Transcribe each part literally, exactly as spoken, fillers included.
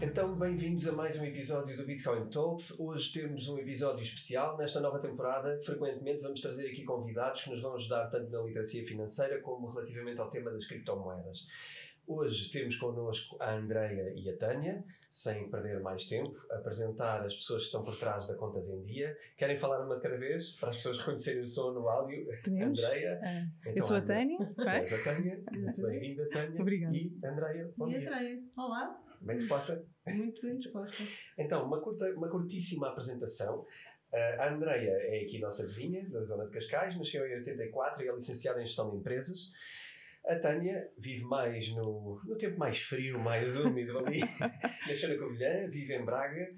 Então, bem-vindos a mais um episódio do Bitcoin Talks. Hoje temos um episódio especial. Nesta nova temporada, frequentemente vamos trazer aqui convidados que nos vão ajudar tanto na literacia financeira como relativamente ao tema das criptomoedas. Hoje temos connosco a Andreia e a Tânia. Sem perder mais tempo, apresentar as pessoas que estão por trás da Contas em Dia. Querem falar uma de cada vez, para as pessoas reconhecerem o som no áudio? Podemos? Andreia. Ah, então, eu sou a Tânia. És a Tânia. Muito bem-vinda, Tânia. Obrigada. E Andreia, bom E dia. Andreia, olá. Bem disposta? Muito bem disposta. Então, uma, curta, uma curtíssima apresentação. Uh, a Andreia é aqui nossa vizinha, da zona de Cascais, nasceu em oitenta e quatro e é licenciada em Gestão de Empresas. A Tânia vive mais no, no tempo mais frio, mais úmido ali. Nasceu na Covilhã, vive em Braga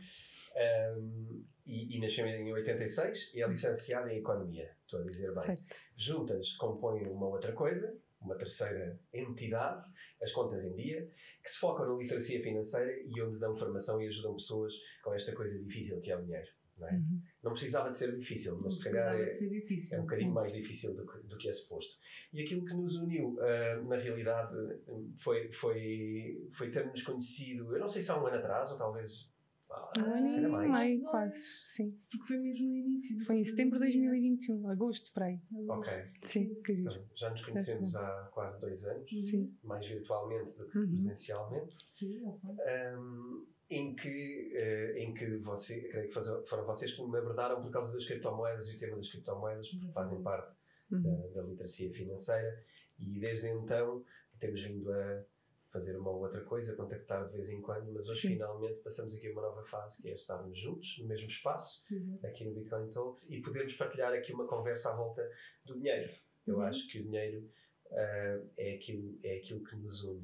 um, e, e nasceu em oitenta e seis e é licenciada em Economia, estou a dizer bem. Certo. Juntas compõem uma outra coisa, uma terceira entidade, as Contas em Dia, que se focam na literacia financeira e onde dão formação e ajudam pessoas com esta coisa difícil que é o dinheiro. Não é? Uhum. Não precisava de ser difícil, mas Não se calhar precisava é, de ser difícil. é um bocadinho mais difícil do que, do que é suposto. E aquilo que nos uniu, uh, na realidade, foi, foi, foi termos conhecido, eu não sei se há um ano atrás, ou talvez ah, Um ano se e calhar mais. meio, quase, sim. Porque foi mesmo no início. do Foi em Contas setembro de em dois mil e Dia. vinte e um, agosto, por aí. Ok. Sim, que giro. Então, já nos conhecemos há quase dois anos, Sim. mais virtualmente do que Uhum. presencialmente. Sim, ok. Um, em que, uh, em que você, creio que foram foram vocês que me abordaram por causa das criptomoedas e o tema das criptomoedas, porque fazem parte Uhum. da, da literacia financeira, e desde então temos vindo a fazer uma ou outra coisa, contactar de vez em quando, mas hoje Sim. finalmente passamos aqui a uma nova fase, que é estarmos juntos, no mesmo espaço, Uhum. aqui no Bitcoin Talks, e podermos partilhar aqui uma conversa à volta do dinheiro. Eu Uhum. acho que o dinheiro uh, é, aquilo, é aquilo que nos une.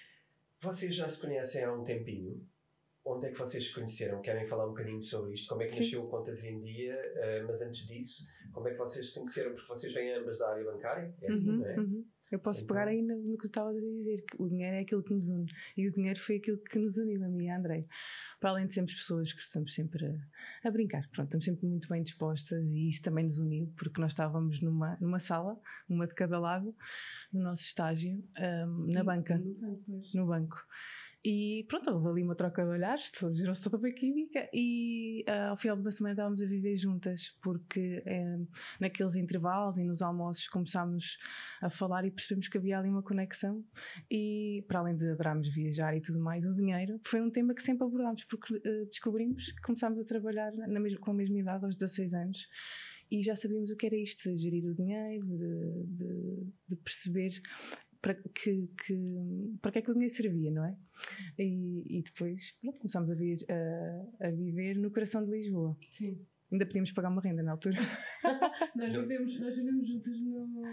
Vocês já se conhecem há um tempinho. Onde é que vocês se conheceram? Querem falar um bocadinho sobre isto? Como é que Sim. nasceu o Contas em Dia? Uh, mas antes disso, como é que vocês se conheceram? Porque vocês vêm ambas da área bancária, é assim, Uhum, não é? uhum. Eu posso Então- pegar aí no, no que tu estavas a dizer, que o dinheiro é aquilo que nos une. E o dinheiro foi aquilo que nos uniu, a mim e a Andreia. Para além de sermos pessoas que estamos sempre a, a brincar, pronto, estamos sempre muito bem dispostas, e isso também nos uniu, porque nós estávamos numa, numa sala, uma de cada lado, no nosso estágio, um, na banca, No banco, pois. no banco. E pronto, houve ali uma troca de olhares, gerou-se toda uma química, e uh, ao final de uma semana estávamos a viver juntas, porque um, naqueles intervalos e nos almoços começámos a falar e percebemos que havia ali uma conexão. E para além de adorarmos viajar e tudo mais, o dinheiro foi um tema que sempre abordámos, porque uh, descobrimos que começámos a trabalhar na mesma, com a mesma idade, aos dezasseis anos, e já sabíamos o que era isto, de gerir o dinheiro, de, de, de perceber para que, que, para que é que o dinheiro servia, não é? E, e depois, pronto, começámos a, vi, a, a viver no coração de Lisboa. Sim. Ainda podíamos pagar uma renda na altura. nós, vivemos, nós vivemos juntos no,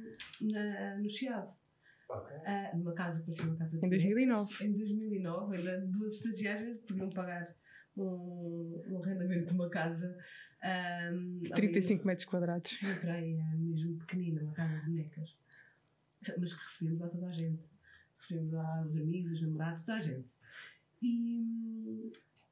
na, no Chiado. Ok. Ah, numa casa, parecia uma casa de Em dois mil e nove. bonecas. Em dois mil e nove, ainda duas estagiárias podiam pagar um, um arrendamento de uma casa. Um, trinta e cinco metros quadrados. Sim, para aí, é mesmo pequenina, uma casa de bonecas. Mas que recebemos a toda a gente. Recebemos aos amigos, aos namorados, toda a gente. E,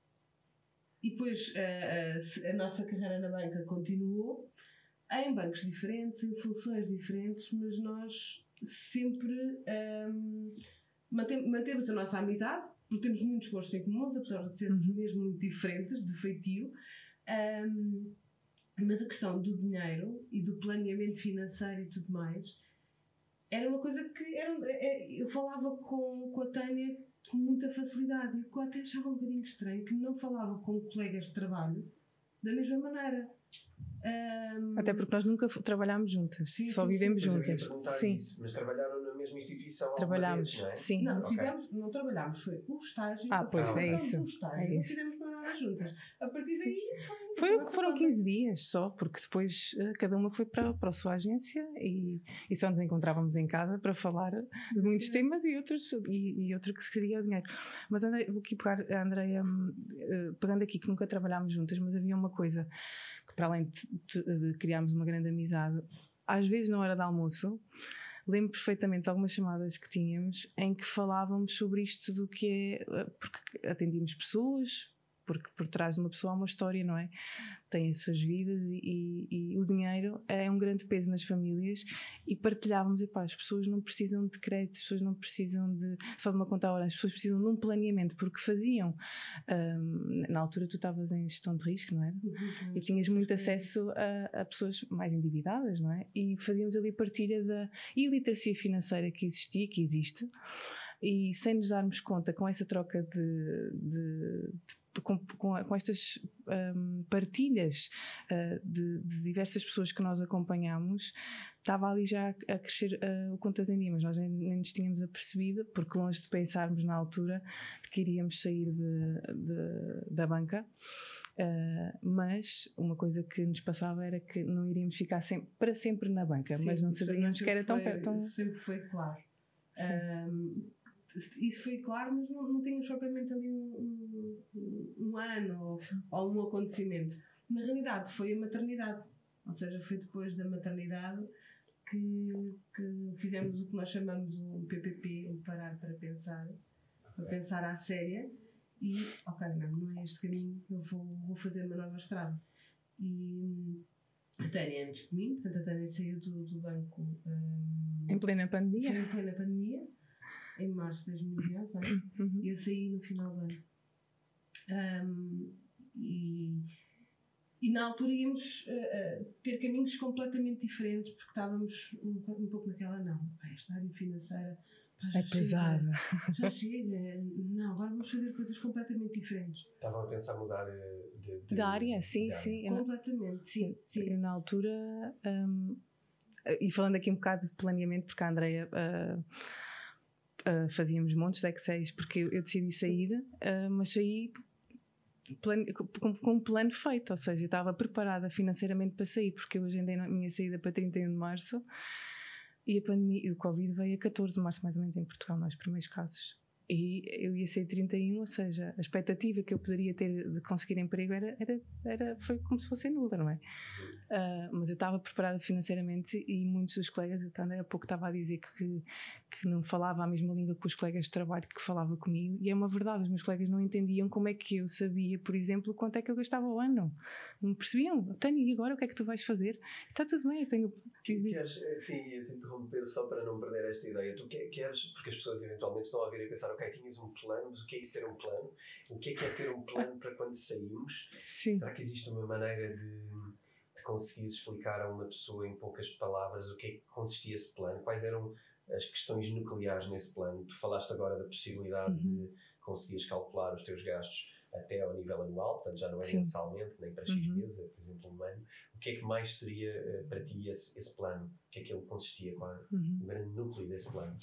e depois a, a, a nossa carreira na banca continuou, em bancos diferentes, em funções diferentes, mas nós sempre um, mantemos, mantemos a nossa amizade, porque temos muitos gostos em comuns, apesar de sermos mesmo muito diferentes de feitio. Um, mas a questão do dinheiro e do planeamento financeiro e tudo mais era uma coisa que era, eu falava com, com a Tânia com muita facilidade, e eu até achava um bocadinho estranho que não falava com colegas de trabalho da mesma maneira. Um, Até porque nós nunca f- trabalhámos juntas, Sim, só sim, vivemos Mas eu ia juntas. perguntar Sim, isso, mas trabalharam na mesma instituição alguma trabalhámos, vez, não é? sim. Não, Ok. fizemos, não trabalhámos, foi o estágio. Ah, pois, a é formação isso, do estágio, é não isso. fizemos para nada juntas. A partir daí foi, Foi, foi foram quinze dias só, porque depois uh, cada uma foi para, para a sua agência, e, e só nos encontrávamos em casa para falar de muitos temas e outros, e, e outro que seria o dinheiro. Mas Andrei, vou aqui pegar a Andreia, uh, pegando aqui que nunca trabalhámos juntas, mas havia uma coisa que, para além de, de, de criarmos uma grande amizade, às vezes na hora de almoço, lembro perfeitamente de algumas chamadas que tínhamos em que falávamos sobre isto do que é, porque atendíamos pessoas porque por trás de uma pessoa há uma história, não é? Tem as suas vidas e, e, e o dinheiro é um grande peso nas famílias e partilhávamos, e pá, as pessoas não precisam de crédito, as pessoas não precisam de, só de uma conta a hora, as pessoas precisam de um planeamento, porque faziam, um, na altura tu estavas em gestão de risco, não era? Uhum. E tinhas muito acesso a, a pessoas mais endividadas, não é? E fazíamos ali partilha da iliteracia financeira que existia, que existe, e sem nos darmos conta, com essa troca de, de, de com, com, com estas um, partilhas uh, de, de diversas pessoas que nós acompanhamos, estava ali já a, a crescer uh, o Contas em Dia, mas nós nem, nem nos tínhamos apercebido, porque longe de pensarmos na altura de que iríamos sair de, de, da banca. Uh, mas uma coisa que nos passava era que não iríamos ficar sempre, para sempre na banca. Sim, mas não sabíamos que era tão, foi, tão... sempre foi claro. Um, isso foi claro, mas não, não tínhamos propriamente ali um, um, um ano ou, ou um acontecimento. Na realidade foi a maternidade, ou seja, foi depois da maternidade que, que fizemos o que nós chamamos um P P P, um parar para pensar, para pensar à séria. E, ok, não, não é este caminho, eu vou, vou fazer uma nova estrada. E a Tânia antes de mim, portanto a Tânia saiu do, do banco um, em plena pandemia. Em plena pandemia, em março de dois mil e onze, uhum. E eu saí no final do ano. Um, e, e na altura íamos uh, uh, ter caminhos completamente diferentes, porque estávamos um, um pouco naquela, não, esta área financeira é pesada. Já chega, não, agora vamos fazer coisas completamente diferentes. Estavam a pensar mudar de, de, de área, sim, de sim. Área. Completamente, sim. sim. Eu, na altura, um, e falando aqui um bocado de planeamento, porque a Andreia uh, uh, fazíamos montes de Excel, porque eu, eu decidi sair, uh, mas saí plano, com, com um plano feito, ou seja, eu estava preparada financeiramente para sair, porque eu agendei a minha saída para trinta e um de março. E a pandemia, o Covid veio a catorze de março, mais ou menos, em Portugal, nos primeiros casos. E eu ia sair trinta e um, ou seja, a expectativa que eu poderia ter de conseguir emprego era, era, era, foi como se fosse nula, não é? Uh, mas eu estava preparada financeiramente e muitos dos colegas, eu há pouco estava a dizer que, que não falava a mesma língua que os colegas de trabalho que falava comigo, e é uma verdade, os meus colegas não entendiam como é que eu sabia, por exemplo, quanto é que eu gastava ao ano. Não percebiam. Tânia, e agora o que é que tu vais fazer? Está tudo bem, eu tenho... Queres, sim, ia te interromper só para não perder esta ideia. Tu queres, porque as pessoas eventualmente estão a vir e pensar, ok, tinhas um plano, mas o que é isso ter um plano? O que é que é ter um plano para quando saímos? Sim. Será que existe uma maneira de, de conseguir explicar a uma pessoa em poucas palavras o que é que consistia esse plano? Quais eram as questões nucleares nesse plano? Tu falaste agora da possibilidade uhum. de conseguires calcular os teus gastos até ao nível anual, portanto já não é Sim. mensalmente, nem para X uhum. meses, é por exemplo um ano. O que é que mais seria uh, para ti esse, esse plano? O que é que ele consistia? Qual é uhum. o grande núcleo desse plano?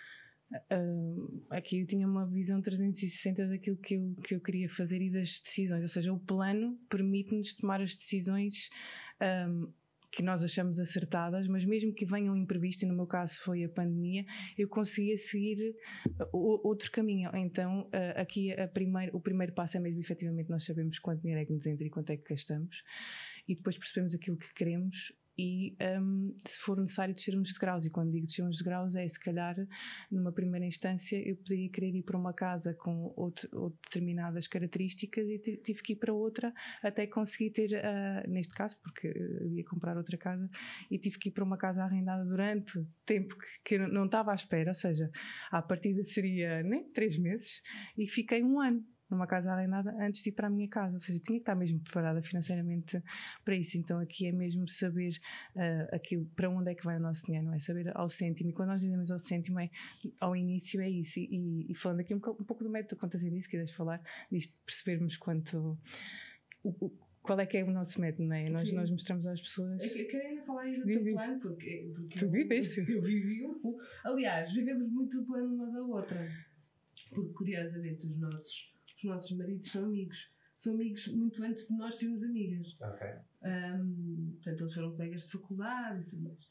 Uh, aqui eu tinha uma visão trezentos e sessenta daquilo que eu, que eu queria fazer e das decisões, ou seja, o plano permite-nos tomar as decisões um, que nós achamos acertadas, mas mesmo que venham imprevisto, e no meu caso foi a pandemia, eu conseguia seguir outro caminho. Então aqui a primeiro, o primeiro passo é mesmo efetivamente nós sabemos quanto dinheiro é que nos entra e quanto é que gastamos, e depois percebemos aquilo que queremos e um, se for necessário descermos de graus, e quando digo descermos de graus é se calhar numa primeira instância eu poderia querer ir para uma casa com outro, outro determinadas características e tive que ir para outra até conseguir ter, uh, neste caso porque eu ia comprar outra casa e tive que ir para uma casa arrendada durante tempo que, que eu não estava à espera, ou seja, à partida seria nem três meses e fiquei um ano numa casa arrendada antes de ir para a minha casa, ou seja, tinha que estar mesmo preparada financeiramente para isso. Então aqui é mesmo saber uh, aquilo, para onde é que vai o nosso dinheiro, não é? Saber ao cêntimo, e quando nós dizemos ao cêntimo é, ao início é isso, e, e falando aqui um, um pouco do método Contas em Dia, se quiseres falar disto, percebermos quanto o, o, qual é que é o nosso método, não é? Nós, nós mostramos às pessoas... Eu quero ainda falar ainda do teu plano, porque, porque tu eu, viveste. eu vivi um, aliás, vivemos muito o plano uma da outra, porque curiosamente os nossos os nossos maridos são amigos. São amigos muito antes de nós sermos amigas. Ok. Um, portanto, eles foram colegas de faculdade e tudo mais.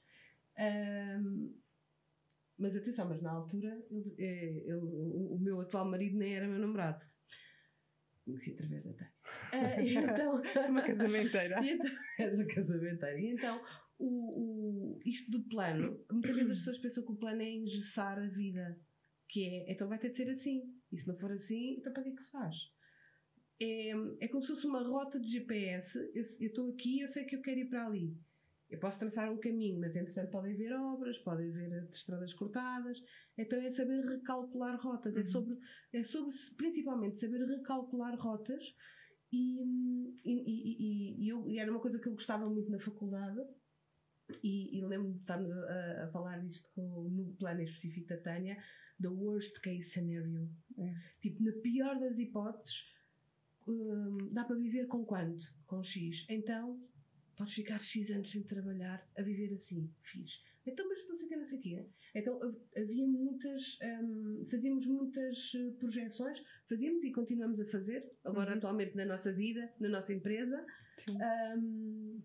Um, mas atenção, mas na altura, ele, ele, o, o meu atual marido nem era meu namorado. Conheci através da Tânia. Uh, então, uma casamenteira. E então, és uma casamenteira. E então, o, o, isto do plano, muitas vezes as pessoas pensam que o plano é engessar a vida. Que é, então vai ter de ser assim. E se não for assim, então para que é que se faz? é, é como se fosse uma rota de G P S. Eu estou aqui, eu sei que eu quero ir para ali. Eu posso traçar um caminho, mas entretanto podem haver obras, podem haver estradas cortadas. Então é saber recalcular rotas. Uhum. É, sobre, é sobre, principalmente, saber recalcular rotas. E, e, e, e, eu, e era uma coisa que eu gostava muito na faculdade. E, e lembro-me de estarmos a, a falar disto com, no plano específico da Tânia, the worst case scenario. É. Tipo, na pior das hipóteses, hum, dá para viver com quanto? Com X. Então, podes ficar X anos sem trabalhar, a viver assim, fiz. Então, mas não sei o que, não sei o quê. Então, havia muitas, hum, fazíamos muitas projeções, fazíamos e continuamos a fazer, agora uhum. atualmente na nossa vida, na nossa empresa. Sim. Um,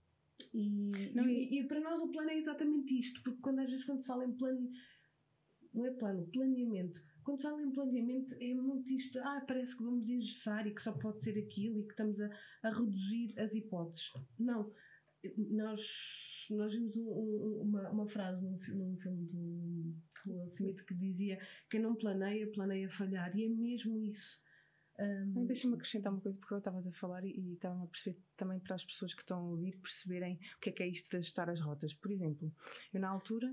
e, não, e, e para nós o plano é exatamente isto, porque quando às vezes quando se fala em plano, não é plano, planeamento. Quando se fala em planeamento é muito isto, ah, parece que vamos engessar e que só pode ser aquilo e que estamos a, a reduzir as hipóteses. Não, nós, nós vimos um, um, uma, uma frase num, num filme do Will Smith que dizia: quem não planeia, planeia falhar, e é mesmo isso. Um... Deixa-me acrescentar uma coisa, porque eu estavas a falar e, e estava a perceber também para as pessoas que estão a ouvir perceberem o que é que é isto de ajustar as rotas. Por exemplo, eu na altura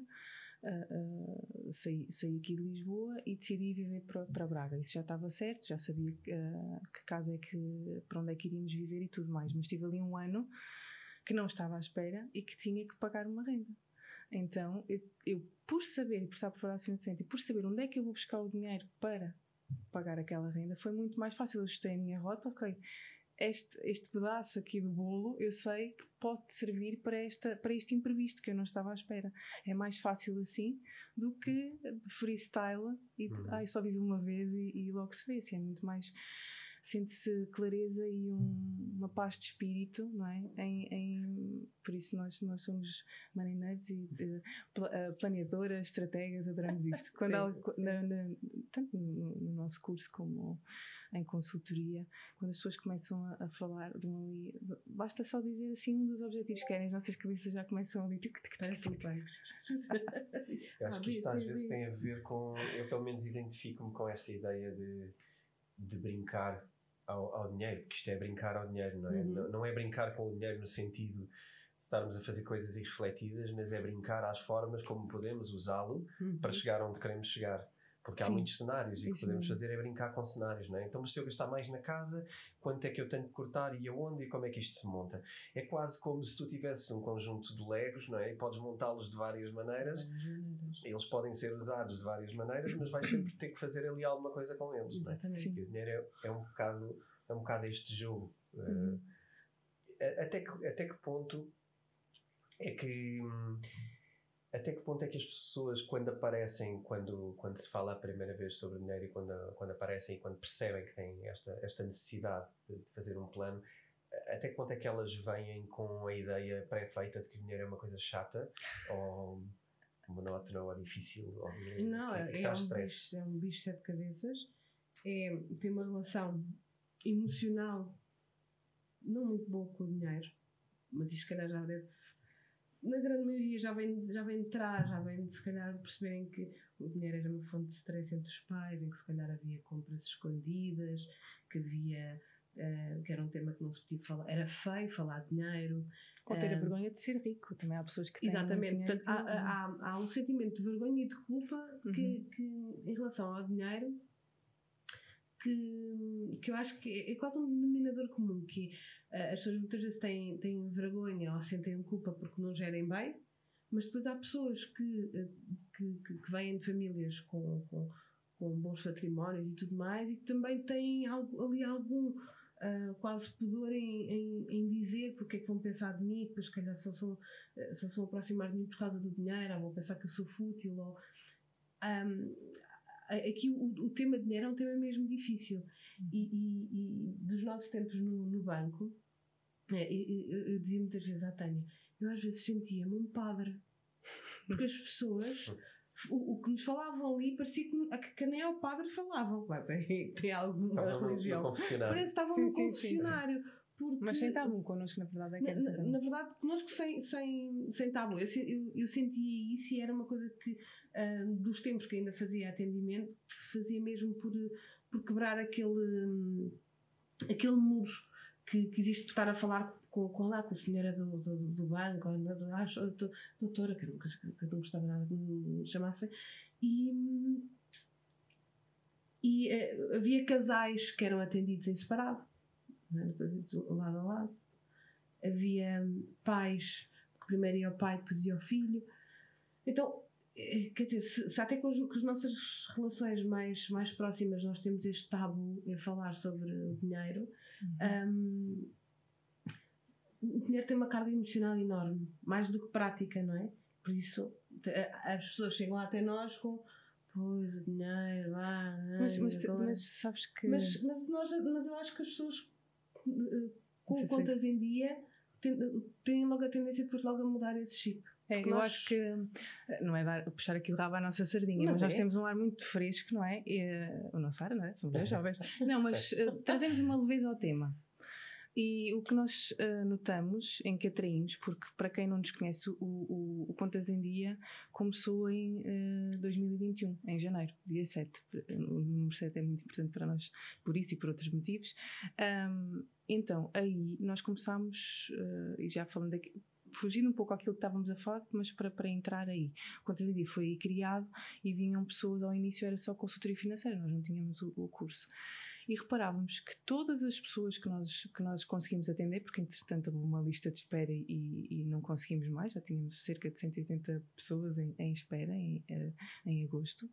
Uh, uh, saí, saí aqui de Lisboa e decidi viver para, para Braga. Isso já estava certo, já sabia uh, que casa é que, para onde é que iríamos viver e tudo mais, mas tive ali um ano que não estava à espera e que tinha que pagar uma renda. Então eu, eu por saber, por estar preparado financeiramente e por saber onde é que eu vou buscar o dinheiro para pagar aquela renda, foi muito mais fácil. Eu ajustei a minha rota, ok, Este, este pedaço aqui do bolo eu sei que pode servir para, esta, para este imprevisto que eu não estava à espera. É mais fácil assim do que freestyle e uhum. ah, eu só vivo uma vez e, e logo se vê. Assim, é muito mais, sente-se clareza e um, uma paz de espírito, não é? Em, em, por isso nós, nós somos money nerds e uh, planeadoras, estrategas, adoramos isto. Quando sim, há, sim. Na, na, tanto no, no nosso curso como em consultoria, quando as pessoas começam a, a falar de um ali, basta só dizer assim um dos objetivos que querem, as nossas cabeças já começam a vir. Parece um pai. Eu acho que isto às vezes tem a ver com, eu pelo menos identifico-me com esta ideia de, de brincar ao, ao dinheiro, porque isto é brincar ao dinheiro, não é? Uhum. Não, não é brincar com o dinheiro no sentido de estarmos a fazer coisas irrefletidas, mas é brincar às formas como podemos usá-lo uhum. para chegar onde queremos chegar. Porque há Sim, muitos cenários e o que podemos mesmo. fazer é brincar com cenários, não é? Então, se eu gastar mais na casa, quanto é que eu tenho de cortar e aonde e como é que isto se monta? É quase como se tu tivesses um conjunto de legos, não é? E podes montá-los de várias maneiras. Eles podem ser usados de várias maneiras, mas vais sempre ter que fazer ali alguma coisa com eles, não é? E o dinheiro é, é, um bocado, é um bocado este jogo. Uhum. Uh, até, que, até que ponto é que... Hum, Até que ponto é que as pessoas, quando aparecem, quando, quando se fala a primeira vez sobre dinheiro e quando, quando aparecem e quando percebem que têm esta, esta necessidade de, de fazer um plano, até que ponto é que elas vêm com a ideia pré-feita de que o dinheiro é uma coisa chata ou monótona ou difícil? Ou Não, que, que é, um bicho, é um bicho de sete cabeças. É, tem uma relação emocional não muito boa com o dinheiro, mas isto se calhar já deve... Na grande maioria já vem, já vem de trás, já vem de se calhar perceberem que o dinheiro era uma fonte de stress entre os pais, em que se calhar havia compras escondidas, que havia, uh, que era um tema que não se podia falar, era feio falar de dinheiro. Ou ter a vergonha de ser rico, também há pessoas que têm exatamente, portanto, há, há, há um sentimento de vergonha e de culpa que, uhum. que em relação ao dinheiro, que, que eu acho que é, é quase um denominador comum, que uh, as pessoas muitas vezes têm, têm vergonha ou sentem culpa porque não gerem bem, mas depois há pessoas que, que, que, que vêm de famílias com, com, com bons patrimónios e tudo mais e que também têm algo, ali algum uh, quase pudor em, em, em dizer porque é que vão pensar de mim, depois se calhar só são, só são aproximar de mim por causa do dinheiro, ou vão pensar que eu sou fútil, ou... Um, aqui o, o tema de dinheiro é um tema mesmo difícil e, e, e dos nossos tempos no, no banco é, eu, eu, eu dizia muitas vezes à Tânia, eu às vezes sentia-me um padre porque as pessoas o, o que nos falavam ali parecia que, que nem ao padre falavam, claro, tem, tem alguma estavam religião no, no confessionário. parece que estavam sim, no confessionário sim, sim. Porque, mas sem tabu connosco, na verdade é que era na, na, na verdade connosco sem, sem, sem tabu eu, eu, eu sentia isso e era uma coisa que uh, dos tempos que ainda fazia atendimento fazia mesmo por, por quebrar aquele aquele muro que, que existe por estar a falar com, com, lá, com a senhora do, do, do banco, ou do, ah, do, doutora, que eu, nunca, que eu não gostava nada que me chamassem, e, e eh, havia casais que eram atendidos em separado, né, lado a lado, havia pais, que primeiro ia ao pai, depois ia ao filho, então, quer dizer, se, se até com as, com as nossas relações mais, mais próximas nós temos este tabu em falar sobre o dinheiro, uhum. um, o dinheiro tem uma carga emocional enorme, mais do que prática, não é? Por isso, as pessoas chegam até nós com pois, o dinheiro, ah, mas, mas, mas sabes que... Mas, mas, nós, mas eu acho que as pessoas com contas em dia têm logo a tendência depois logo a mudar esse chip. É, eu nós... acho que não é dar, puxar aqui o rabo à nossa sardinha, mas, mas é. Nós temos um ar muito fresco, não é? E, uh, o nosso ar, não é? Somos dois jovens. Não, mas uh, trazemos uma leveza ao tema. E o que nós uh, notamos em que atraímos, porque para quem não nos conhece, o, o, o Contas em Dia começou em uh, dois mil e vinte e um, em janeiro, dia sete. O número sete é muito importante para nós, por isso e por outros motivos. Um, então, aí nós começámos, uh, e já falando aqui, fugindo um pouco àquilo que estávamos a falar, mas para, para entrar aí. O Contas em Dia foi criado e vinham pessoas, ao início era só consultoria financeira, nós não tínhamos o, o curso. E reparávamos que todas as pessoas que nós, que nós conseguimos atender, porque entretanto houve uma lista de espera e, e não conseguimos mais, já tínhamos cerca de cento e oitenta pessoas em, em espera em, em agosto,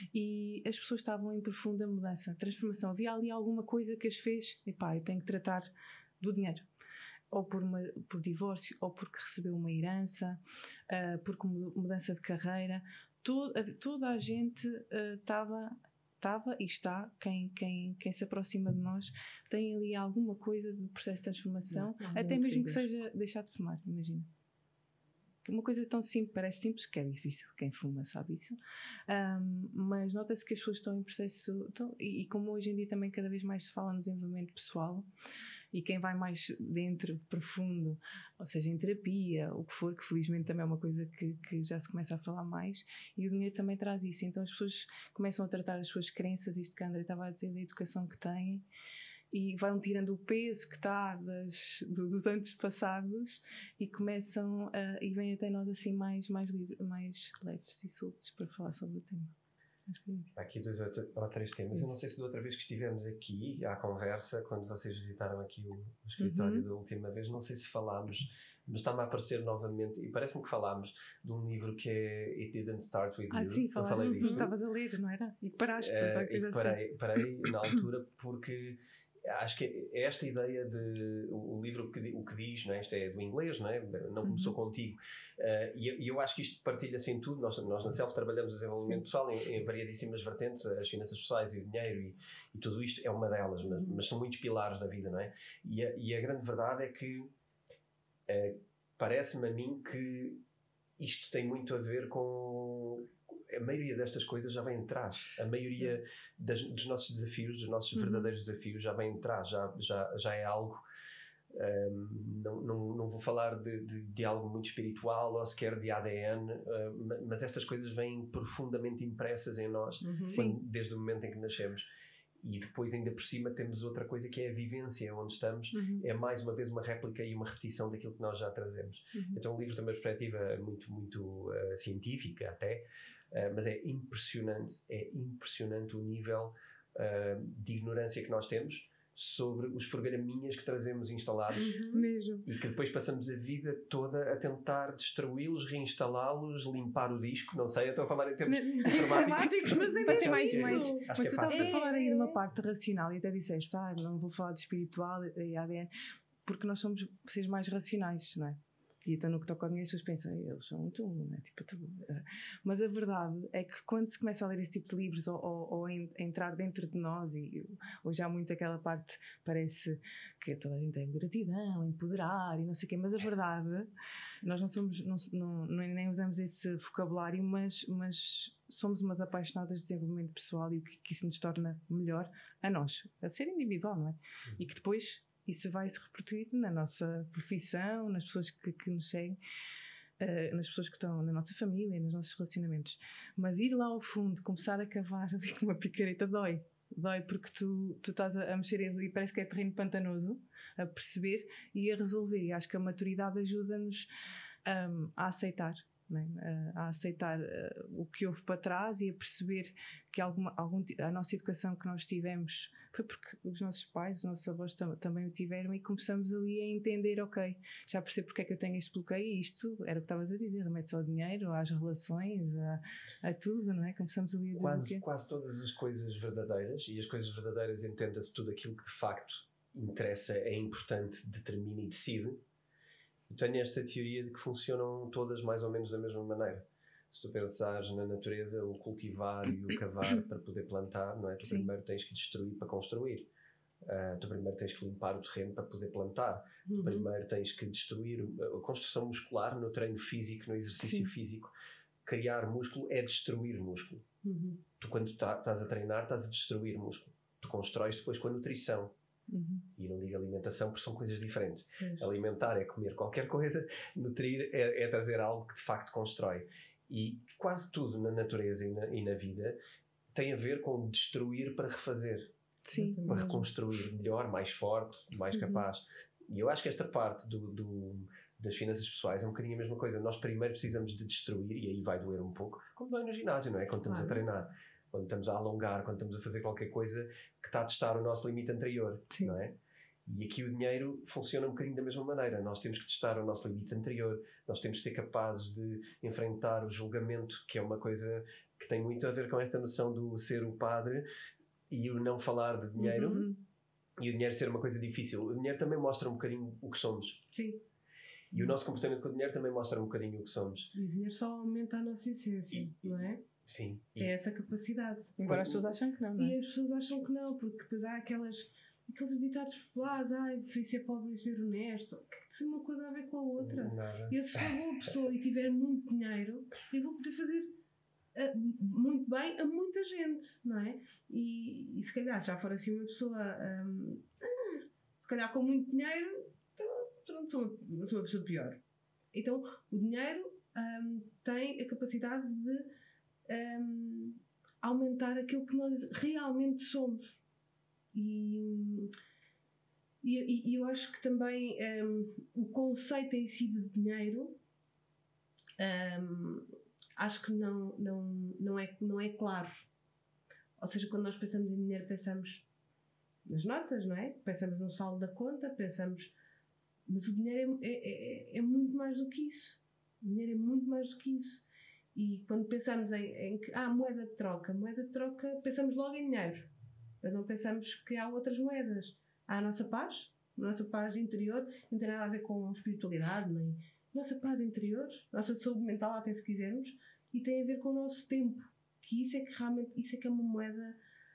e as pessoas estavam em profunda mudança, transformação. Havia ali alguma coisa que as fez, epá, eu tenho que tratar do dinheiro. Ou por, uma, por divórcio, ou porque recebeu uma herança, uh, porque mudança de carreira. Todo, toda a gente estava... Uh, estava e está, quem, quem, quem se aproxima de nós tem ali alguma coisa de processo de transformação, não, não até mesmo que seja deixar de fumar, imagina. Uma coisa tão simples, parece simples, que é difícil, quem fuma sabe isso, um, mas nota-se que as pessoas estão em processo, estão, e, e como hoje em dia também cada vez mais se fala no desenvolvimento pessoal, e quem vai mais dentro, profundo, ou seja, em terapia, o que for, que felizmente também é uma coisa que, que já se começa a falar mais, e o dinheiro também traz isso. Então as pessoas começam a tratar as suas crenças, isto que a André estava a dizer, da educação que têm, e vão tirando o peso que está das, do, dos anos passados e começam a, e vêm até nós assim mais, mais, livre, mais leves e soltos para falar sobre o tema. Há aqui dois ou três temas. Isso. Eu não sei se da outra vez que estivemos aqui à conversa, quando vocês visitaram aqui o, o escritório uhum. da última vez, não sei se falámos, mas está-me a aparecer novamente, e parece-me que falámos de um livro que é It Didn't Start With ah, You. Ah sim, falaste, tu estavas a ler, não era? E paraste. Uh, e que parei, parei na altura porque acho que é esta ideia de o, o livro que, o que diz, não é? Isto é do inglês, não é? Não começou uhum. contigo. Uh, e, e eu acho que isto partilha-se em tudo. Nós, nós na Self trabalhamos o desenvolvimento pessoal em, em variedíssimas vertentes, as finanças pessoais e o dinheiro e, e tudo isto é uma delas, mas, mas são muitos pilares da vida, não é? E a, e a grande verdade é que uh, parece-me a mim que isto tem muito a ver com... A maioria destas coisas já vem de trás. A maioria das, dos nossos desafios, dos nossos uhum. verdadeiros desafios, já vem de trás. Já, já, já é algo... Um, não, não, não vou falar de, de, de algo muito espiritual ou sequer de A D N, uh, mas estas coisas vêm profundamente impressas em nós uhum. quando, desde o momento em que nascemos. E depois, ainda por cima, temos outra coisa que é a vivência onde estamos. Uhum. É mais uma vez uma réplica e uma repetição daquilo que nós já trazemos. Uhum. Então o livro tem uma perspectiva muito, muito uh, científica até, uh, mas é impressionante, é impressionante o nível uh, de ignorância que nós temos sobre os programinhas que trazemos instalados uhum. Mesmo. E que depois passamos a vida toda a tentar destruí-los, reinstalá-los, limpar o disco, não sei, eu estou a falar em termos informáticos, mas é mesmo mais, mais, isso. Mas tu estás a falar aí de uma parte racional e até disseste, ah, não vou falar de espiritual e A D N, porque nós somos seres mais racionais, não é? E então no que toca ao dinheiro as pessoas pensam, eles são muito, não é? Tipo, tudo. Mas a verdade é que quando se começa a ler esse tipo de livros ou, ou, ou em, entrar dentro de nós, e hoje há muito aquela parte, parece que toda a gente tem gratidão, empoderar e não sei o quê, mas a verdade, nós não somos, não, não, nem usamos esse vocabulário, mas, mas somos umas apaixonadas de desenvolvimento pessoal e o que, que isso nos torna melhor a nós, a ser individual, não é? E que depois isso vai se repercutir na nossa profissão, nas pessoas que, que nos seguem, uh, nas pessoas que estão na nossa família, nos nossos relacionamentos. Mas ir lá ao fundo, começar a cavar ali com uma picareta dói. Dói porque tu, tu estás a, a mexer e parece que é terreno pantanoso, a perceber e a resolver. E acho que a maturidade ajuda-nos um, a aceitar, né? a, a aceitar uh, o que houve para trás e a perceber que alguma, algum, a nossa educação que nós tivemos foi porque os nossos pais, os nossos avós tam, também o tiveram, e começamos ali a entender, ok, já percebo porque é que eu tenho este bloqueio, e isto era o que estavas a dizer, remete-se ao dinheiro, às relações, a, a tudo, não é? Começamos ali a quase, quase todas as coisas verdadeiras, e as coisas verdadeiras entenda-se tudo aquilo que de facto interessa, é importante, determina e decide. Eu tenho esta teoria de que funcionam todas mais ou menos da mesma maneira. Se tu pensares na natureza, o cultivar e o cavar para poder plantar, não é? Tu Sim. primeiro tens que destruir para construir. Uh, tu primeiro tens que limpar o terreno para poder plantar. Uhum. Tu primeiro tens que destruir a construção muscular no treino físico, no exercício Sim. físico. Criar músculo é destruir músculo. Uhum. Tu, quando estás a treinar, estás a destruir músculo. Tu constróis depois com a nutrição. Uhum. E não digo alimentação porque são coisas diferentes. Isso. Alimentar é comer qualquer coisa, nutrir é, é trazer algo que de facto constrói. E quase tudo na natureza e na, e na vida tem a ver com destruir para refazer. Sim, para mesmo. Reconstruir melhor, mais forte, mais uhum. capaz. E eu acho que esta parte do, do, das finanças pessoais é um bocadinho a mesma coisa. Nós primeiro precisamos de destruir, e aí vai doer um pouco, como dói no ginásio, não é? Quando estamos claro. a treinar, quando estamos a alongar, quando estamos a fazer qualquer coisa que está a testar o nosso limite anterior, Sim. não é? E aqui o dinheiro funciona um bocadinho da mesma maneira. Nós temos que testar o nosso limite anterior, nós temos que ser capazes de enfrentar o julgamento, que é uma coisa que tem muito a ver com esta noção do ser o padre e o não falar de dinheiro, uhum. e o dinheiro ser uma coisa difícil. O dinheiro também mostra um bocadinho o que somos. Sim. E o nosso comportamento com o dinheiro também mostra um bocadinho o que somos. E o dinheiro só aumenta a nossa essência, e, não é? Sim. É e... essa capacidade. Embora as pessoas acham que não, não é? E as pessoas acham que não, porque depois há aquelas, aqueles ditados populares, ai, fui ser pobre e ser honesto. Que tem uma coisa a ver com a outra. Nada. Eu, se for boa pessoa e tiver muito dinheiro, eu vou poder fazer uh, muito bem a muita gente, não é? E, e se calhar, já for assim uma pessoa, um, se calhar com muito dinheiro, então sou uma, sou uma pessoa pior. Então, o dinheiro um, tem a capacidade de um, aumentar aquilo que nós realmente somos. E, e, e eu acho que também um, o conceito em si de dinheiro um, acho que não, não, não, é, não é claro. Ou seja, quando nós pensamos em dinheiro, pensamos nas notas, não é? Pensamos no saldo da conta, pensamos... Mas o dinheiro é, é, é, é muito mais do que isso. O dinheiro é muito mais do que isso. E quando pensamos em, em que há ah, moeda de troca, moeda de troca, pensamos logo em dinheiro. Mas não pensamos que há outras moedas. Há a nossa paz, a nossa paz interior, não tem nada a ver com espiritualidade, nem a nossa paz interior, a nossa saúde mental, até se quisermos, e tem a ver com o nosso tempo. Que isso é que realmente, isso é que é uma moeda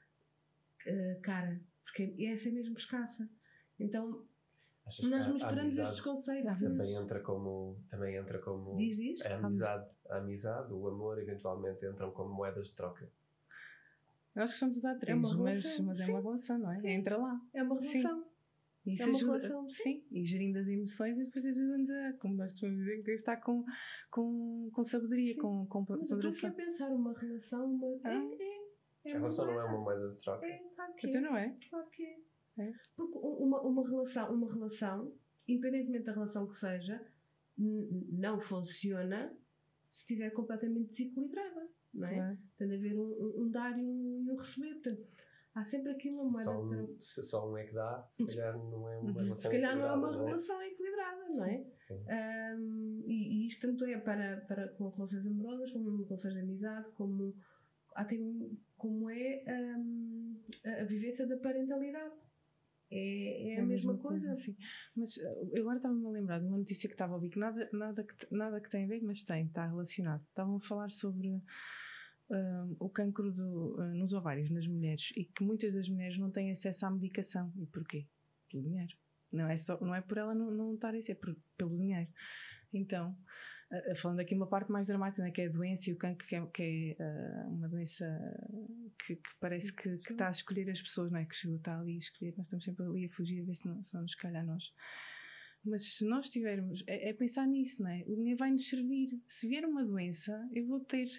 uh, cara, porque essa é mesmo escassa. Então, Achas nós misturamos estes conceitos. Também entra como, também entra como diz, diz? A, amizade, a amizade, o amor, eventualmente entram como moedas de troca. Nós gostamos de usar três, é mas, mas é uma relação, não é? Sim. Entra lá. É uma relação. Sim. Isso é uma ajuda, relação. Sim. E gerindo as emoções e depois ajuda-nos a, como nós costumamos dizer, que está com, com, com sabedoria, sim. com, com mas ponderação. Mas eu estou aqui a pensar uma relação, uma... Ah. É, é, é a relação não é uma moeda de troca. É, claro que então não é? Claro que é. É. Porque uma, uma, relação, uma relação, independentemente da relação que seja, n- não funciona se estiver completamente desequilibrada, não é? é. Tem de haver um, um dar e um, um receber. Portanto, há sempre aqui uma moeda só um, de... Se só um é que dá, se calhar não é uma uhum. relação Se calhar não é uma não é? relação equilibrada, não é? Um, e, e isto tanto é para, para com relações amorosas, como relações de amizade, como, até como é um, a vivência da parentalidade. É, é a, é a mesma, mesma coisa. coisa sim. Mas eu agora estava-me a lembrar de uma notícia que estava a ouvir que nada, nada, que, nada que tem a ver, mas tem, está relacionado. Estavam a falar sobre uh, o cancro do, uh, nos ovários, nas mulheres, e que muitas das mulheres não têm acesso à medicação. E porquê? Pelo dinheiro. Não é, só, não é por ela não, não estar a isso, é por, pelo dinheiro. Então, uh, falando aqui uma parte mais dramática, né, que é a doença e o cancro, que é, que é uh, uma doença que, que parece que, que está a escolher as pessoas, não é? Que está ali a escolher, nós estamos sempre ali a fugir, a ver se não, se não nos calha a nós. Mas se nós tivermos, é, é pensar nisso, não é? O dinheiro vai nos servir. Se vier uma doença, eu vou ter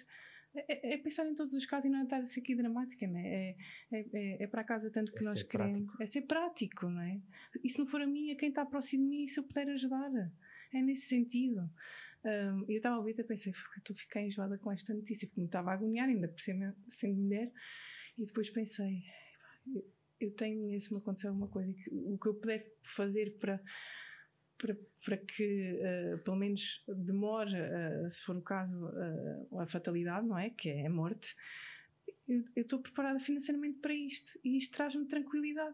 É, é pensar em todos os casos e não é estar a ser aqui dramática, não é? É, é, é para casa tanto que É nós ser queremos. prático. É ser prático, não é? E se não for a mim, a quem está próximo de mim, se eu puder ajudar. É nesse sentido. Um, eu estava a ouvir e pensei, estou a ficar enjoada com esta notícia, porque me estava a agoniar, ainda por ser sendo mulher. E depois pensei, eu, eu tenho, se me acontecer alguma coisa, e que, o que eu puder fazer para. Para, para que uh, pelo menos demore, uh, se for o caso, uh, a fatalidade, não é? Que é a morte. Eu estou preparada financeiramente para isto e isto traz-me tranquilidade.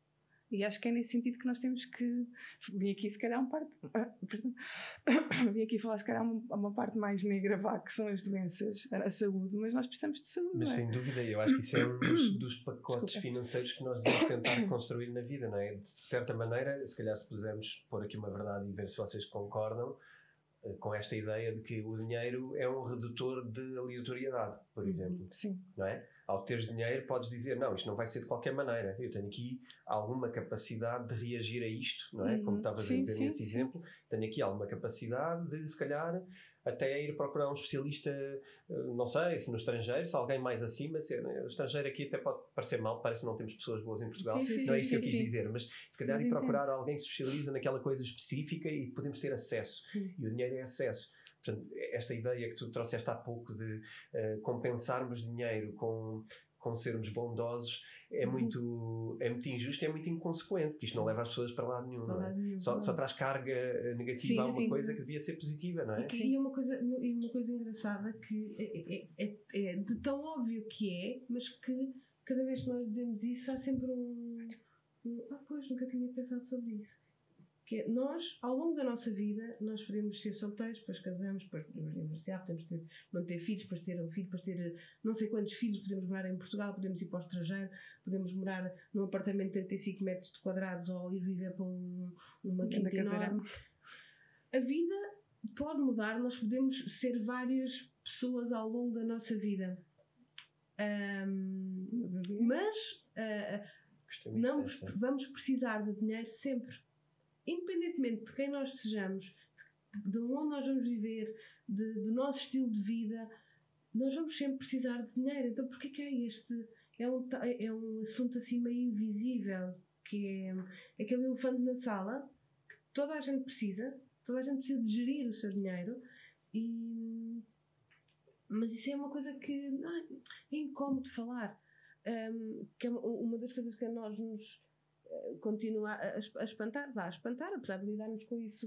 E acho que é nesse sentido que nós temos que. Vim aqui, se calhar, um parte. Ah, perdão. Vim aqui falar, se calhar, uma, uma parte mais negra, vá, que são as doenças, a saúde, mas nós precisamos de saúde. Mas não é? sem dúvida, eu acho que isso é um dos, dos pacotes Desculpa. financeiros que nós devemos tentar construir na vida, não é? De certa maneira, se calhar se pudermos pôr aqui uma verdade e ver se vocês concordam eh, com esta ideia de que o dinheiro é um redutor de aleatoriedade, por exemplo, Sim. não é? Ao teres dinheiro podes dizer, não, isto não vai ser de qualquer maneira, eu tenho aqui alguma capacidade de reagir a isto, não é? Como Uhum. estavas a Sim, dizer sim, nesse sim. exemplo, tenho aqui alguma capacidade de, se calhar, até ir procurar um especialista, não sei, se no estrangeiro, se alguém mais acima, se, o estrangeiro aqui até pode parecer mal, parece que não temos pessoas boas em Portugal, Sim, sim, não é sim, isso que eu sim, quis sim. dizer, mas se calhar Mas ir procurar entendo. alguém que se especializa naquela coisa específica e podemos ter acesso, Sim. e o dinheiro é acesso. Portanto, esta ideia que tu trouxeste há pouco de uh, compensarmos dinheiro com, com sermos bondosos é, Uhum. muito, é muito injusto e é muito inconsequente, porque isto não leva as pessoas para lado nenhum, Para não é? lado nenhum, Só, não. só traz carga negativa Sim, a uma sim. coisa que devia ser positiva, não é? E, que- Sim. e uma coisa, e uma coisa engraçada que é, é, é, é de tão óbvio que é, mas que cada vez que nós dizemos isso há sempre um, um ah pois, nunca tinha pensado sobre isso. Que é, nós, ao longo da nossa vida, nós podemos ser solteiros, depois casamos, depois podemos divorciar, podemos ter, não ter filhos, depois ter um filho, depois ter não sei quantos filhos, podemos morar em Portugal, podemos ir para o estrangeiro, podemos morar num apartamento de trinta e cinco metros quadrados ou ir viver para um, uma Grande quinta enorme. cadeirão. A vida pode mudar, nós podemos ser várias pessoas ao longo da nossa vida. Um, mas uh, Gostei muito não dessa. vamos precisar de dinheiro sempre. Independentemente de quem nós sejamos, de onde nós vamos viver, de, do nosso estilo de vida, nós vamos sempre precisar de dinheiro. Então porquê que é este? É um, é um assunto assim meio invisível, que é aquele elefante na sala, que toda a gente precisa, toda a gente precisa de gerir o seu dinheiro, e, mas isso é uma coisa que não, é incómodo falar. Um, que é uma das coisas que a nós nos continua a, a espantar, vá a espantar, apesar de lidarmos com isso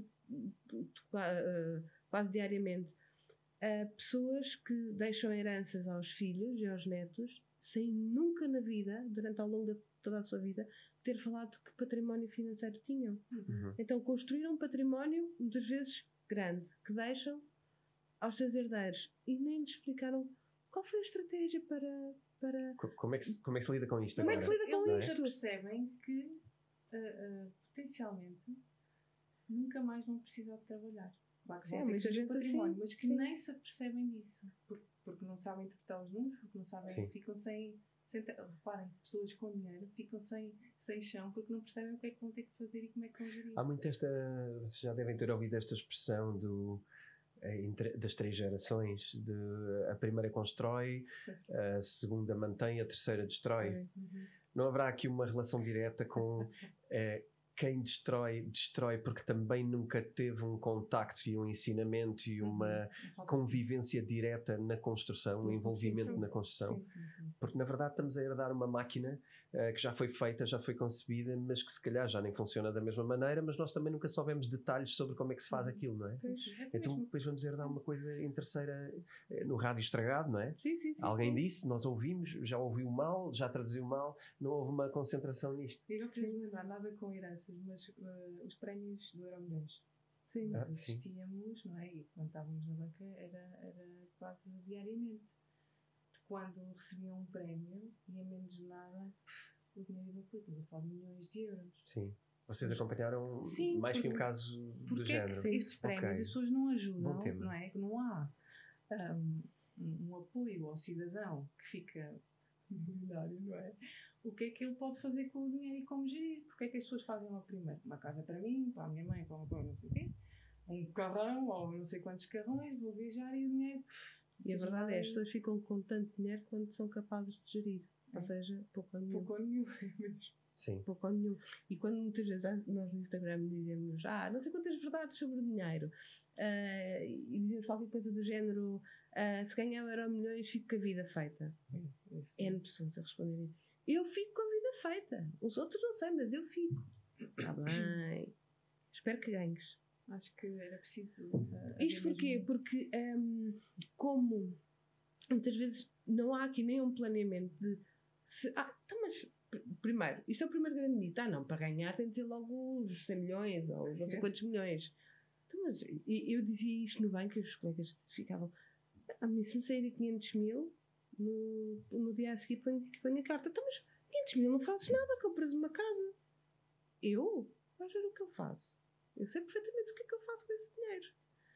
uh, quase diariamente. Uh, pessoas que deixam heranças aos filhos e aos netos sem nunca na vida, durante ao longo de toda a sua vida, ter falado que património financeiro tinham. Uhum. Então construíram um património, muitas vezes grande, que deixam aos seus herdeiros e nem lhes explicaram qual foi a estratégia para... para... Como, é que, como é que se lida com isto Como é agora? que se lida com Eles isto? percebem que uh, uh, potencialmente nunca mais vão precisar de trabalhar. Claro que vão Sim, ter muita que ter gente património, assim, mas que sim. nem se apercebem disso, porque, porque não sabem interpretar os números, porque não sabem, Sim. ficam sem, sem. Reparem, pessoas com dinheiro ficam sem, sem chão porque não percebem o que é que vão ter que fazer e como é que vão gerir. Há muito esta. Vocês já devem ter ouvido esta expressão do. Das três gerações, de, a primeira constrói, a segunda mantém, a terceira destrói. Uhum. Não haverá aqui uma relação direta com é, quem destrói, destrói porque também nunca teve um contacto e um ensinamento e uma uhum. convivência direta na construção, um envolvimento sim, sim. na construção. Sim, sim, sim. Porque na verdade estamos a herdar uma máquina uh, que já foi feita, já foi concebida, mas que se calhar já nem funciona da mesma maneira, mas nós também nunca soubemos detalhes sobre como é que se faz aquilo, não é? Sim, sim. É Então mesmo. depois vamos herdar uma coisa em terceira, no rádio estragado, não é? Sim, sim, sim, Alguém sim. disse, nós ouvimos, já ouviu mal, já traduziu mal, não houve uma concentração nisto. E não queria lembrar nada com heranças, mas uh, os prémios do Euromilhões. Sim. Ah, Assistíamos, não é? E quando estávamos na banca era, era quase diariamente. Quando recebiam um prémio e em menos de nada o dinheiro ia para estamos a falar de milhões de euros. Sim. Vocês acompanharam Sim, mais porque, que um caso do porque género. É que estes prémios Okay. as pessoas não ajudam, Bom tema. não é? Que não há um, um apoio ao cidadão que fica milionário, não é? O que é que ele pode fazer com o dinheiro e como gerir? Porque é que as pessoas fazem uma primeira? Uma casa para mim, para a minha mãe, para uma coisa, não sei o quê, um carrão ou não sei quantos carrões, vou viajar e o dinheiro E a verdade é, as pessoas ficam com tanto dinheiro quanto são capazes de gerir. Ou seja, pouco ou nenhum. Pouco ou nenhum, é mesmo. Sim. Pouco ou nenhum. E quando muitas vezes nós no Instagram dizemos, ah, não sei quantas verdades sobre o dinheiro, uh, e dizemos qualquer coisa do género, uh, se ganhar um euro milhões, fico com a vida feita. Hum, isso. N pessoas a responderem, eu fico com a vida feita. Os outros não sei, mas eu fico. Está bem. Espero que ganhes. Acho que era preciso. Uh, Isto porquê? Mesmo... Porque, um, como muitas vezes não há aqui nenhum planeamento de. Se, ah, então, mas primeiro, isto é o primeiro grande mito. Ah, não, para ganhar tem de ser logo os cem milhões ou não sei quantos milhões. Então, mas eu dizia isto no banco e os colegas ficavam. Ah, mas se me sair quinhentos mil, no, no dia a seguir ponho, ponho a carta. Então, mas quinhentos mil não fazes nada, compras uma casa. Eu? Vais ver o que eu faço. Eu sei perfeitamente o que é que eu faço com esse dinheiro.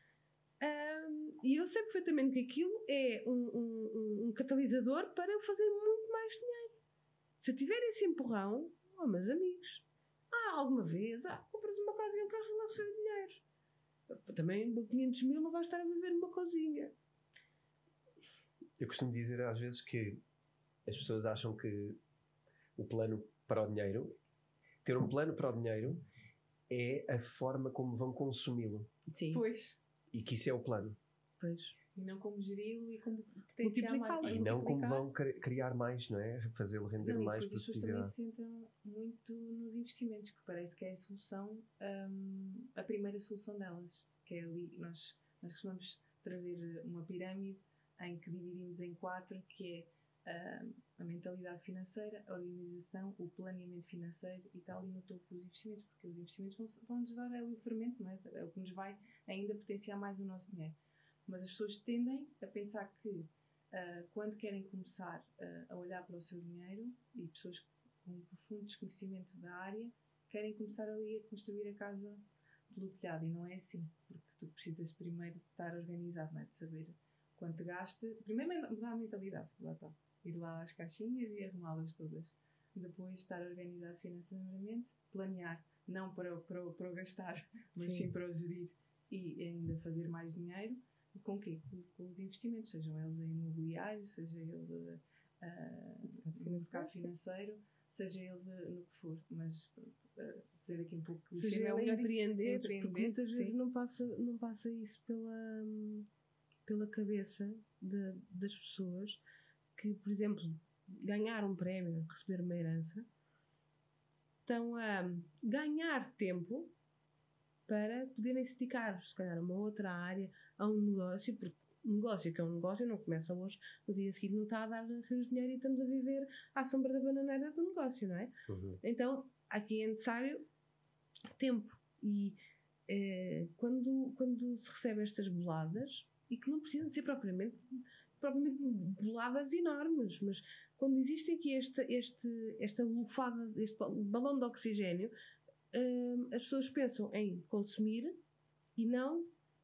Um, e eu sei perfeitamente que aquilo é um, um, um catalisador para eu fazer muito mais dinheiro. Se eu tiver esse empurrão, oh, meus amigos, ah, alguma vez, ah, compras uma casa e um carro e lá se vê o dinheiro. Também quinhentos mil não vais estar a viver numa cozinha. Eu costumo dizer às vezes que as pessoas acham que o plano para o dinheiro, ter um plano para o dinheiro é a forma como vão consumi-lo. Sim. Pois. E que isso é o plano. Pois. E não como geri-lo e como potenciar mais. E não como vão criar mais, não é? Fazê-lo render não, mais produtividade. As pessoas também se centram muito nos investimentos, que parece que é a solução, um, a primeira solução delas. Que é ali, nós, nós costumamos trazer uma pirâmide em que dividimos em quatro, que é uh, a mentalidade financeira, a organização, o planeamento financeiro e está ali no topo os investimentos, porque os investimentos vão, vão-nos dar é o fermento, não é? É o que nos vai ainda potenciar mais o nosso dinheiro. Mas as pessoas tendem a pensar que uh, quando querem começar uh, a olhar para o seu dinheiro, e pessoas com um profundo desconhecimento da área, querem começar ali a construir a casa pelo telhado, e não é assim, porque tu precisas primeiro de estar organizado, não é? De saber quanto gasta. Primeiro mudar a mentalidade, lá está. Ir lá às caixinhas e arrumá-las todas. Depois estar organizado financeiramente, planear, não para, para, para o gastar, mas sim. sim para o gerir e ainda fazer mais dinheiro. Com o quê? Com, com os investimentos, sejam eles em imobiliário, seja ele uh, no mercado financeiro, seja ele de, no que for. Mas uh, ter aqui um pouco de seja é melhor empreender, empreender, porque muitas sim. vezes não passa, não passa isso pela, pela cabeça de, das pessoas que, por exemplo, ganhar um prémio, receber uma herança, estão a ganhar tempo para poderem se dedicar, se calhar, a uma outra área, a um negócio, porque um negócio que é um negócio não começa hoje, no dia seguinte não está a dar rios de dinheiro e estamos a viver à sombra da bananeira do negócio, não é? Uhum. Então, aqui é necessário tempo. E eh, quando, quando se recebe estas boladas, e que não precisam ser propriamente, propriamente boladas enormes, mas quando existe aqui esta, este, esta lufada, este balão de oxigênio, Um, as pessoas pensam em consumir e não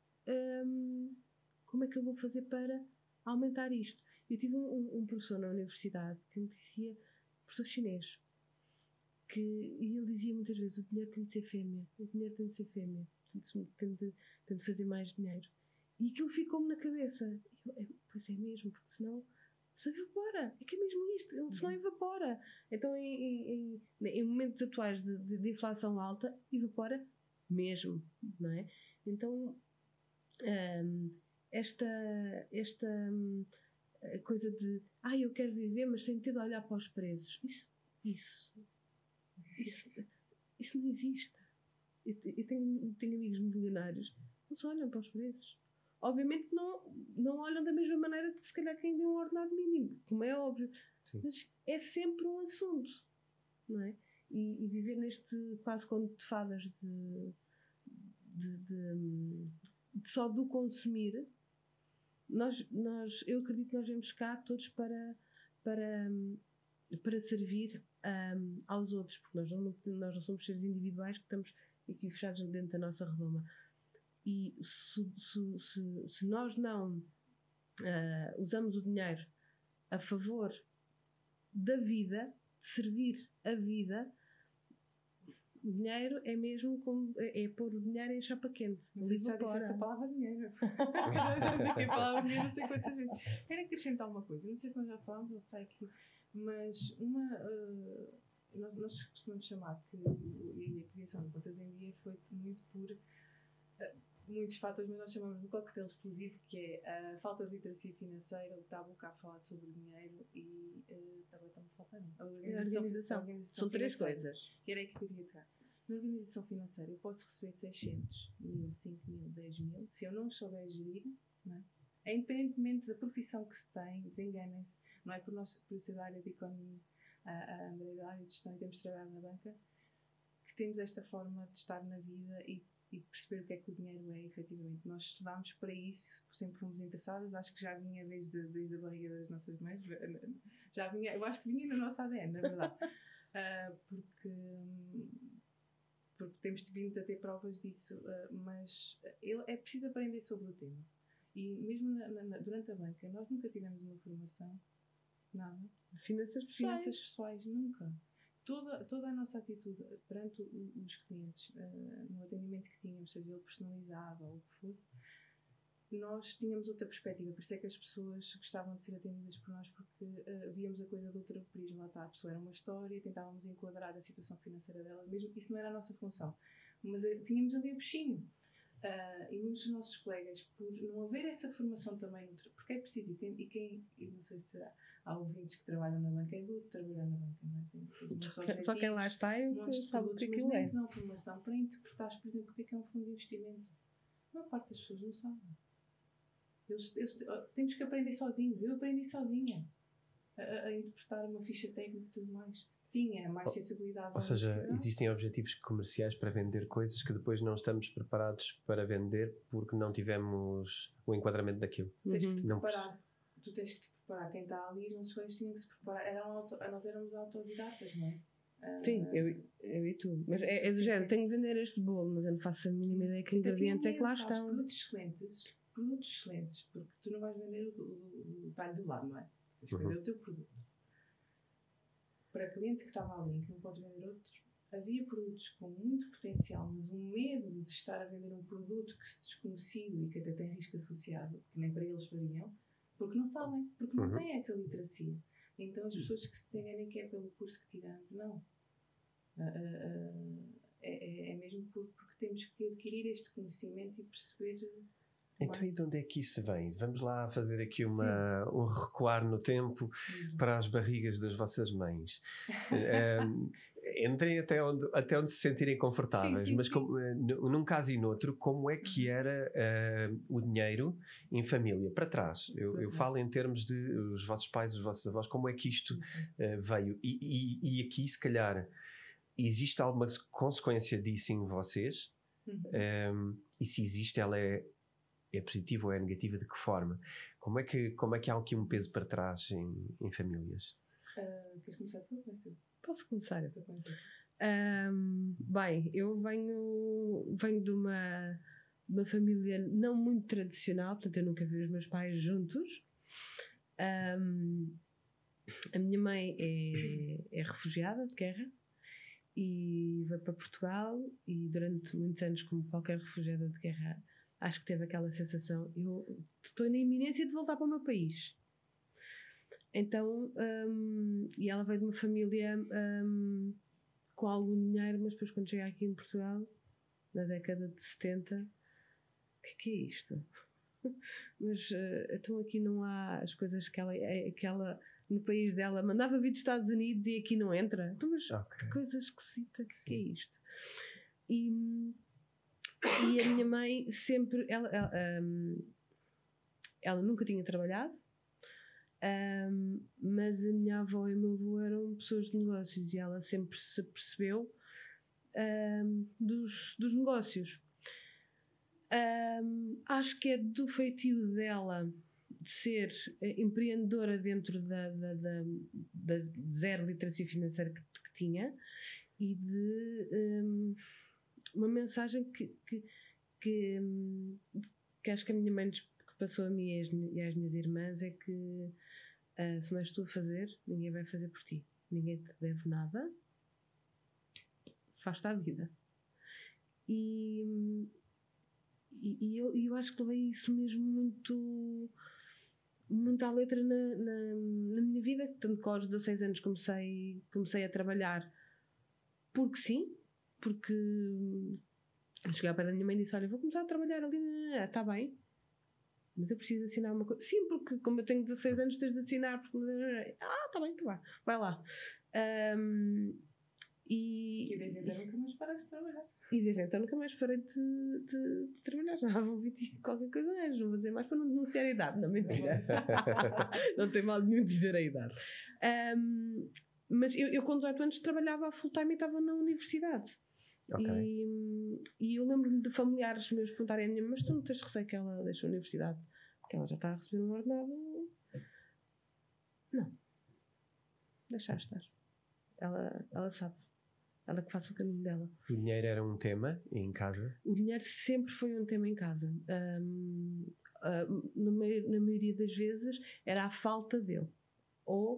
um, como é que eu vou fazer para aumentar isto. Eu tive um, um professor na universidade que me dizia, professor chinês, que, e ele dizia muitas vezes, o dinheiro tem de ser fêmea, o dinheiro tem de ser fêmea, tem de, tem de, tem de fazer mais dinheiro. E aquilo ficou-me na cabeça. Eu, eu, pois é mesmo, porque senão se evapora, é que é mesmo isto, ele senão evapora. Então, em, em, em momentos atuais de, de, de inflação alta, evapora mesmo, não é? Então, um, esta, esta um, coisa de, ah, eu quero viver, mas sem ter de olhar para os preços, isso, isso, isso, isso não existe. Eu, eu tenho, tenho amigos milionários, não só olham para os preços. Obviamente não, não olham da mesma maneira que se calhar quem tem um ordenado mínimo, como é óbvio. Sim. Mas é sempre um assunto, não é? E, e viver neste quase conto de fadas de, de, de, de só do consumir, nós, nós, eu acredito que nós vamos cá todos para, para, para servir um, aos outros, porque nós não, nós não somos seres individuais que estamos aqui fechados dentro da nossa redoma. E se, se, se, se nós não uh, usamos o dinheiro a favor da vida, de servir a vida, o dinheiro é mesmo como, é, é pôr o dinheiro em chapa quente. Não sei se já disseste a palavra dinheiro. Já disse a palavra dinheiro não sei quantas vezes. Quero acrescentar uma coisa, não sei se nós já falámos, eu sei que, mas uma, uh, nós, nós costumamos chamar que e a criação de contas em dia foi muito por uh, muitos fatores, mas nós chamamos de um coquetel explosivo, que é a falta de literacia financeira, o tabu cá a falar sobre dinheiro e uh, também está-me faltando a organização. A organização. A organização São três financeira, coisas. que era aí que eu queria entrar. Na organização financeira eu posso receber seiscentos mil, cinco mil, dez mil, se eu não souber gerir, não é? É independentemente da profissão que se tem, desenganem-se, não é por nós, por ser da área de economia, a, a André da área de gestão e temos trabalhado na banca, que temos esta forma de estar na vida e, e perceber o que é que o dinheiro é, efetivamente. Nós estudámos para isso, sempre fomos interessadas, acho que já vinha desde, desde a barriga das nossas mães, já vinha, eu acho que vinha no nosso A D N, na verdade, uh, porque... porque temos vindo a ter provas disso, mas é preciso aprender sobre o tema. E mesmo na, na, durante a banca, nós nunca tivemos uma formação, nada, Finanças pessoais. finanças pessoais, nunca. Toda, toda a nossa atitude perante os clientes, no atendimento que tínhamos, seja ele personalizado ou o que fosse, nós tínhamos outra perspectiva, por isso é que as pessoas gostavam de ser atendidas por nós, porque uh, víamos a coisa de outro prisma. Lá está, a pessoa era uma história, tentávamos enquadrar a situação financeira dela, mesmo que isso não era a nossa função, mas uh, tínhamos ali o bichinho. Uh, e muitos dos nossos colegas, por não haver essa formação também, porque é preciso, e quem, e quem e não sei se há, há ouvintes que trabalham na banca, é duro trabalhar na banca, não é? Tem, só, que, só quem lá está é o que sabe o que aquilo é. Mas não formação para interpretares, por exemplo, o que é que é um fundo de investimento. A maior parte das pessoas não sabe. Eles, eles, temos que aprender sozinhos. Eu aprendi sozinha a, a interpretar uma ficha técnica e tudo mais. Tinha mais sensibilidade. Ou seja, existem objetivos comerciais para vender coisas que depois não estamos preparados para vender porque não tivemos o enquadramento daquilo. Tens que te não preparar. Tu tens que te preparar. Quem está ali, os nossos colegas tinham que se preparar. Eram auto, nós éramos autodidatas, não é? Sim, uh, eu, eu e tu. Mas é, é do género, tenho que vender este bolo, mas eu não faço a mínima ideia que ingredientes é que lá estão. Produtos excelentes. Produtos excelentes, porque tu não vais vender o, o, o talho do lado, não é? Tens que vender uhum. o teu produto. Para cliente que estava ali, que não podes vender outro, havia produtos com muito potencial, mas o medo de estar a vender um produto que se desconhecido e que até tem risco associado, que nem para eles fariam, porque não sabem, porque não uhum. têm essa literacia. Então as pessoas que se enganem que é pelo curso que tiramos, não. Uh, uh, uh, é, é mesmo por, porque temos que adquirir este conhecimento e perceber. Então, e de onde é que isso vem? Vamos lá fazer aqui uma, um recuar no tempo uhum. para as barrigas das vossas mães. um, entrem até onde, até onde se sentirem confortáveis, sim, sim, mas como, num caso e noutro, como é que era uh, o dinheiro em família? Para trás. Eu, eu falo em termos de os vossos pais, os vossos avós, como é que isto uh, veio? E, e, e aqui, se calhar, existe alguma consequência disso em vocês? Uhum. Um, e se existe, ela é é positiva ou é negativa, de que forma? Como é que, como é que há aqui um peso para trás em, em famílias? Uh, queres começar tu? Posso começar? Um, bem, eu venho, venho de uma, uma família não muito tradicional, portanto eu nunca vi os meus pais juntos. Um, a minha mãe é, é refugiada de guerra e veio para Portugal e durante muitos anos, como qualquer refugiada de guerra, acho que teve aquela sensação, eu estou na iminência de voltar para o meu país. Então, um, e ela veio de uma família um, com algum dinheiro, mas depois quando chega aqui em Portugal, na década de setenta, o que, que é isto? Mas uh, então aqui não há as coisas que ela, que ela, no país dela, mandava vir dos Estados Unidos e aqui não entra. Então, mas okay. Que coisa esquisita, o que, que é isto? E... E a minha mãe sempre, ela, ela, um, ela nunca tinha trabalhado, um, mas a minha avó e o meu avô eram pessoas de negócios e ela sempre se percebeu um, dos, dos negócios. Um, acho que é do feitio dela de ser empreendedora dentro da, da, da, da zero literacia financeira que, que tinha e de... Um, uma mensagem que, que, que, que acho que a minha mãe que passou a mim e às, e às minhas irmãs é que uh, se não és tu a fazer, ninguém vai fazer por ti. Ninguém te deve nada. faz-te à vida. E, e, e eu, eu acho que levei isso mesmo muito, muito à letra na, na, na minha vida, tanto que aos dezasseis anos comecei, comecei a trabalhar porque sim, porque cheguei ao pé da minha mãe e disse, olha, vou começar a trabalhar ali, está bem, mas eu preciso assinar uma coisa. Sim, porque como eu tenho dezasseis anos, tens de assinar. Porque... Ah, está bem, então vá, vai lá. Um, e, E desde então nunca mais paraste de trabalhar. E desde então nunca mais parei de, de, de trabalhar. Já vou vinte qualquer coisa mais. Não vou dizer mais para não denunciar a idade. Não, mentira. Não tem mal nenhum dizer a idade. Um, mas eu, eu com dezoito anos trabalhava full time e estava na universidade. Ok. E, e eu lembro-me de familiares meus perguntarem a minha mãe, mas tu não tens receio que ela deixe a universidade? Porque ela já está a receber um ordenado. Não. Deixar estar. Ela, ela sabe. Ela que faça o caminho dela. O dinheiro era um tema em casa? O dinheiro sempre foi um tema em casa. Um, uh, na, na maioria das vezes era a falta dele. Ou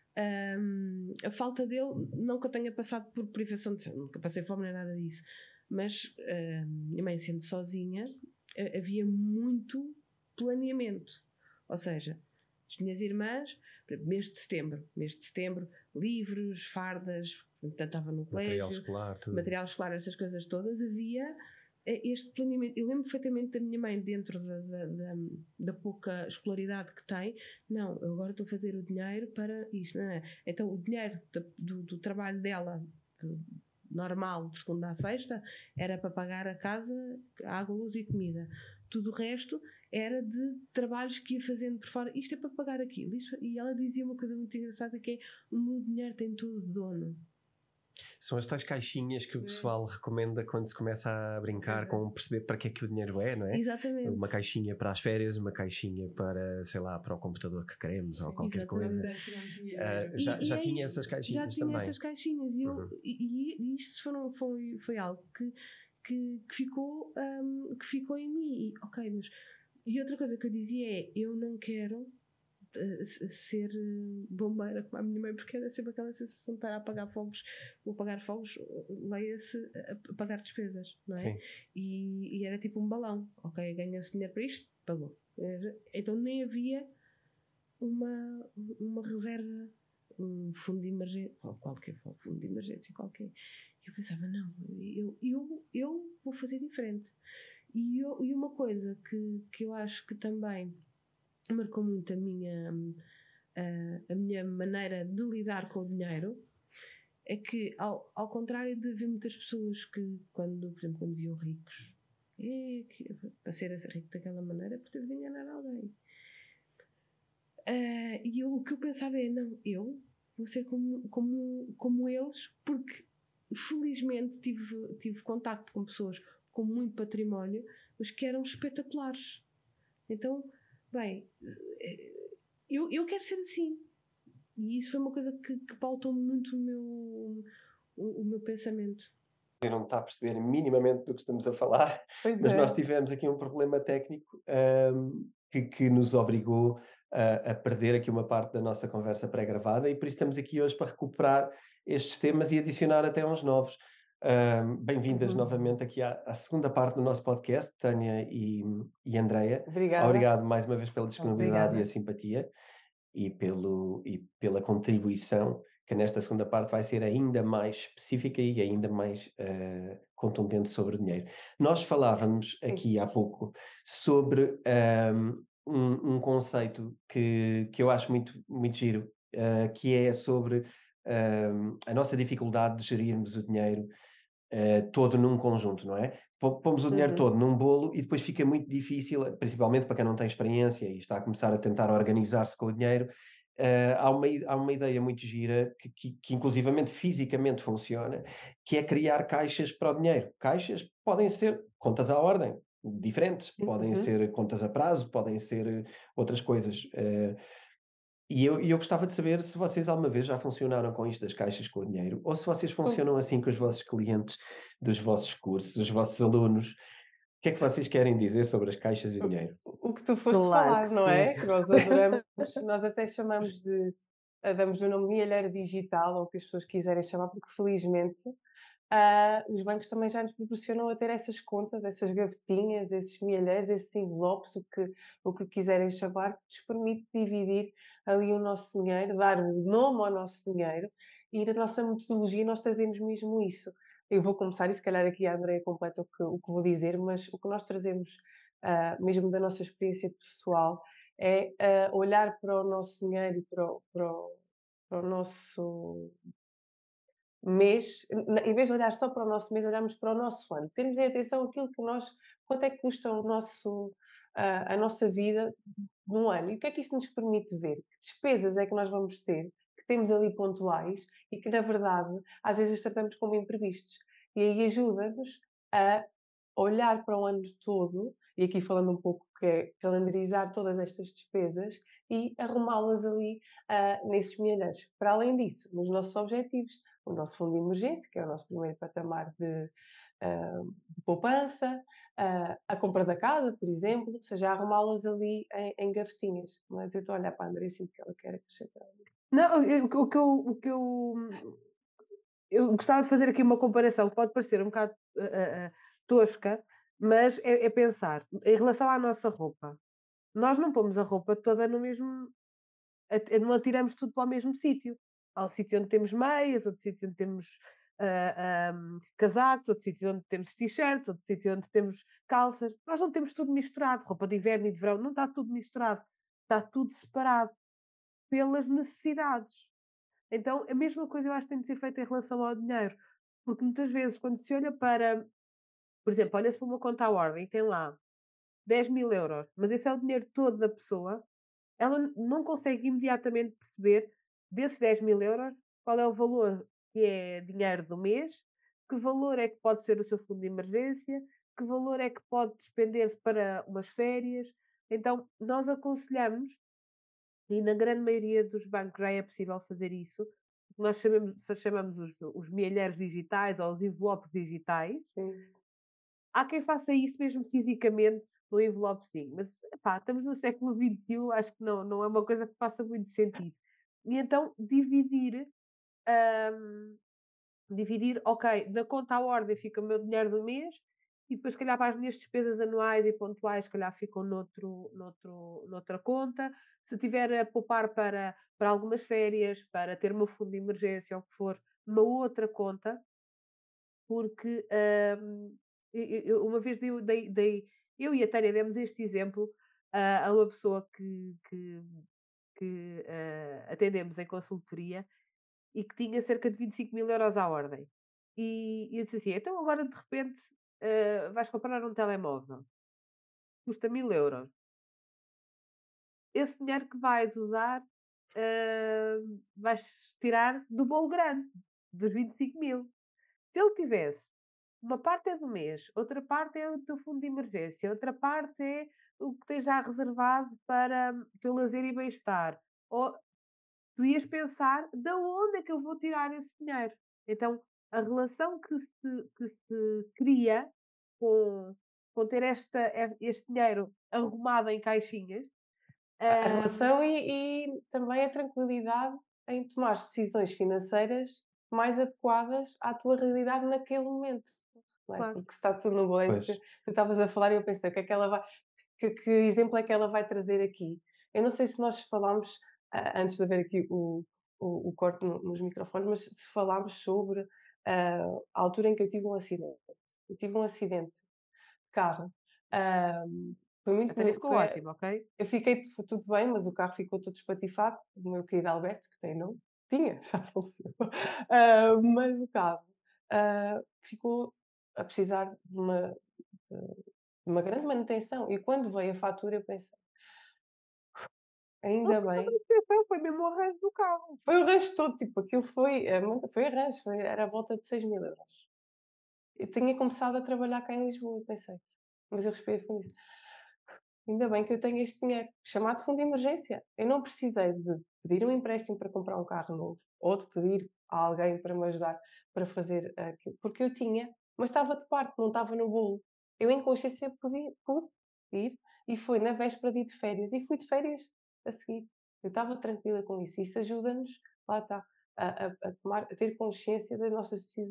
um, a falta dele, não que eu tenha passado por privação de... Nunca passei fome nem nada disso. Mas uh, minha mãe sendo sozinha, uh, havia muito planeamento. Ou seja, as minhas irmãs, mês de setembro, mês de setembro, livros, fardas, portanto estava no colégio, Material escolar, tudo. material escolar, essas coisas todas, havia este planeamento. Eu lembro perfeitamente da minha mãe, dentro da, da, da, da pouca escolaridade que tem, não, eu agora estou a fazer o dinheiro para isto, não é? Então o dinheiro do, do trabalho dela, normal, de segunda a sexta, era para pagar a casa, água, luz e comida. Tudo o resto era de trabalhos que ia fazendo por fora. Isto é para pagar aquilo. Isto, e ela dizia uma coisa muito engraçada, que é: o meu dinheiro tem tudo de dono. São as tais caixinhas que o pessoal é. recomenda quando se começa a brincar é. com perceber para que é que o dinheiro é, não é? Exatamente. Uma caixinha para as férias, uma caixinha para, sei lá, para o computador que queremos ou qualquer Exatamente. coisa. Uh, já e, já e tinha é essas caixinhas já tinha também. essas caixinhas e, eu, uhum. e, e isto foram, foi, foi algo que, que, que, ficou, um, que ficou em mim. E, ok, mas... E outra coisa que eu dizia é: eu não quero ser bombeira como a minha mãe, porque era sempre aquela sensação de estar a apagar fogos, ou apagar fogos, leia-se a pagar despesas, não é? E, e era tipo um balão, ok, ganha-se dinheiro para isto, pagou. Então nem havia uma, uma reserva, um fundo de emergência, ou qualquer fundo de emergência qualquer. E eu pensava, não, eu, eu, eu vou fazer diferente. E, eu, e uma coisa que, que eu acho que também marcou muito a minha, a, a minha maneira de lidar com o dinheiro é que, ao, ao contrário de ver muitas pessoas que, quando, por exemplo, quando viam ricos, é, que, para ser rico daquela maneira, porque teve de enganar alguém. Uh, e eu, o que eu pensava é: não, eu vou ser como, como, como eles, porque felizmente tive, tive contacto com pessoas com muito património, mas que eram espetaculares. Então, bem, eu, eu quero ser assim. E isso foi uma coisa que, que pautou muito o meu, o, o meu pensamento. Não está a perceber minimamente do que estamos a falar, pois mas é. nós tivemos aqui um problema técnico um, que, que nos obrigou a, a perder aqui uma parte da nossa conversa pré-gravada, e por isso estamos aqui hoje para recuperar estes temas e adicionar até uns novos. Um, bem-vindas uhum. novamente aqui à, à segunda parte do nosso podcast, Tânia e, e Andreia. Obrigada. Obrigado mais uma vez pela disponibilidade Obrigada. e a simpatia e, pelo, e pela contribuição, que nesta segunda parte vai ser ainda mais específica e ainda mais uh, contundente sobre o dinheiro. Nós falávamos aqui há pouco sobre um, um, um conceito que, que eu acho muito, muito giro, uh, que é sobre uh, a nossa dificuldade de gerirmos o dinheiro uh, todo num conjunto, não é? Pomos o dinheiro uhum. todo num bolo e depois fica muito difícil, principalmente para quem não tem experiência e está a começar a tentar organizar-se com o dinheiro. Uh, há, uma, há uma ideia muito gira que, que, que inclusivamente fisicamente funciona, que é criar caixas para o dinheiro. Caixas podem ser contas à ordem, diferentes, uhum. podem ser contas a prazo, podem ser outras coisas. Uh, e eu, eu gostava de saber se vocês alguma vez já funcionaram com isto das caixas com o dinheiro, ou se vocês funcionam assim com os vossos clientes dos vossos cursos, os vossos alunos. O que é que vocês querem dizer sobre as caixas e o dinheiro? O, o que tu foste claro, falar, não é? Que nós adoramos, nós até chamamos de, damos o nome milheiro digital, ou o que as pessoas quiserem chamar, porque felizmente uh, os bancos também já nos proporcionam a ter essas contas, essas gavetinhas, esses milhares, esses envelopes, o que, o que quiserem chamar, que nos permite dividir ali o nosso dinheiro, dar o nome ao nosso dinheiro e na nossa metodologia nós trazemos mesmo isso. Eu vou começar e se calhar aqui a Andréia completa o que, o que vou dizer, mas o que nós trazemos uh, mesmo da nossa experiência pessoal é uh, olhar para o nosso dinheiro e para o, para o, para o nosso mês, em vez de olhar só para o nosso mês, olhamos para o nosso ano. Temos em atenção aquilo que nós, quanto é que custa o nosso, a, a nossa vida num ano e o que é que isso nos permite ver? Que despesas é que nós vamos ter, que temos ali pontuais e que, na verdade, às vezes as tratamos como imprevistos. E aí ajuda-nos a olhar para o ano todo, e aqui falando um pouco que é calendarizar todas estas despesas e arrumá-las ali uh, nesses milhares. Para além disso, nos nossos objetivos, o nosso fundo de emergência, que é o nosso primeiro patamar de, uh, de poupança, uh, a compra da casa, por exemplo, ou seja, arrumá-las ali em, em gavetinhas. Mas eu estou a olhar para a André e sinto que ela quer acrescentar. Não, eu- o que eu, o que eu, eu gostava de fazer aqui uma comparação que pode parecer um bocado uh, uh, tosca, mas é, é pensar em relação à nossa roupa. Nós não pomos a roupa toda no mesmo. a- Não atiramos tudo para o mesmo sítio. Há um sítio onde temos meias, outro sítio onde temos ah, ahm, casacos, outro sítio onde temos t-shirts, outro sítio onde temos calças. Nós não temos tudo misturado. Roupa de inverno e de verão, não está tudo misturado. Está tudo separado pelas necessidades. Então, a mesma coisa eu acho que tem de ser feita em relação ao dinheiro. Porque muitas vezes, quando se olha para, por exemplo, olha-se para uma conta à ordem e tem lá dez mil euros, mas esse é o dinheiro todo da pessoa, ela não consegue imediatamente perceber desses dez mil euros qual é o valor que é dinheiro do mês, que valor é que pode ser o seu fundo de emergência, que valor é que pode despender-se para umas férias. Então, nós aconselhamos, e na grande maioria dos bancos já é possível fazer isso, nós chamamos, chamamos os, os milhares digitais ou os envelopes digitais. Sim. Há quem faça isso mesmo fisicamente no envelopezinho, mas pá, estamos no século vinte e um, acho que não, não é uma coisa que faça muito sentido. E então dividir, hum, dividir, ok, na conta à ordem fica o meu dinheiro do mês e depois, se calhar, para as minhas despesas anuais e pontuais, se calhar ficam noutro, noutro, noutra conta. Se eu tiver a poupar para, para algumas férias, para ter o meu fundo de emergência ou o que for, uma outra conta, porque hum, eu- eu- uma vez dei, dei- dei- eu e a Tânia demos este exemplo ah, a uma pessoa que, que, que, ah, atendemos em consultoria e que tinha cerca de vinte e cinco mil euros à ordem. E, e eu disse assim: então agora de repente ah, vais comprar um telemóvel, custa mil euros. Esse dinheiro que vais usar, ah, vais tirar do bolo grande, dos vinte e cinco mil. Se ele tivesse uma parte é do mês, outra parte é o teu fundo de emergência, outra parte é o que tens já reservado para o teu lazer e bem-estar. Ou tu ias pensar de onde é que eu vou tirar esse dinheiro. Então, a relação que se, que se cria com, com ter esta, este dinheiro arrumado em caixinhas. A hum, relação e, e também a tranquilidade em tomar decisões financeiras mais adequadas à tua realidade naquele momento. Não é? Claro. Porque se está tudo no bolo, é isso Pois. que tu estavas a falar e eu pensei, o que é que ela vai, que, que exemplo é que ela vai trazer aqui? Eu não sei se nós falámos, ah, antes de haver aqui o, o, o corte no- nos microfones, mas se falámos sobre ah, a altura em que eu tive um acidente. Eu tive um acidente de carro. Ah, foi muito, Até ficou foi, ótimo, ok? eu fiquei tu- tudo bem, mas o carro ficou todo espatifado. O meu querido Alberto, que tem nome, tinha, já faleceu. Ah, mas o carro ah, ficou a precisar de uma, de uma grande manutenção. E quando veio a fatura, eu pensei, Não ainda foi uma bem. manutenção, foi mesmo o arranjo do carro. Foi o arranjo todo, tipo, aquilo foi, ah, muito- foi arranjo, foi, era a volta de seis mil euros. Eu tinha começado a trabalhar cá em Lisboa, pensei, mas eu respirei fundo e disse, ainda bem que eu tenho este dinheiro, chamado fundo de emergência. Eu não precisei de pedir um empréstimo para comprar um carro novo, ou de pedir a alguém para me ajudar para fazer aquilo, porque eu tinha, mas estava de parte, não estava no bolo. Eu, em consciência, pude, pude ir, e foi na véspera de ir de férias, e fui de férias a seguir. Eu estava tranquila com isso, isso ajuda-nos, lá está, a, a, a tomar, a ter consciência das nossas decisões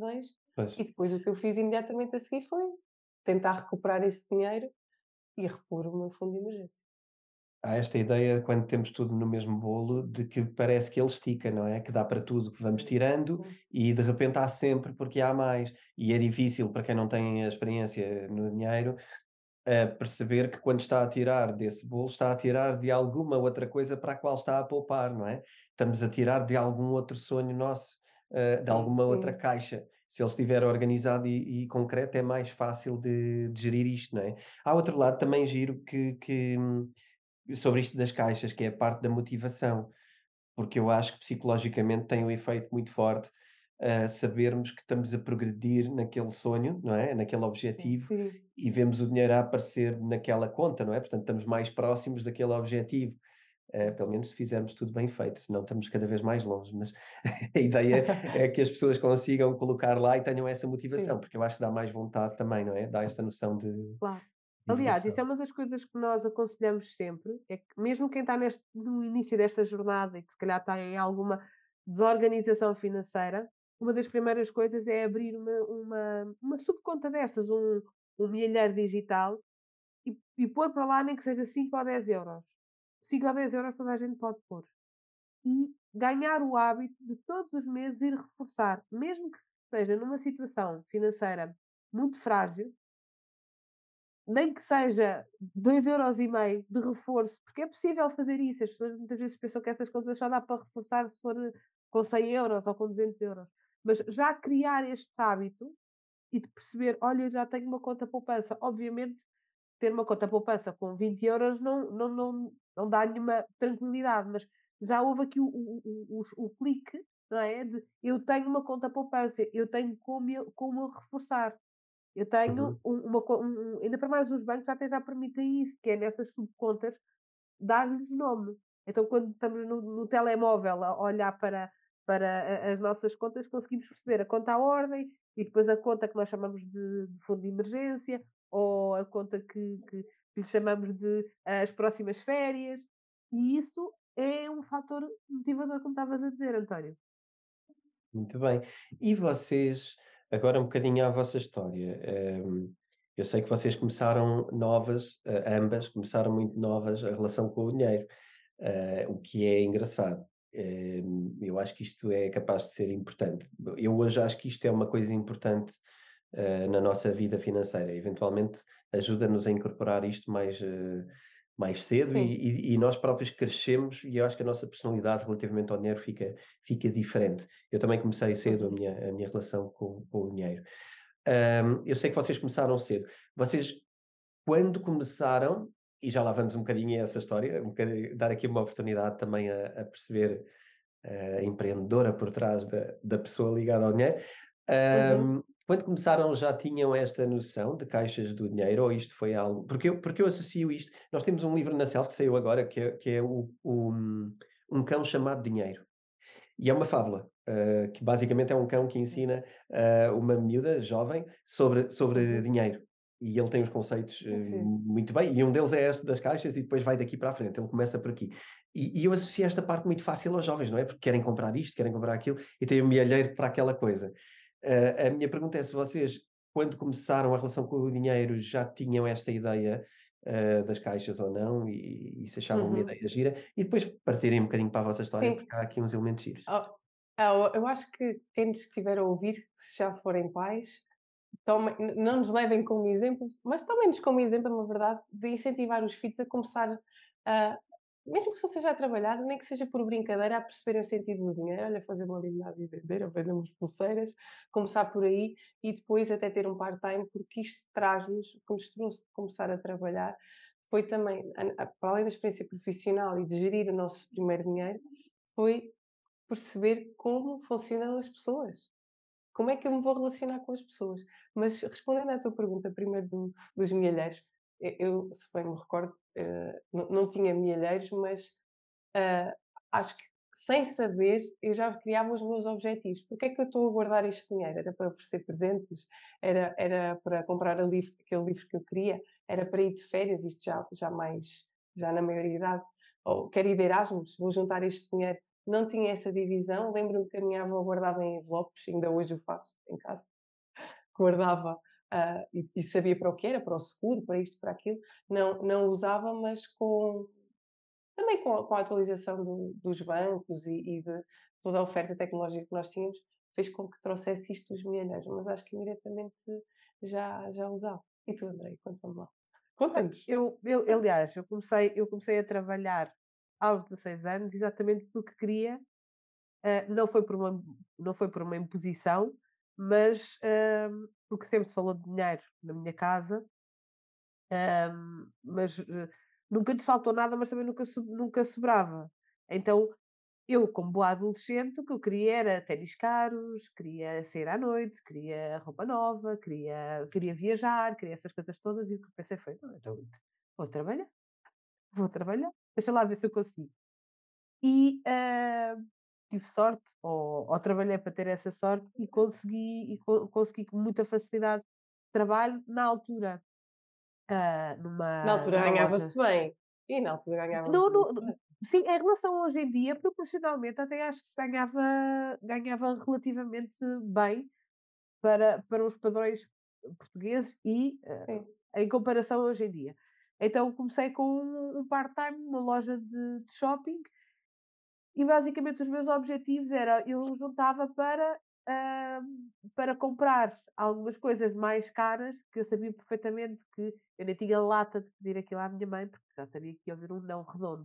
Pois. E depois o que eu fiz imediatamente a seguir foi tentar recuperar esse dinheiro e repor o meu fundo de emergência. Há esta ideia, quando temos tudo no mesmo bolo, de que parece que ele estica, não é? Que dá para tudo que vamos Sim, tirando sim, e de repente há sempre porque há mais. E é difícil para quem não tem a experiência no dinheiro, eh, perceber que quando está a tirar desse bolo, está a tirar de alguma outra coisa para a qual está a poupar, não é? Estamos a tirar de algum outro sonho nosso, eh, de alguma outra sim, caixa. Se ele estiver organizado e, e concreto, é mais fácil de, de gerir isto, não é? Há outro lado também giro que, que, hum, sobre isto das caixas, que é a parte da motivação, porque eu acho que psicologicamente tem um efeito muito forte, ah, sabermos que estamos a progredir naquele sonho, não é? Naquele sim, objetivo, sim. e vemos o dinheiro a aparecer naquela conta, não é? Portanto, estamos mais próximos daquele objetivo. Ah, pelo menos se fizermos tudo bem feito, senão estamos cada vez mais longe. Mas a ideia é que as pessoas consigam colocar lá e tenham essa motivação, Sim, porque eu acho que dá mais vontade também, não é? Dá esta noção de, claro. de Aliás, isso evolução. é uma das coisas que nós aconselhamos sempre, é que mesmo quem está neste, no início desta jornada e que se calhar está em alguma desorganização financeira, uma das primeiras coisas é abrir uma, uma, uma subconta destas, um, um milheiro digital e, e pôr para lá nem que seja cinco ou dez euros. Cinco ou dez euros toda a gente pode pôr. E ganhar o hábito de todos os meses ir reforçar, mesmo que esteja numa situação financeira muito frágil, nem que seja dois euros e meio de reforço, porque é possível fazer isso. As pessoas muitas vezes pensam que essas contas só dá para reforçar se for eh, com cem euros ou com duzentos euros. Mas já criar este hábito e de perceber, olha, eu já tenho uma conta poupança. Obviamente, ter uma conta poupança com vinte euros não, não, não, não dá nenhuma tranquilidade, mas já houve aqui o, o, o, o, o clique, não é? De eu tenho uma conta poupança, eu tenho como, eu, como eu reforçar. Eu tenho Uhum, um- uma, co- um- um- ainda para mais os bancos até já permitem isso, que é nessas subcontas dar-lhes nome. Então, quando estamos no, no telemóvel a olhar para, para a- as nossas contas, conseguimos perceber a conta à ordem e depois a conta que nós chamamos de, de fundo de emergência ou a conta que, que, que lhe chamamos de eh, as próximas férias. E isso é um fator motivador, como estavas a dizer, António. muito bem. E vocês, agora um bocadinho à vossa história. Hum, eu sei que vocês começaram novas, eh, ambas começaram muito novas a relação com o dinheiro, eh, o que é engraçado. Hum, eu acho que isto é capaz de ser importante. Eu hoje acho que isto é uma coisa importante, eh, na nossa vida financeira. Eventualmente ajuda-nos a incorporar isto mais, eh, mais cedo Sim. e, e- e nós próprios crescemos e eu acho que a nossa personalidade relativamente ao dinheiro fica, fica diferente. Eu também comecei cedo a Uhum. minha, a minha relação com, com o dinheiro. Ahm, eu sei que vocês começaram cedo. Vocês, quando começaram, e já lá vamos um bocadinho a essa história, um bocadinho, dar aqui uma oportunidade também a, a perceber a empreendedora por trás da, da pessoa ligada ao dinheiro. Uhum. Ahm, quando começaram já tinham esta noção de caixas do dinheiro ou isto foi algo... Porque eu, porque eu associo isto... Nós temos um livro na Self que saiu agora que é, que é o, o, Um Cão Chamado Dinheiro. E é uma fábula, ah, que basicamente é um cão que ensina ah, uma miúda jovem sobre, sobre Uhum. dinheiro. E ele tem os conceitos eh, Sim. muito bem, e um deles é este das caixas, e depois vai daqui para a frente. Ele começa por aqui. E, e eu associo esta parte muito fácil aos jovens, não é? Porque querem comprar isto, querem comprar aquilo, e têm um milheiro para aquela coisa. Ah, a minha pergunta é se vocês, quando começaram a relação com o dinheiro, já tinham esta ideia ah, das caixas ou não, e, e se achavam uma Uhum. ideia gira, e depois partirem um bocadinho para a vossa história, Sim. porque há aqui uns elementos giros. Ah, ah, eu eu acho que quem nos estiver a ouvir, se já forem pais, tomem, n- não nos levem como exemplo, mas tomem-nos como exemplo, na verdade, de incentivar os filhos a começar a, mesmo que só seja a trabalhar, nem que seja por brincadeira, a perceberem o sentido do dinheiro, olha, fazer uma limonada e vender, ou vender umas pulseiras, começar por aí e depois até ter um part-time, porque isto traz-nos, o que nos trouxe de começar a trabalhar, foi também, a- a- para além da experiência profissional e de gerir o nosso primeiro dinheiro, foi perceber como funcionam as pessoas. Como é que eu me vou relacionar com as pessoas? Mas respondendo à tua pergunta primeiro do, dos milhalheiros, eu, eu, se bem me recordo, eh, não, não tinha milhalheiros, mas ah, acho que sem saber eu já criava os meus objetivos. Porque é que eu estou a guardar este dinheiro? Era para oferecer presentes? Era, era para comprar a livro, aquele livro que eu queria? Era para ir de férias? Isto já, já mais, já na maioridade. Ou quero ir de Erasmus? Vou juntar este dinheiro. Não tinha essa divisão. Lembro-me que a minha avó guardava em envelopes, ainda hoje o faço em casa. guardava ah, e, e sabia para o que era, para o seguro, para isto, para aquilo. Não, não usava, mas com, também com a, com a atualização do- dos bancos e, e de toda a oferta tecnológica que nós tínhamos, fez com que trouxesse isto dos milhares. Mas acho que imediatamente já, já usava. E tu, André, conta-me lá. Conta-nos. Eu, eu, aliás, eu comecei, eu comecei a trabalhar aos dezasseis anos exatamente porque queria, eh, não foi por uma, não foi por uma imposição, mas ehm, porque sempre se falou de dinheiro na minha casa, ehm, mas eh, nunca lhes faltou nada, mas também nunca, so- nunca sobrava. Então, eu, como boa adolescente, o que eu queria era ténis caros, queria sair à noite, queria roupa nova, queria, queria viajar, queria essas coisas todas, e o que eu pensei foi, "Não, então vou trabalhar, vou trabalhar, deixa lá ver se eu consigo." E ah, tive sorte, ou, ou trabalhei para ter essa sorte, e consegui, e co- consegui com muita facilidade trabalho na altura, ah, Na numa, altura numa loja. ganhava-se bem. E na altura ganhávamos Não, muito não, bem. sim, em relação a hoje em dia, proporcionalmente, até acho que se ganhava, ganhava relativamente bem para, para os padrões portugueses e eh, Sim. em comparação a hoje em dia. Então comecei com um, um part-time numa loja de, de shopping e basicamente os meus objetivos era eu juntava para, ah, para comprar algumas coisas mais caras, que eu sabia perfeitamente que eu nem tinha lata de pedir aquilo à minha mãe, porque já sabia que ia haver um não redondo.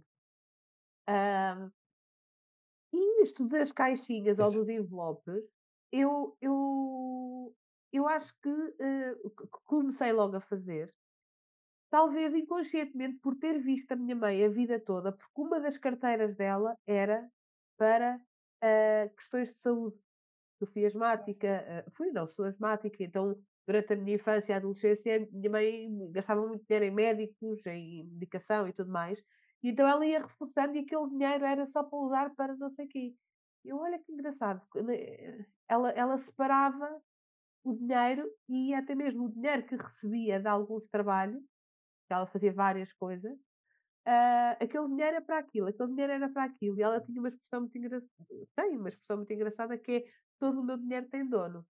Ah, e isto das caixinhas ou Isso. dos envelopes, eu, eu, eu acho que eh, c- comecei logo a fazer, talvez inconscientemente por ter visto a minha mãe a vida toda, porque uma das carteiras dela era para ah, questões de saúde. Eu fui asmática, eh, fui, não, sou asmática, então durante a minha infância e adolescência, a minha mãe gastava muito dinheiro em médicos, em medicação e tudo mais, e então ela ia reforçando e aquele dinheiro era só para usar para não sei o quê. Eu, olha que engraçado, eh, ela, ela separava o dinheiro e até mesmo o dinheiro que recebia de alguns trabalhos, que ela fazia várias coisas, ah, aquele dinheiro era para aquilo, aquele dinheiro era para aquilo, e ela tinha uma expressão muito engraçada, tem uma expressão muito engraçada que é todo o meu dinheiro tem dono.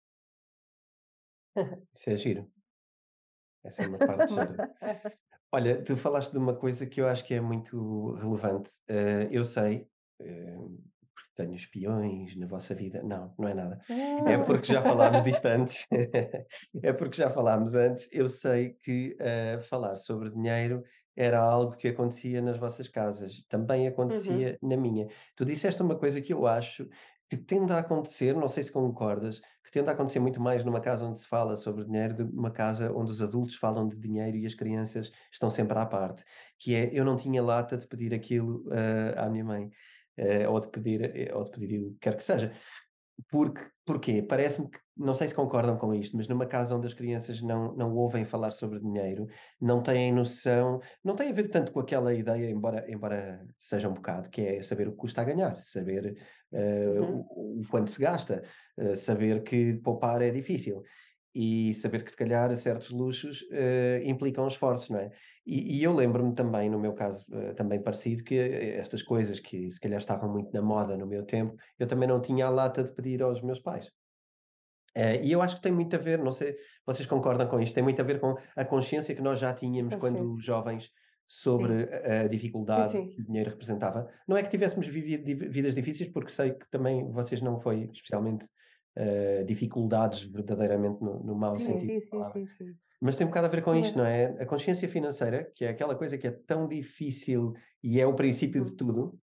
Isso é giro. Essa é uma parte gira. Olha, tu falaste de uma coisa que eu acho que é muito relevante. Eh, eu sei, eh, porque tenho espiões na vossa vida. Não, não é nada. É porque já falámos disto antes. É porque já falámos antes. Eu sei que eh, falar sobre dinheiro era algo que acontecia nas vossas casas. Também Uhum. acontecia na minha. Tu disseste uma coisa que eu acho que tende a acontecer, não sei se concordas, que tende a acontecer muito mais numa casa onde se fala sobre dinheiro do que numa casa onde os adultos falam de dinheiro e as crianças estão sempre à parte, que é, eu não tinha lata de pedir aquilo, ah, à minha mãe, eh, ou de pedir, eh, ou de pedir o que quer que seja. Porque porquê? Parece-me que não sei se concordam com isto, mas numa casa onde as crianças não não ouvem falar sobre dinheiro, não têm noção, não tem a ver tanto com aquela ideia, embora embora seja um bocado, que é saber o que custa a ganhar, saber, eh, Uhum. o o quanto se gasta, eh, saber que poupar é difícil e saber que se calhar certos luxos, eh, implicam esforços, não é? E e eu lembro-me também, no meu caso, eh, também parecido, que eh, estas coisas que se calhar estavam muito na moda no meu tempo, eu também não tinha a lata de pedir aos meus pais. Eh, e eu acho que tem muito a ver, não sei, vocês concordam com isto, tem muito a ver com a consciência que nós já tínhamos quando Consciência. jovens Sim, sobre a a sim, dificuldade sim. que o dinheiro representava. Não é que tivéssemos vivido div vidas difíceis, porque sei que também vocês não foi especialmente, eh, dificuldades verdadeiramente no no mau Sim, sentido sim, da sim, palavra. sim, sim. Mas tem um bocado a ver com isto, Mas, não é? A consciência financeira, que é aquela coisa que é tão difícil e é o princípio de uhum. tudo,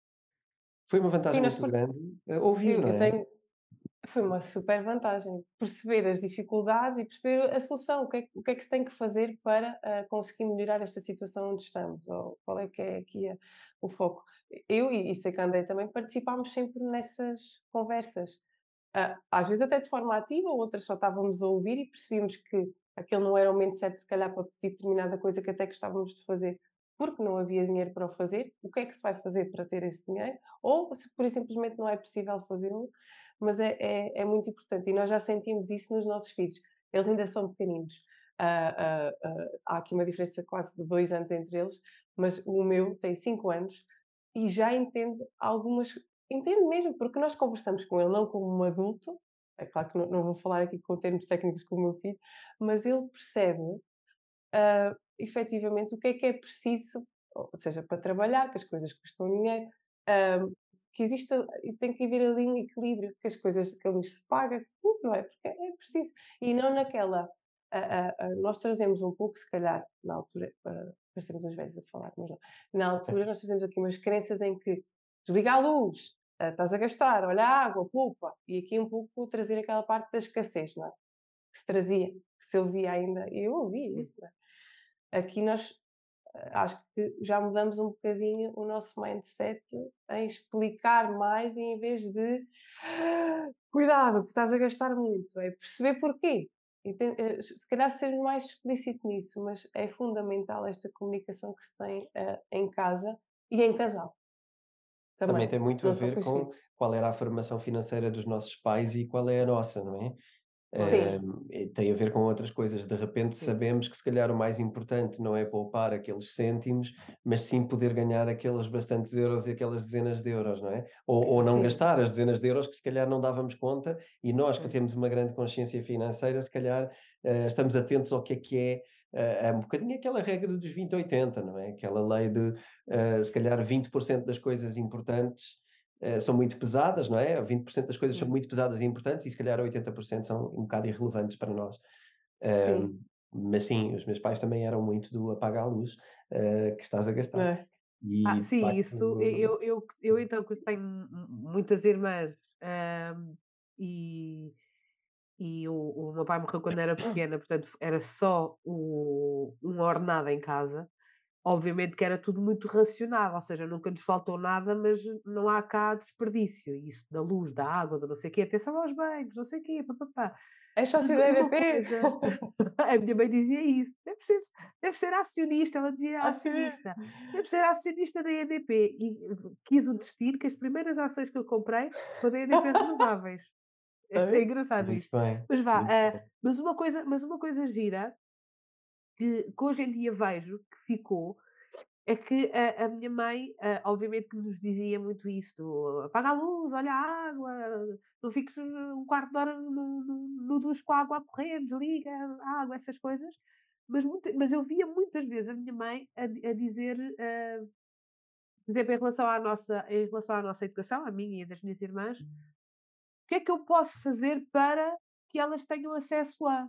foi uma Sim, vantagem nós muito perce- grande, eh, ouvir, eu, não eu é? tenho. Foi uma super vantagem. Perceber as dificuldades e perceber a solução. O que é, que- o que é que se tem que fazer para ah, conseguir melhorar esta situação onde estamos? Ou qual é que é aqui a- o foco? Eu e, e sei que a André também participámos sempre nessas conversas. Ah, às vezes até de forma ativa, outras só estávamos a ouvir e percebíamos que aquele não era o momento certo, se calhar, para pedir determinada coisa que até gostávamos de fazer, porque não havia dinheiro para o fazer. O que é que se vai fazer para ter esse dinheiro? Ou se por simplesmente não é possível fazê-lo, mas é, é, é muito importante. E nós já sentimos isso nos nossos filhos. Eles ainda são pequeninos. Ah, ah, ah, há aqui uma diferença quase de dois anos entre eles, mas o meu tem cinco anos e já entende algumas. Entende mesmo, porque nós conversamos com ele não como um adulto, é claro que não, não vou falar aqui com termos técnicos com o meu filho, mas ele percebe uh, efetivamente o que é que é preciso, ou seja, para trabalhar, que as coisas custam dinheiro, uh, que existe e tem que haver ali um equilíbrio, que as coisas que ele se paga, tudo, não é? Porque é preciso. E não naquela. Uh, uh, uh, nós trazemos um pouco, se calhar, na altura, uh, parecemos uns velhos a falar, mas não. Na altura, nós trazemos aqui umas crenças em que desliga a luz, uh, estás a gastar, olha a água, poupa. E aqui um pouco trazer aquela parte da escassez, não é? Que se trazia, que se ouvia ainda, e eu ouvi isso, não é? Aqui nós acho que já mudamos um bocadinho o nosso mindset em explicar mais em vez de cuidado, porque estás a gastar muito, é perceber porquê. E tem, se calhar ser mais explícito nisso, mas é fundamental esta comunicação que se tem uh, em casa e em casal. Também Também, tem muito a não só ver com os com filhos. qual era a formação financeira dos nossos pais e qual é a nossa, não é? Sim, Hum, e tem a ver com outras coisas. De repente Sim. sabemos que se calhar o mais importante não é poupar aqueles cêntimos, mas sim poder ganhar aqueles bastantes euros e aquelas dezenas de euros, não é? Ou, ou não sim. gastar as dezenas de euros que se calhar não dávamos conta, e nós que Pois. temos uma grande consciência financeira, se calhar eh, estamos atentos ao que é que é. eh, É um bocadinho aquela regra dos vinte oitenta, não é? Aquela lei de eh, se calhar vinte por cento das coisas importantes eh, são muito pesadas, não é? vinte por cento das coisas são Sim. muito pesadas e importantes e se calhar oitenta por cento são um bocado irrelevantes para nós. Sim. Um, mas sim, os meus pais também eram muito do apaga a luz uh, que estás a gastar. É. Ah, E de sim, isso. facto, Eu, eu, eu então que tenho mu- muitas irmãs, ahm, e, e o, o meu pai morreu quando era pequena, portanto era só o, um ordenado em casa. Obviamente que era tudo muito racionado, ou seja, nunca nos faltou nada, mas não há cá desperdício. Isso da luz, da água, do não sei o quê, atenção aos banhos, não sei o quê, papapá. É sócio Mas da uma E D P? coisa, a minha mãe dizia isso, deve ser, deve ser acionista, ela dizia Acionista. acionista, deve ser acionista da E D P. E quis o destino que as primeiras ações que eu comprei foram da E D P Renováveis. É, Está a é ver? engraçado muito isto. bem, Mas vá, muito ah, bem. mas uma coisa, mas uma coisa gira que, que hoje em dia vejo que ficou é que a, a minha mãe, ah, obviamente, que nos dizia muito isso: do, apaga a luz, olha a água, não fiques um quarto de hora no, no, no duche com a água a correr, desliga a água, essas coisas. Mas, muita- mas eu via muitas vezes a minha mãe a, di- a dizer, ah, por exemplo, em relação à nossa, em relação à nossa educação, a minha e a das minhas irmãs, o que é que eu posso fazer para que elas tenham acesso a?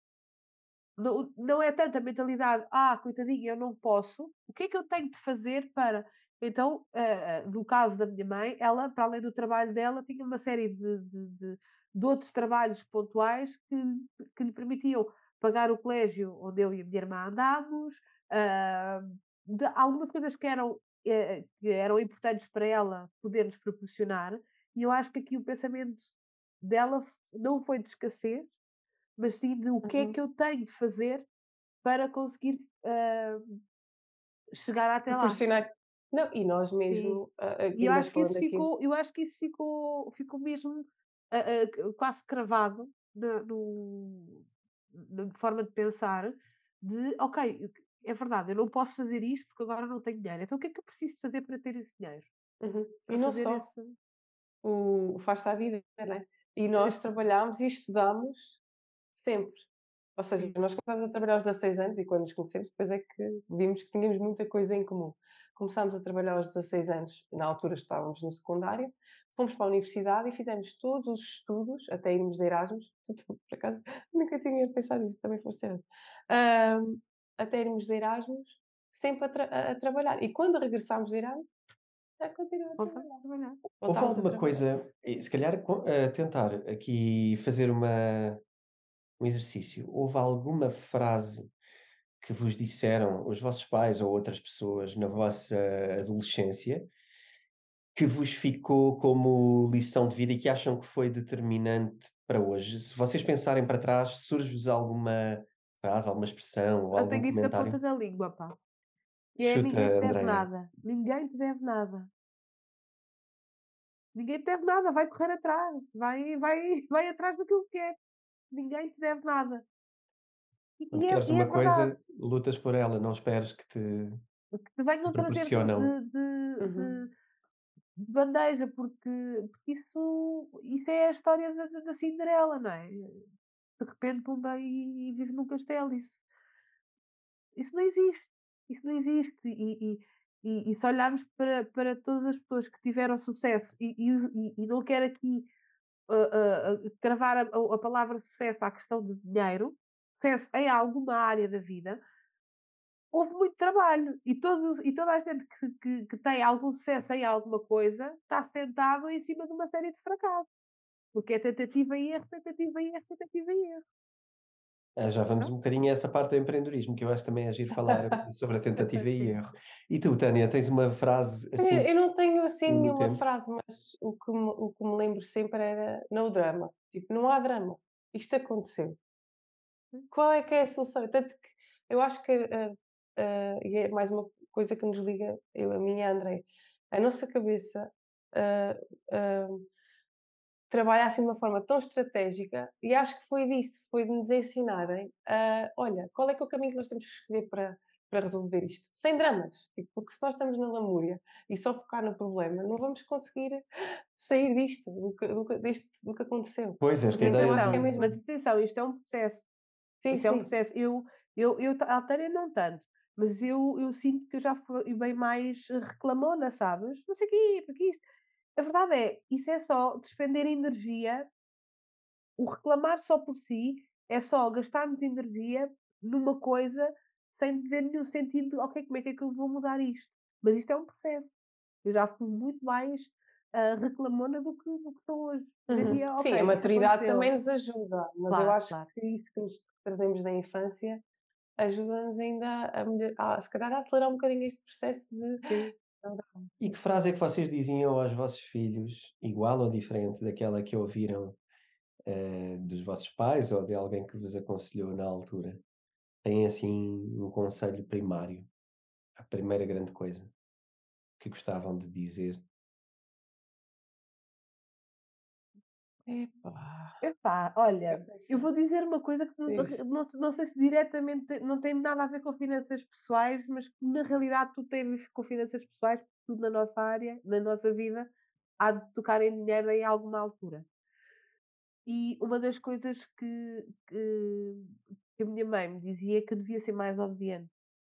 Não, não é tanto a mentalidade, ah, coitadinha, eu não posso. O que é que eu tenho de fazer para. Então, ah, ah, no caso da minha mãe, ela, para além do trabalho dela, tinha uma série de, de, de, de outros trabalhos pontuais que, lhe- que lhe permitiam pagar o colégio onde eu e a minha irmã andámos, ah, de algumas coisas que eram, eh, que eram importantes para ela poder-nos proporcionar, e eu acho que aqui o pensamento dela não foi de escassez, mas sim de o que é Uhum. que eu tenho de fazer para conseguir ah, chegar até lá. Proporcionar. Não, e nós Sim. mesmo, ah, E eu ainda acho que falando isso aqui. ficou, eu acho que isso ficou, ficou mesmo ah, ah, quase cravado na, no, na forma de pensar de, ok, é verdade, eu não posso fazer isto porque agora não tenho dinheiro. Então o que é que eu preciso de fazer para ter esse dinheiro? Uhum. E Para não fazer só. esse. O, o faz-se à vida, né? E nós trabalhámos e estudámos sempre. Ou seja, Sim, nós começámos a trabalhar aos dezasseis anos e quando nos conhecemos, depois é que vimos que tínhamos muita coisa em comum. Começámos a trabalhar aos dezasseis anos, na altura estávamos no secundário, fomos para a universidade e fizemos todos os estudos, até irmos de Erasmus, por acaso nunca tinha pensado nisso, também foste Erasmus, Ahm, até irmos de Erasmus, sempre a, tra a- a trabalhar. E quando regressámos de Erasmus, a continuar a voltar a trabalhar. trabalhar. Houve Voltámos a alguma trabalhar. coisa, e se calhar co- a tentar aqui fazer uma, um exercício, houve alguma frase que vos disseram os vossos pais ou outras pessoas na vossa adolescência que vos ficou como lição de vida e que acham que foi determinante para hoje? Se vocês pensarem para trás, surge-vos alguma frase, alguma expressão ou Eu algum tenho isso na ponta comentário? da língua, pá. E é Chuta, ninguém te deve Andreia. nada. Ninguém te deve nada. Ninguém te deve nada, vai correr atrás, vai, vai, vai atrás daquilo que quer. Ninguém te deve nada. E, Quando e é, queres e é uma verdade. coisa, lutas por ela, não esperes que te, Que te te venham trazer de, proporcionam. de, de, Uhum. de- de bandeja, porque, porque isso, isso é a história da, da da Cinderela, não é? De repente pumba e, e vive num castelo. Isso, isso não existe. Isso não existe. E, e, e, e se olharmos para, para todas as pessoas que tiveram sucesso, e, e, e- e não quero aqui uh, uh, uh, cravar a, a- a palavra sucesso à questão de dinheiro, sucesso em alguma área da vida, houve muito trabalho. E, todos, e toda a gente que, que, que tem algum sucesso em alguma coisa está sentado em cima de uma série de fracassos. Porque é tentativa e erro, tentativa e erro, tentativa e erro. Ah, já vamos Não? um bocadinho a essa parte do empreendedorismo, que eu acho que também é giro falar sobre a tentativa e Sim. erro. E tu, Tânia, tens uma frase Eu assim eu não tenho assim no nenhuma tempo? frase, mas o que me, o que me lembro sempre era no drama. Tipo, não há drama. Isto aconteceu. Qual é que é a solução? Tanto que eu acho que, ah, ah, e é mais uma coisa que nos liga, eu, a mim e a André, a nossa cabeça ah, ah, trabalha assim de uma forma tão estratégica e acho que foi disso, foi de nos ensinarem a, olha, qual é que é o caminho que nós temos que escolher para, para resolver isto? Sem dramas, tipo, porque se nós estamos na lamúria e só focar no problema, não vamos conseguir sair disto, do que, do que, deste, do que aconteceu. Pois, esta Mas ideia Então acho que é de. atenção, mesmo. mas atenção, isto é um processo. Sim, Isto é um sim. processo. Eu, eu, eu, a Altaria não tanto, mas eu, eu sinto que eu já fui bem mais reclamona, sabes? Não sei o quê, porque isto. A verdade é, isso é só despender energia. O reclamar só por si é só gastarmos energia numa coisa sem ver nenhum sentido de, ok, como é que é que eu vou mudar isto? Mas isto é um processo. Eu já fui muito mais ah, reclamona do que, do que sou hoje. Hoje em Uhum. dia, Sim, a ok, isso maturidade aconteceu. também nos ajuda, mas eu Claro, acho claro. que isso que nos trazemos da infância ajuda-nos ainda a, melhor, a, se calhar, a acelerar um bocadinho este processo de. Sim. E que frase é que vocês diziam aos vossos filhos, igual ou diferente daquela que ouviram eh, dos vossos pais ou de alguém que vos aconselhou na altura? Tem assim um conselho primário, a primeira grande coisa que gostavam de dizer? Epá, Epá, eu olha, eu pensei, vou dizer uma coisa que não, diz. não, não sei se diretamente não tem nada a ver com finanças pessoais, mas que na realidade tudo tem a ver com finanças pessoais, porque tudo na nossa área, na nossa vida, há de tocar em dinheiro em alguma altura. E uma das coisas que, que, que a minha mãe me dizia é que eu devia ser mais obediente.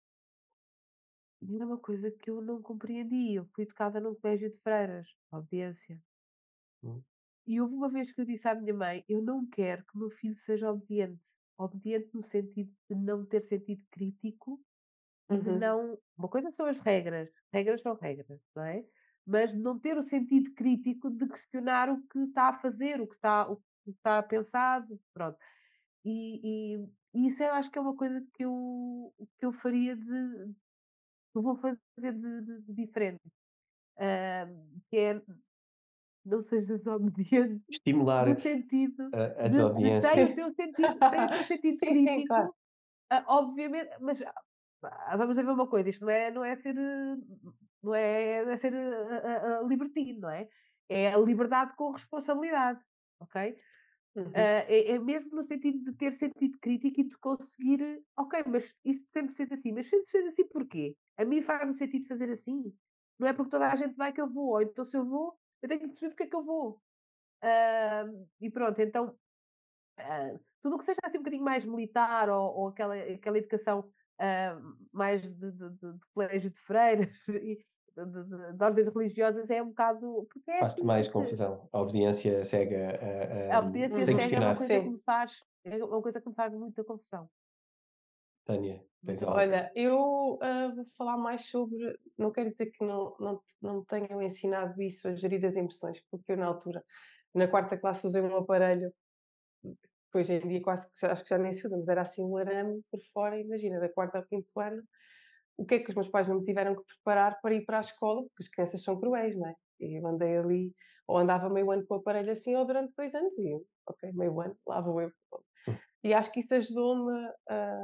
E era uma coisa que eu não compreendi. Eu fui educada num colégio de freiras, obediência. Hum, E houve uma vez que eu disse à minha mãe: eu não quero que o meu filho seja obediente. Obediente no sentido de não ter sentido crítico e de Uhum. não. Uma coisa são as regras, regras são regras, não é? Mas de não ter o sentido crítico de questionar o que está a fazer, o que está, o que está pensado, pronto. E, e- e isso eu acho que é uma coisa que eu, que eu faria de. Que eu vou fazer de, de- de diferente. Ah, que é não sejas obediente Estimular no sentido a, a de, de desobediência. tem o teu sentido, tem o teu sentido Sim, sim, claro. crítico, ah, obviamente, mas ah, vamos ver uma coisa, isto não é, não é ser eh, não é, não é ser ah, ah, ah, libertino, não é? É a liberdade com responsabilidade, ok? Uhum. Ah, é, é mesmo no sentido de ter sentido crítico e de conseguir, ok, mas isto sempre fez assim, mas sempre fez assim porquê? A mim faz-me sentido fazer assim? Não é porque toda a gente vai que eu vou, ou então se eu vou, eu tenho que perceber porque é que eu vou. Ah, e pronto, então ah, tudo o que seja assim um bocadinho mais militar ou, ou aquela, aquela educação ah, mais de, de- de- de colégio de freiras e de, de- de- de ordens religiosas é um bocado. Porque é Faz-te assim, mais porque confusão. A obediência cega, a a- a- obediência sem Uhum. cega é uma questionar. coisa que Sim. me faz. É uma coisa que me faz muita confusão. Tânia, tens Muita algo? confusão. Olha, eu ah, vou falar mais sobre. Não quero dizer que não, não, não me tenham ensinado isso a gerir as emoções, porque eu, na altura, na quarta classe, usei um aparelho que hoje em dia quase que já, acho que já nem se usa, mas era assim um arame por fora. Imagina, da quarta ao quinto ano, o que é que os meus pais não me tiveram que preparar para ir para a escola, porque as crianças são cruéis, não é? E eu andei ali, ou andava meio ano com o aparelho assim, ou durante dois anos, e eu, ok, meio ano, lá vou eu. E acho que isso ajudou-me a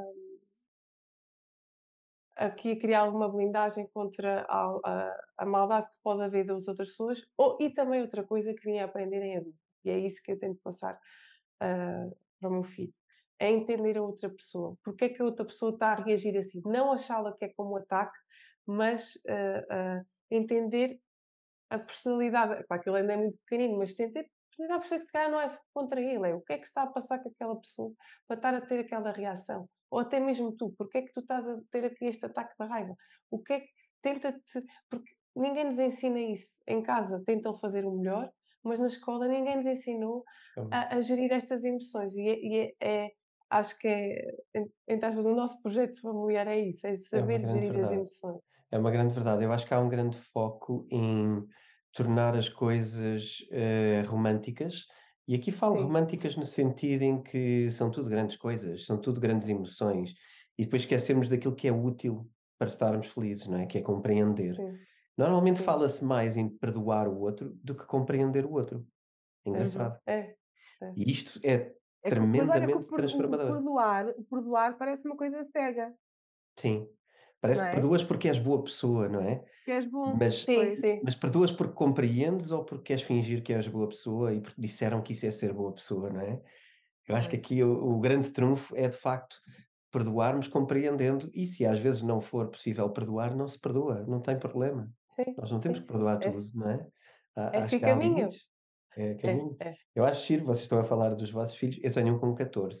aqui a criar alguma blindagem contra a, a, a maldade que pode haver das outras pessoas, ou, e também outra coisa que vim a aprender em adulto, e é isso que eu tento passar ah, para o meu filho, é entender a outra pessoa, porque é que a outra pessoa está a reagir assim, não achá-la que é como um ataque, mas ah, ah, entender a personalidade, pá, aquilo ainda é muito pequenino, mas tentei tentar perceber que se calhar não é contra ele, é o que é que se está a passar com aquela pessoa para estar a ter aquela reação. Ou até mesmo tu, porque é que tu estás a ter aqui este ataque de raiva? O que é que tenta-te, porque ninguém nos ensina isso. Em casa tentam fazer o melhor, mas na escola ninguém nos ensinou Então, a, a gerir estas emoções. E, é, e é- é- acho que é, en- entre aspas, o nosso projeto familiar é isso, é é uma saber grande gerir as verdade. emoções. É uma grande verdade. Eu acho que há um grande foco em tornar as coisas, eh, românticas, e aqui falo Sim, românticas no sentido em que são tudo grandes coisas, são tudo grandes emoções, e depois esquecemos daquilo que é útil para estarmos felizes, não é? Que é compreender. sim, Normalmente sim. fala-se mais em perdoar o outro do que compreender o outro. Uhum. Engraçado. É, é. E isto é É que, mas olha que o, tremendamente per- o- o transformador. perdoar, o perdoar parece uma coisa cega, Sim. não Parece que é? perdoas porque és boa pessoa, não é? Que és bom, Mas Sim, pois. sim. mas perdoas porque compreendes ou porque queres fingir que és boa pessoa e porque disseram que isso é ser boa pessoa, não é? Eu acho que Pois. aqui o o grande trunfo é, de facto, perdoarmos compreendendo, e se às vezes não for possível perdoar, não se perdoa, não tem problema. Sim, Nós não temos sim, que sim. perdoar É tudo, não é? é A Acho esse que há caminho. limites, é É, caminho. é. Eu acho giro, vocês estão a falar dos vossos filhos, eu tenho um com catorze.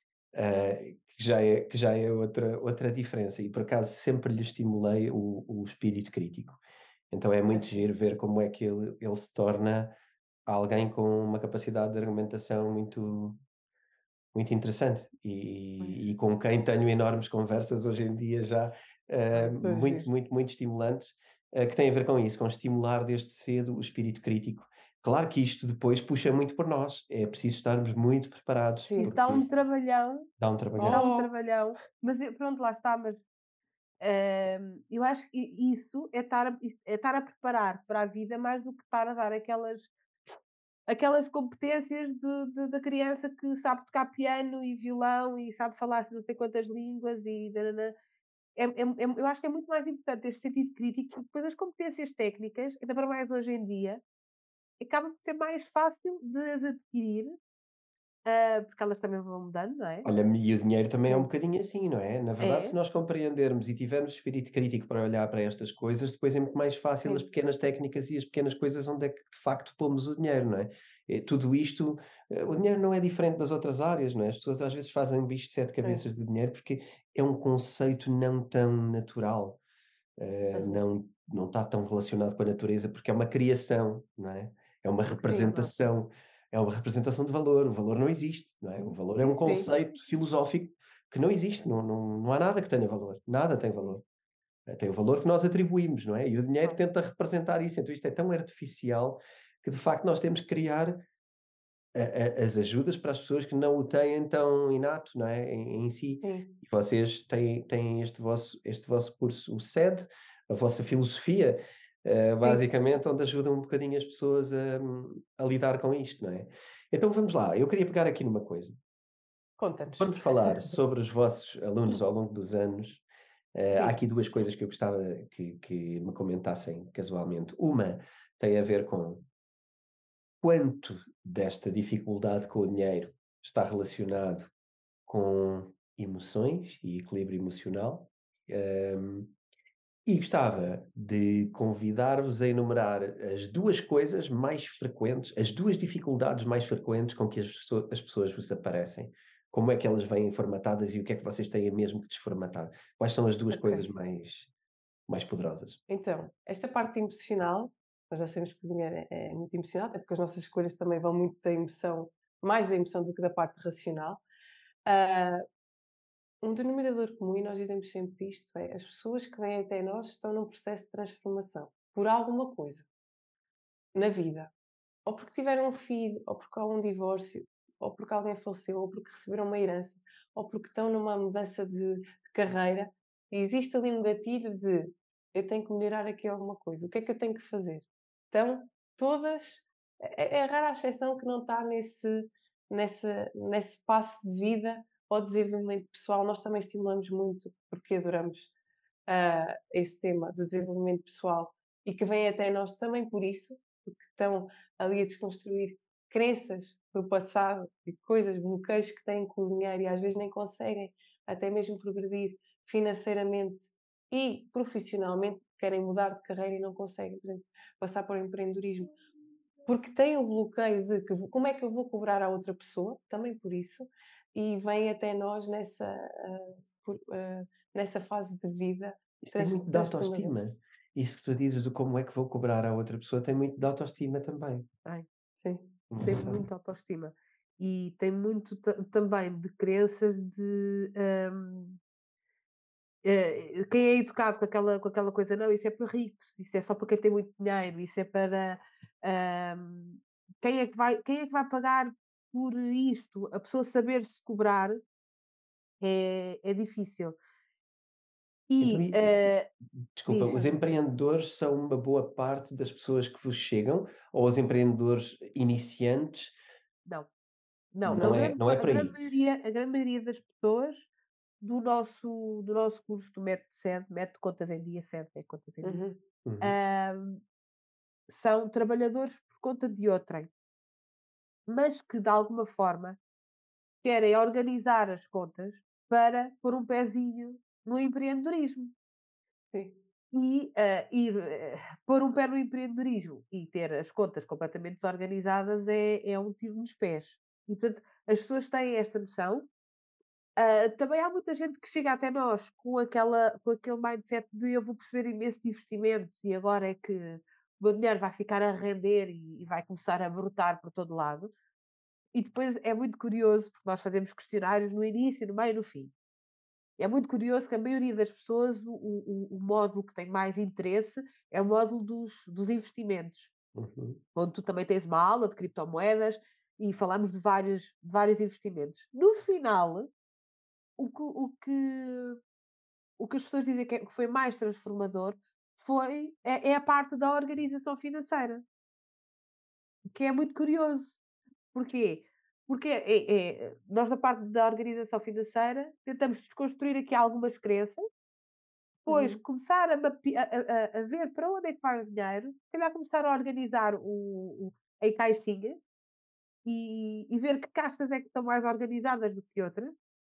Eh, que já é, que já é outra, outra diferença. E por acaso sempre lhe estimulei o, o espírito crítico. Então é muito Assim. giro ver como é que ele, ele se torna alguém com uma capacidade de argumentação muito, muito interessante Pois, e, e com quem tenho enormes conversas hoje em dia já, eh, pois. Estou muito, giro. muito, muito estimulantes, eh, que têm a ver com isso, com estimular desde cedo o espírito crítico. Claro que isto depois puxa muito por nós, é preciso estarmos muito preparados, Sim. Isso dá porque um trabalhão, dá um isso dá trabalhão. um Oh, trabalhão, mas eu- pronto, lá está, mas hum, eu acho que isso é estar, a, isso é estar a preparar para a vida mais do que estar a dar aquelas, aquelas competências de, de- da criança que sabe tocar piano e violão e sabe falar não sei quantas línguas e nananã. É, é- é- eu acho que é muito mais importante este sentido crítico, porque depois as competências técnicas, ainda para mais hoje em dia, acaba por ser mais fácil de as adquirir, ah, porque elas também vão mudando, não é? Olha, e o dinheiro também é um sim, bocadinho assim, não é? Na verdade, se É, nós compreendermos e tivermos espírito crítico para olhar para estas coisas, depois é muito mais fácil as sim, pequenas técnicas e as pequenas coisas onde é que de facto pomos o dinheiro, não é? Eh, tudo isto, eh, o dinheiro não é diferente das outras áreas, não é? As pessoas às vezes fazem um bicho de sete sim. cabeças de dinheiro porque é um conceito não tão natural, eh, Uhum. não, não está tão relacionado com a natureza, porque é uma criação, não é? É uma Sim, representação, é uma representação de valor. O valor não existe, não é? O valor é um sim, conceito filosófico que não existe, não, não, não há nada que tenha valor, nada tem valor. Eh, Tem o valor que nós atribuímos, não é? E o dinheiro claro. tenta representar isso. Então isto é tão artificial que de facto nós temos que criar a- a- as ajudas para as pessoas que não o têm tão inato, não é? Em, em si. Sim, E vocês têm, têm este vosso, este vosso curso, o S E D, a vossa filosofia, eh, sim. basicamente, onde ajudam um bocadinho as pessoas a, a lidar com isto, não é? Então vamos lá, eu queria pegar aqui numa coisa. Conta-nos. Vamos falar sobre os vossos alunos ao longo dos anos. Eh, há Sim, aqui duas coisas que eu gostava que, que me comentassem casualmente. Uma tem a ver com quanto desta dificuldade com o dinheiro está relacionado com emoções e equilíbrio emocional. Hum, e gostava de convidar-vos a enumerar as duas coisas mais frequentes, as duas dificuldades mais frequentes com que as, pesso- as pessoas vos aparecem. Como é que elas vêm formatadas e o que é que vocês têm mesmo que desformatar? Quais são as duas coisas ok. mais, mais poderosas? Então, esta parte emocional, nós já sabemos que o dinheiro é, é muito emocional, até porque as nossas escolhas também vão muito da emoção, mais da emoção do que da parte racional. Ah, um denominador comum, e nós dizemos sempre isto, é as pessoas que vêm até nós estão num processo de transformação, por alguma coisa, na vida. Ou porque tiveram um filho, ou porque há um divórcio, ou porque alguém faleceu, ou porque receberam uma herança, ou porque estão numa mudança de, de carreira, e existe ali um gatilho de eu tenho que melhorar aqui alguma coisa, o que é que eu tenho que fazer? Então, todas, é, é rara a exceção que não está nesse, nessa, nesse passo de vida ao desenvolvimento pessoal. Nós também estimulamos muito, porque adoramos ah, esse tema do desenvolvimento pessoal e que vem até nós também por isso, porque estão ali a desconstruir crenças do passado e coisas, bloqueios que têm com o dinheiro e às vezes nem conseguem até mesmo progredir financeiramente e profissionalmente querem mudar de carreira e não conseguem, por exemplo, passar para o empreendedorismo. Porque têm o bloqueio de que, como é que eu vou cobrar à outra pessoa, também por isso, e vêm até nós nessa, ah, por, ah, nessa fase de vida Isso tem muito de transformadora. autoestima. Isso que tu dizes de como é que vou cobrar à outra pessoa tem muito de autoestima também. Ai, Sim. tem muita autoestima. E tem muito também de crenças de hum, eh, quem é educado com aquela, com aquela coisa, não, isso é para ricos, isso é só para quem tem muito dinheiro, isso é para hum, quem é que vai, quem é que vai pagar por isto? A pessoa saber-se cobrar é, é difícil. Então, E e- eh, desculpa, diz, os empreendedores são uma boa parte das pessoas que vos chegam, ou os empreendedores iniciantes? não, não, a Não é, grande, não é a por grande aí. maioria, a grande maioria das pessoas do nosso, do nosso curso do método S E D, método Contas em Dia, S E D é Contas em Dia, Uhum. Uhum. hum, são trabalhadores por conta de outrem, mas que de alguma forma querem organizar as contas para pôr um pezinho no empreendedorismo. Sim. E eh, ir eh, pôr um pé no empreendedorismo e ter as contas completamente desorganizadas é, é um tiro nos pés. E, portanto, as pessoas têm esta noção. Ah, também há muita gente que chega até nós com, aquela, com aquele mindset de eu vou perceber imenso de investimentos e agora é que o meu dinheiro vai ficar a render e, e vai começar a brotar por todo lado. E depois é muito curioso, porque nós fazemos questionários no início, no meio e no fim. É muito curioso que a maioria das pessoas, o, o, o módulo que tem mais interesse é o módulo dos, dos investimentos, Uhum. onde tu também tens uma aula de criptomoedas e falamos de vários, de vários investimentos. No final, o que, o que, o que as pessoas dizem que é- que foi mais transformador foi, é, é a parte da organização financeira, que é muito curioso. Porquê? Porque é, é- nós, na parte da organização financeira, tentamos desconstruir aqui algumas crenças, depois Uhum. começar a, mape- a- a- a- a ver para onde é que vai o dinheiro, se calhar começar a organizar o, o- em caixinhas e, e ver que caixas é que estão mais organizadas do que outras.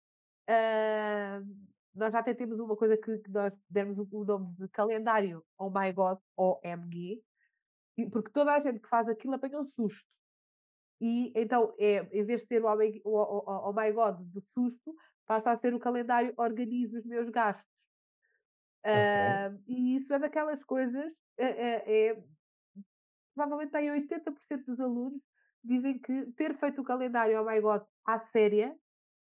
Ah, nós já até temos uma coisa que, que nós demos o, o nome de calendário Oh My God, O M G, e- porque toda a gente que faz aquilo apanha um susto. E então, é, em vez de ser o Oh My, o, o, o My God do susto, passa a ser o calendário organiza os meus gastos. Ok. Ah, e isso é daquelas coisas, é, é, é- provavelmente tem oitenta por cento dos alunos dizem que ter feito o calendário Oh My God à séria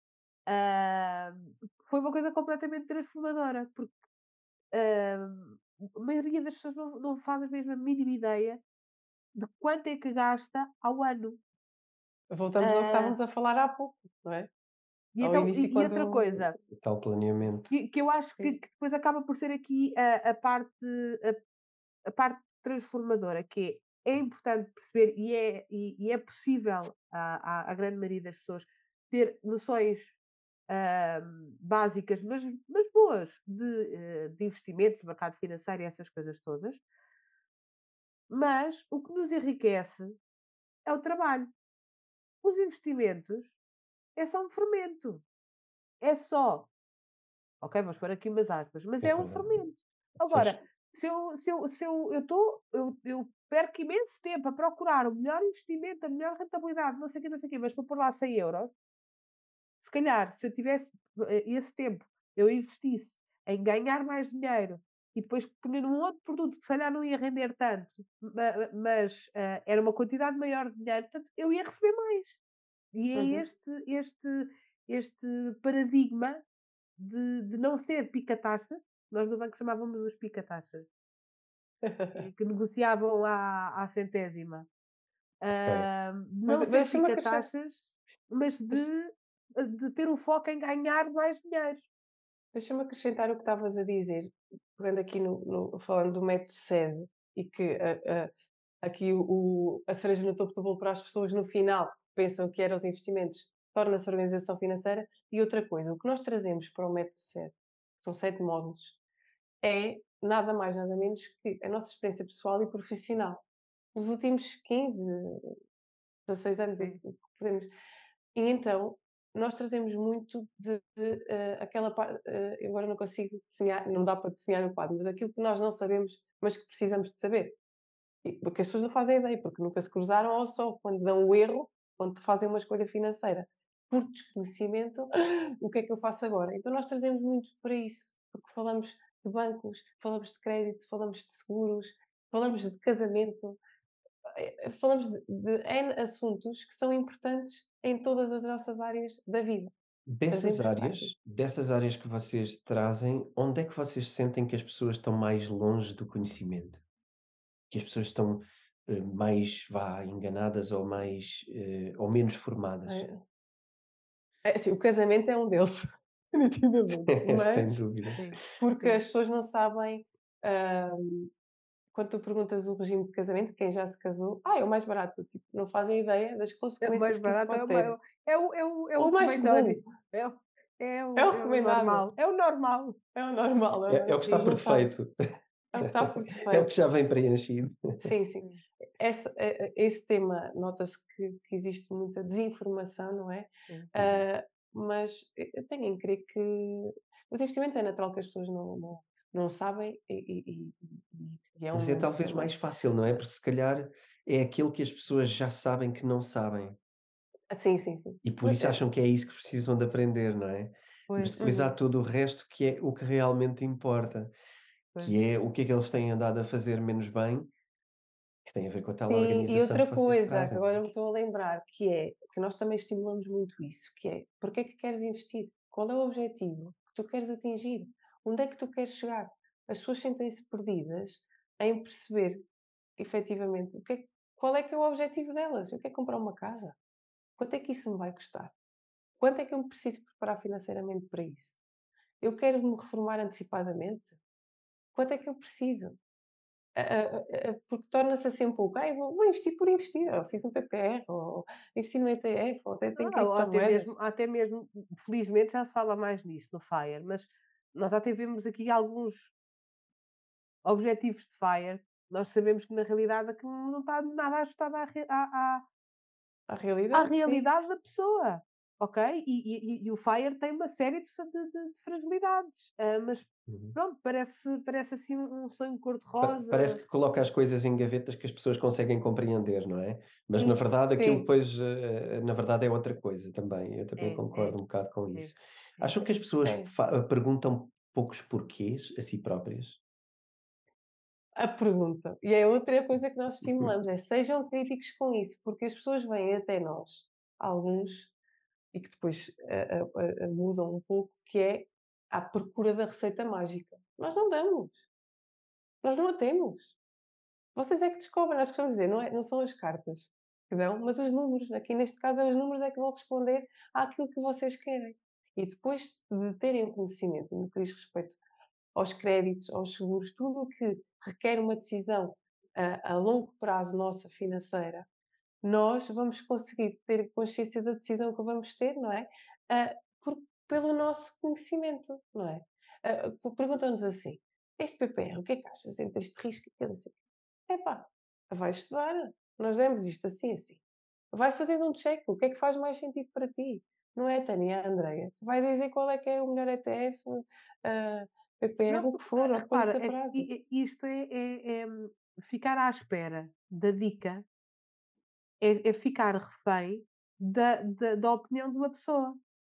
ah, foi uma coisa completamente transformadora, porque ah, a maioria das pessoas não, não faz mesmo a mínima ideia de quanto é que gasta ao ano. Voltamos ao que Ah, estávamos a falar há pouco, não é? e, Ao então, início, e, e outra quando. coisa, Tal planeamento. que, que eu acho que, Sim. que depois acaba por ser aqui a, a parte, a, a parte transformadora, que é, é importante perceber e é, e, e é possível à, à, à grande maioria das pessoas ter noções ah, básicas, mas, mas boas, de, eh, de investimentos, mercado financeiro e essas coisas todas. Mas o que nos enriquece é o trabalho. Os investimentos é só um fermento. É só, ok, vamos pôr aqui umas aspas, mas É é um verdade. fermento. Sabes, Agora, se eu, se eu, se eu, eu, tô, eu, eu perco imenso tempo a procurar o melhor investimento, a melhor rentabilidade, não sei o quê, não sei o quê, mas para pôr lá cem euros, se calhar, se eu tivesse eh, esse tempo, eu investisse em ganhar mais dinheiro e depois punha num outro produto que se calhar não ia render tanto, ma- mas eh, era uma quantidade maior de dinheiro, portanto, eu ia receber mais. E é Uhum. este, este, este paradigma de, de não ser pica-taxas, nós no banco chamávamos os pica-taxas, que, que negociavam à, à centésima. ok. Ah, de Mas, não mas ser deixa-me acrescentar. pica-taxas, mas de, de ter o foco em ganhar mais dinheiro. Deixa-me acrescentar o que estavas a dizer, pegando aqui no, no- falando do método S E D e que a- a- aqui o, o- a cereja no topo do bolo para as pessoas no final pensam que eram os investimentos, torna-se organização financeira. E outra coisa, o que nós trazemos para o método S E D, são sete módulos, é nada mais, nada menos que a nossa experiência pessoal e profissional. Nos últimos quinze, dezasseis anos, Sim. podemos. E então, nós trazemos muito de, de, eh, aquela parte, eh, eu agora não consigo desenhar, não dá para desenhar o quadro, mas aquilo que nós não sabemos, mas que precisamos de saber. E porque as pessoas não fazem ideia, porque nunca se cruzaram ou só quando dão o erro, quando fazem uma escolha financeira por desconhecimento, o que é que eu faço agora? Então nós trazemos muito para isso, porque falamos de bancos, falamos de crédito, falamos de seguros, falamos de casamento, eh, falamos de, de N assuntos que são importantes em todas as nossas áreas da vida. Dessas Trazemos para áreas, aqui. dessas áreas que vocês trazem, onde é que vocês sentem que as pessoas estão mais longe do conhecimento? Que as pessoas estão, eh, mais, vá, enganadas ou mais, eh, ou menos formadas? É, é assim, o casamento é um deles, definitivamente, Sem mas dúvida. Sim, porque sim. as pessoas não sabem, hum, quando tu perguntas o regime de casamento, quem já se casou, ah, é o mais barato, tipo, não fazem ideia das É o mais consequências que isso barato, é pode o, ter. mai- é o, é o, é o O mais comum, recomendado. É, o- é, é o, o é o recomendado, normal. É o normal. é o normal, é o É é o normal. que E está eles por não sabem, defeito. é o que está por É o que defeito. já vem preenchido. Sim, sim. Sim. Esse, eh, eh, esse tema, nota-se que, que existe muita desinformação, não é? Sim. Uhum. Ah, mas eu eu tenho em crer que os investimentos é natural que as pessoas não, não, não sabem e, e- e- e- e é um Mas é mundo talvez também. mais fácil, não é? Porque se calhar é aquilo que as pessoas já sabem que não sabem. Ah, sim, sim, sim. E por Pois, isso eh, acham que é isso que precisam de aprender, não é? Mas Pois, depois há uhum. todo o resto que é o que realmente importa, pois. que é o que é que eles têm andado a fazer menos bem, que tem a ver com a tal Sim, e organização outra que vocês coisa que trazem, não agora é? me estou a lembrar, que é que nós também estimulamos muito isso, que é porque é que queres investir? Qual é o objetivo que tu queres atingir? Onde é que tu queres chegar? As pessoas sentem-se perdidas em perceber efetivamente o que é, que- qual é que é o objetivo delas. Eu quero comprar uma casa. Quanto é que isso me vai custar? Quanto é que eu me preciso preparar financeiramente para isso? Eu quero me reformar antecipadamente? Quanto é que eu preciso? Ah, ah, ah, porque torna-se assim um pouco, "Ai, vou, vou investir por investir, eu fiz um P P R, ou investi no E T F, ou até tem Ah, ou até criptomoedas." mesmo, até mesmo, felizmente já se fala mais nisso no FIRE, mas nós já tivemos aqui alguns objetivos de FIRE. Nós sabemos que na realidade aquilo não está nada ajustado à, re- à, à- A à realidade, sim. realidade da pessoa, ok? E, e- e- e o FIRE tem uma série de, fa- de- de- de fragilidades, ah, mas Uhum. pronto, parece, parece assim um um sonho Pa parece cor-de-rosa. que coloca as coisas em gavetas que as pessoas conseguem compreender, não é? Mas na Sim, verdade aquilo Sim. depois, eh, na verdade é outra coisa também, eu também é, é, concordo um bocado com é, isso. é. Acham que as pessoas É. fa perguntam poucos porquês a si próprias? A pergunta. E é outra coisa que nós estimulamos, é sejam críticos com isso, porque as pessoas vêm até nós, alguns, e que depois ah, ah, ah, ah, mudam um pouco, que é à procura da receita mágica. Nós não damos. Nós não a temos. Vocês é que descobrem, nós costumamos dizer, não, é, não são as cartas que dão, mas os números. Aqui neste caso, é os números é que vão responder àquilo que vocês querem. E depois de terem o conhecimento no que diz respeito aos créditos, aos seguros, tudo o que requer uma decisão a, a longo prazo nossa financeira, nós vamos conseguir ter consciência da decisão que vamos ter, não é? Ah, por- pelo nosso conhecimento, não é? Ah, perguntam-nos assim: este P P R, o que é que achas entre este risco e aquele assim? Epá, vai estudar. Nós demos isto assim, assim. Vai fazendo um check. O que é que faz mais sentido para ti? Não é, Tânia, é a Andreia. Vai dizer qual é que é o melhor E T F, ah, P P R, Não, o que porque, for, ah, ou depois repara, a é- prazo. i- i- isto é, é- é, hum, ficar à espera da dica, é, é ficar refém da, da, da opinião de uma pessoa,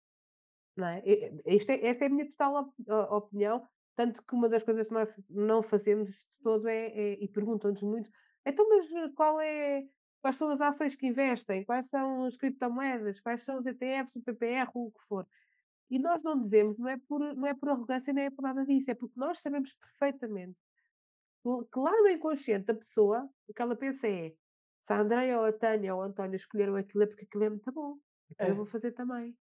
não é? E- e- Isto é- esta é a minha total op- o- opinião, tanto que uma das coisas que nós não fazemos de todo é, é- e perguntam-nos muito, então, mas eh, qual é, quais são as ações que investem, quais são as criptomoedas, quais são os E T Fs, o P P R, o que for. E nós não dizemos, não é por, não é por arrogância, nem é por nada disso, é porque nós sabemos perfeitamente o que lá no inconsciente da pessoa, o que ela pensa é: se a Andreia ou a Tânia ou o António escolheram aquilo é porque aquilo é muito bom, então eu É, vou fazer também.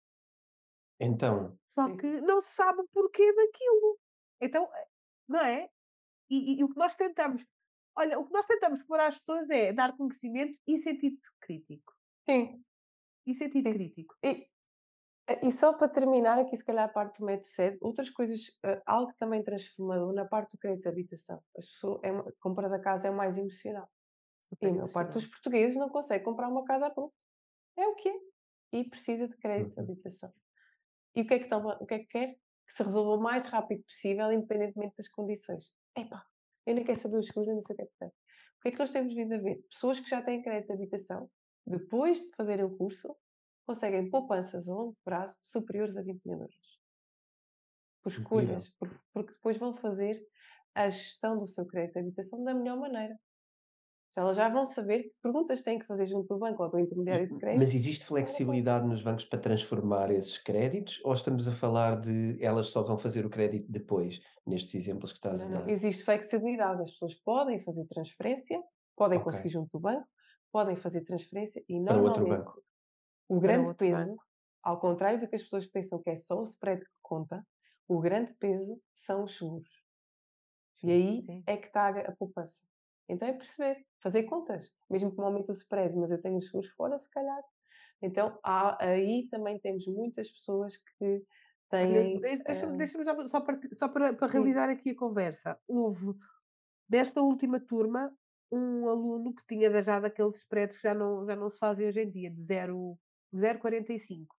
Então, Só sim. que não se sabe o porquê daquilo. Então, eh, não é? E, e- e o que nós tentamos, olha, o que nós tentamos pôr às pessoas é dar conhecimento e sentido crítico. Sim, E sentido sim. crítico. E, e só para terminar aqui, se calhar, a parte do método sede, outras coisas, ah, algo também transformador na parte do crédito de habitação. As pessoas, é, uma- a compra da casa é o mais emocional. E Super a maior parte dos emocional. portugueses não consegue comprar uma casa a pronto. É o que é. e precisa de crédito de Uhum. habitação. E o que é que toma, o que é que quer? Que se resolva o mais rápido possível, independentemente das condições. Epá, eu nem quero saber os seguros, nem não sei o que é que tem. O que é que nós temos vindo a ver? Pessoas que já têm crédito de habitação, depois de fazerem o curso, conseguem poupanças a longo prazo superiores a vinte mil euros. Por Incrível. escolhas, por- porque depois vão fazer a gestão do seu crédito de habitação da melhor maneira. Elas já vão saber que perguntas têm que fazer junto do banco ou do intermediário E de mas crédito. existe flexibilidade nos bancos para transformar esses créditos ou estamos a falar de elas só vão fazer o crédito depois, nestes exemplos que estás a Não, não, dar? existe flexibilidade. As pessoas podem fazer transferência, podem Ok, conseguir junto do banco, podem fazer transferência e para outro normalmente banco. o Para grande outro peso, banco. ao contrário do que as pessoas pensam que é só o spread que conta, o grande peso são os seguros. E Sim. aí Sim. é que está a a poupança. Então é perceber, fazer contas. Mesmo que me aumente o spread, mas eu tenho os seguros fora, se calhar. Então há, aí também temos muitas pessoas que Olha, têm. de- deixa-me ah, deixa-me já, só para, só para, para sim, realizar aqui a conversa. Houve, nesta última turma, um aluno que tinha já daqueles spreads que já não, já não se fazem hoje em dia, de zero vírgula quarenta e cinco.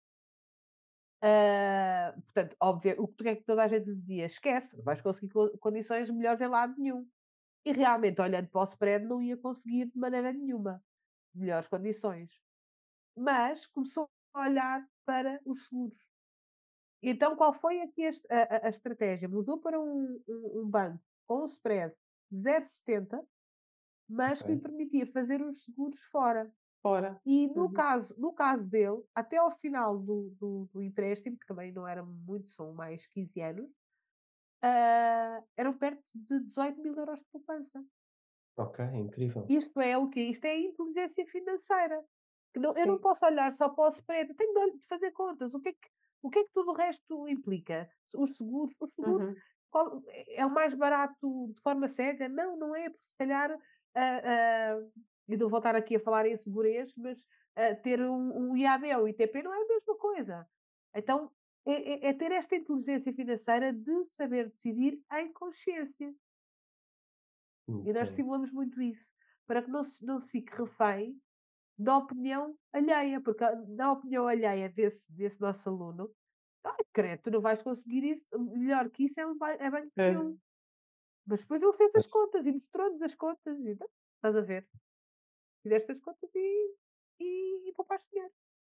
Ah, portanto, óbvio, o que é que toda a gente lhe dizia? Esquece, não vais conseguir co- condições melhores em lado nenhum. E realmente, olhando para o spread, não ia conseguir de maneira nenhuma melhores condições. Mas começou a olhar para os seguros. Então, qual foi aqui a, est- a- a- a estratégia? Mudou para um, um- um banco com um spread de zero vírgula setenta, mas que lhe Ok. permitia fazer os seguros fora. fora. E no Uhum. caso, no caso dele, até ao final do, do, do empréstimo, que também não era muito, são mais quinze anos, ah, eram perto de dezoito mil euros de poupança. Ok, incrível. Isto é o quê? Isto é a inteligência financeira. Que não, eu não Sim. posso olhar só para o spread, eu tenho de olh- de fazer contas. O que, é que, o que é que tudo o resto implica? Os seguros, os seguros Uhum. qual- é o mais barato de forma cega? Não, não é, porque se calhar, ah, ah, e não vou estar aqui a falar em segurez, mas ah, ter um, um I A D ou I T P não é a mesma coisa. Então, é, é- é ter esta inteligência financeira de saber decidir em consciência. E nós Ok. estimulamos muito isso, para que não se, não se fique refém da opinião alheia, porque a- na opinião alheia desse, desse nosso aluno, ai, credo, tu não vais conseguir isso, melhor que isso é, um, ba- é banco É, nenhum. Mas depois ele fez as Pois. contas e mostrou-nos as contas, e então, estás a ver, fizeste as contas e, e, e poupaste dinheiro.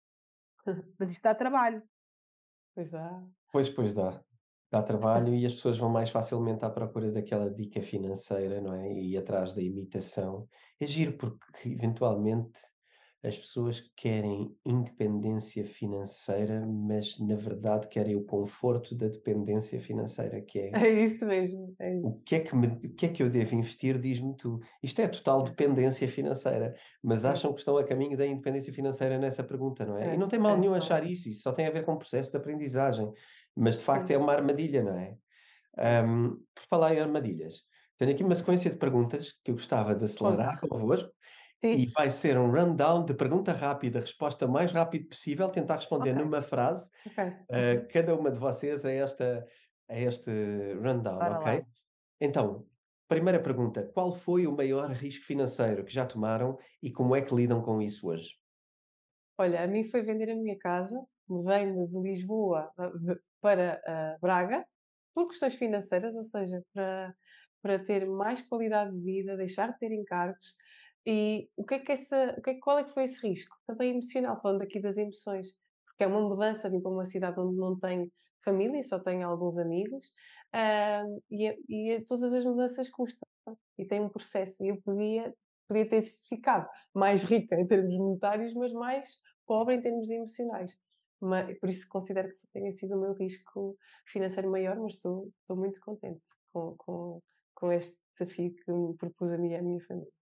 Mas isto dá trabalho. Pois dá. Pois, pois dá. Dá trabalho e as pessoas vão mais facilmente à procura daquela dica financeira, não é? E ir atrás da imitação. É giro porque eventualmente as pessoas querem independência financeira, mas na verdade querem o conforto da dependência financeira, que é É isso mesmo. É isso. o que é que me o que é que eu devo investir, diz-me tu. Isto é total dependência financeira, mas Sim. acham que estão a caminho da independência financeira nessa pergunta, não é? E É, não tem mal é, nenhum não. achar isso, isso só tem a ver com o processo de aprendizagem, mas de facto é Sim, uma armadilha, não é? sim. Hum, por falar em armadilhas, tenho aqui uma sequência de perguntas que eu gostava de acelerar Conta. convosco e Sim. vai ser um rundown de pergunta rápida, resposta mais rápido possível, tentar responder Ok. numa frase, Ok. uh, Uhum. cada uma de vocês a esta a este rundown, Ora ok? lá. Então, primeira pergunta: qual foi o maior risco financeiro que já tomaram e como é que lidam com isso hoje? Olha, a mim foi vender a minha casa, mudei-me de Lisboa ah, de- para ah, Braga, por questões financeiras, ou seja, para, para ter mais qualidade de vida, deixar de ter encargos. E o que é que essa, o que é, que- qual é que foi esse risco? Também emocional, falando aqui das emoções, porque é uma mudança, vim para uma cidade onde não tenho família, só tenho alguns amigos, ah, e, é- e é- todas as mudanças custam, e tem um processo, e eu podia, podia ter ficado mais rica em termos monetários, mas mais pobre em termos emocionais. Mas, por isso considero que tenha sido o meu risco financeiro maior, mas estou, estou muito contente com, com, com este desafio que me propus a mim e à minha família.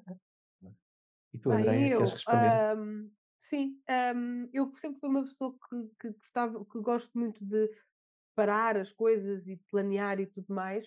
E tu, Bem, e Andréia, queres eu, responder? ahm, sim, ahm, eu sempre fui uma pessoa que, que gostava, que gosto muito de parar as coisas e planear e tudo mais.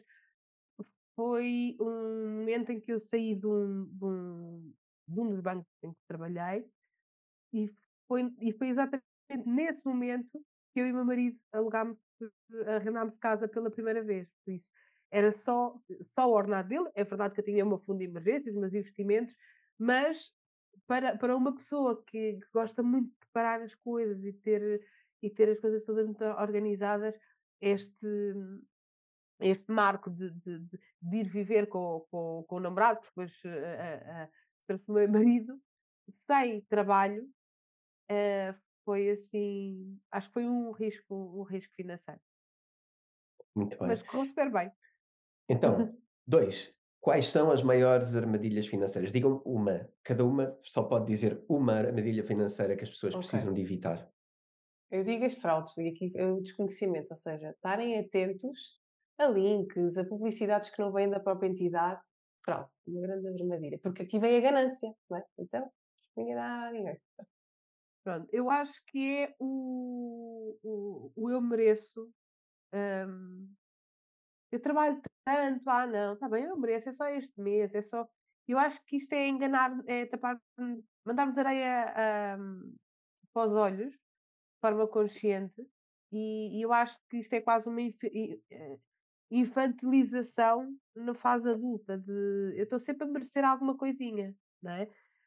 Foi um momento em que eu saí de um, de um, de um dos bancos em que trabalhei e foi, e foi exatamente nesse momento que eu e o meu marido alugámos, arrendámos casa pela primeira vez. Por isso, era só, só o ordenado dele. É verdade que eu tinha uma fundo de emergências, meus investimentos, mas para, para uma pessoa que, que gosta muito de preparar as coisas e ter, e ter as coisas todas muito organizadas, este, este marco de, de, de- de ir viver com, com, com o namorado, que depois eh, eh, eh, se transformou em marido, sem trabalho, eh, foi assim, acho que foi um risco, um risco financeiro. Muito bem. Mas correu super bem. Então, dois. Quais são as maiores armadilhas financeiras? Digam uma. Cada uma só pode dizer uma armadilha financeira que as pessoas Ok. precisam de evitar. Eu digo as fraudes, digo aqui é o desconhecimento, ou seja, estarem atentos a links, a publicidades que não vêm da própria entidade. Fraude, uma grande armadilha. Porque aqui vem a ganância, não é? Então, ninguém dá a ninguém. Pronto, eu acho que é o, o, o eu mereço. hum, eu trabalho tanto, ah não, está bem, eu mereço, é só este mês, é só. Eu acho que isto é enganar, é tapar, mandar-nos areia hum, para os olhos, de forma consciente, e, e eu acho que isto é quase uma inf- i- eh, infantilização na fase adulta, de eu estou sempre a merecer alguma coisinha, não é?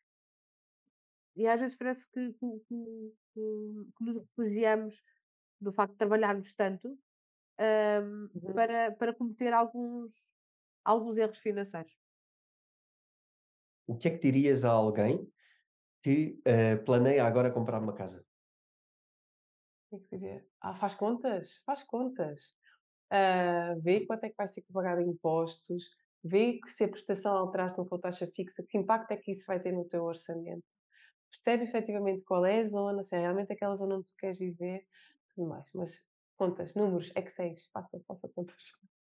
E às vezes parece que, que, que- que- que nos refugiamos do facto de trabalharmos tanto, hum, Uhum. para, para cometer alguns, alguns erros financeiros. O que é que dirias a alguém que eh, planeia agora comprar uma casa? O que é que dizer? Ah, faz contas? Faz contas. Ah, vê quanto é que vais ter que pagar de impostos, vê que se a prestação alteraste não for taxa fixa, que impacto é que isso vai ter no teu orçamento. Percebe efetivamente qual é a zona, se é realmente aquela zona onde tu queres viver, tudo mais. Mas contas, números, Exceis, faça, faça contas.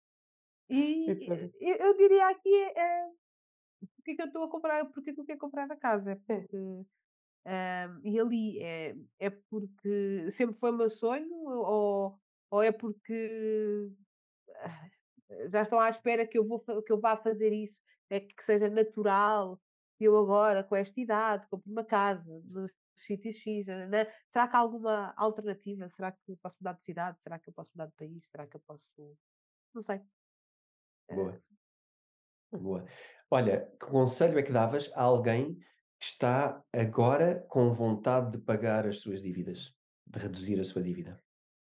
E E pronto. eu, eu diria aqui é, porque é que eu estou a comprar, porque é que eu quero comprar a casa, é É. porque hum, e ali é, é porque sempre foi o meu sonho ou, ou é porque ah, já estão à espera que eu, vou, fa- que eu vá fazer isso, é que seja natural, que eu agora, com esta idade, compro uma casa no sítio X, né? Será que há alguma alternativa? Será que eu posso mudar de cidade? Será que eu posso mudar de país? Será que eu posso. Não sei. Boa, Eh, boa. Olha, que conselho é que davas a alguém que está agora com vontade de pagar as suas dívidas, de reduzir a sua dívida?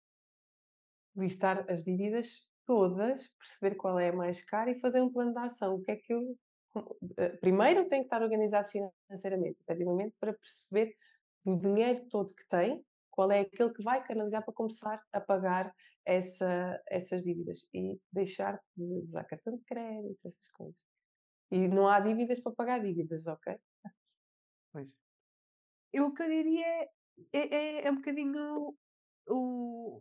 Listar as dívidas todas, perceber qual é a mais cara e fazer um plano de ação. O que é que eu. eh, Primeiro tem que estar organizado financeiramente, efetivamente, para perceber do dinheiro todo que tem, qual é aquele que vai canalizar para começar a pagar essa, essas dívidas e deixar de usar cartão de crédito, essas coisas. E não há dívidas para pagar dívidas, ok? pois. Eu o que eu diria é, é, é, é um bocadinho o,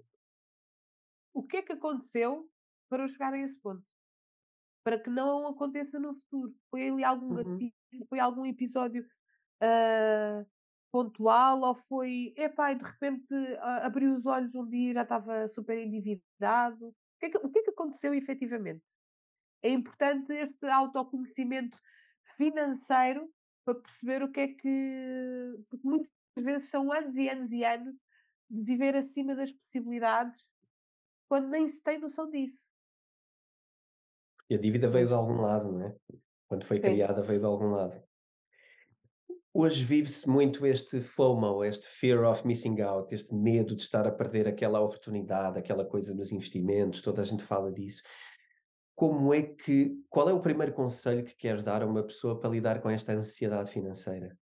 o que é que aconteceu para eu chegar a esse ponto. Para que não aconteça no futuro. Foi ali algum Uhum. gatilho, foi algum episódio ah, pontual ou foi, epá, e de repente ah, abri os olhos um dia e já estava super endividado. O que, é que, o que é que aconteceu efetivamente? É importante este autoconhecimento financeiro para perceber o que é que. Porque muitas vezes são anos e anos e anos de viver acima das possibilidades quando nem se tem noção disso. E a dívida veio Pois, de algum lado, não é? Quando foi sim. criada, veio de algum lado. Hoje vive-se muito este FOMO, este Fear of Missing Out, este medo de estar a perder aquela oportunidade, aquela coisa nos investimentos, toda a gente fala disso. Como é que, qual é o primeiro conselho que queres dar a uma pessoa para lidar com esta ansiedade financeira?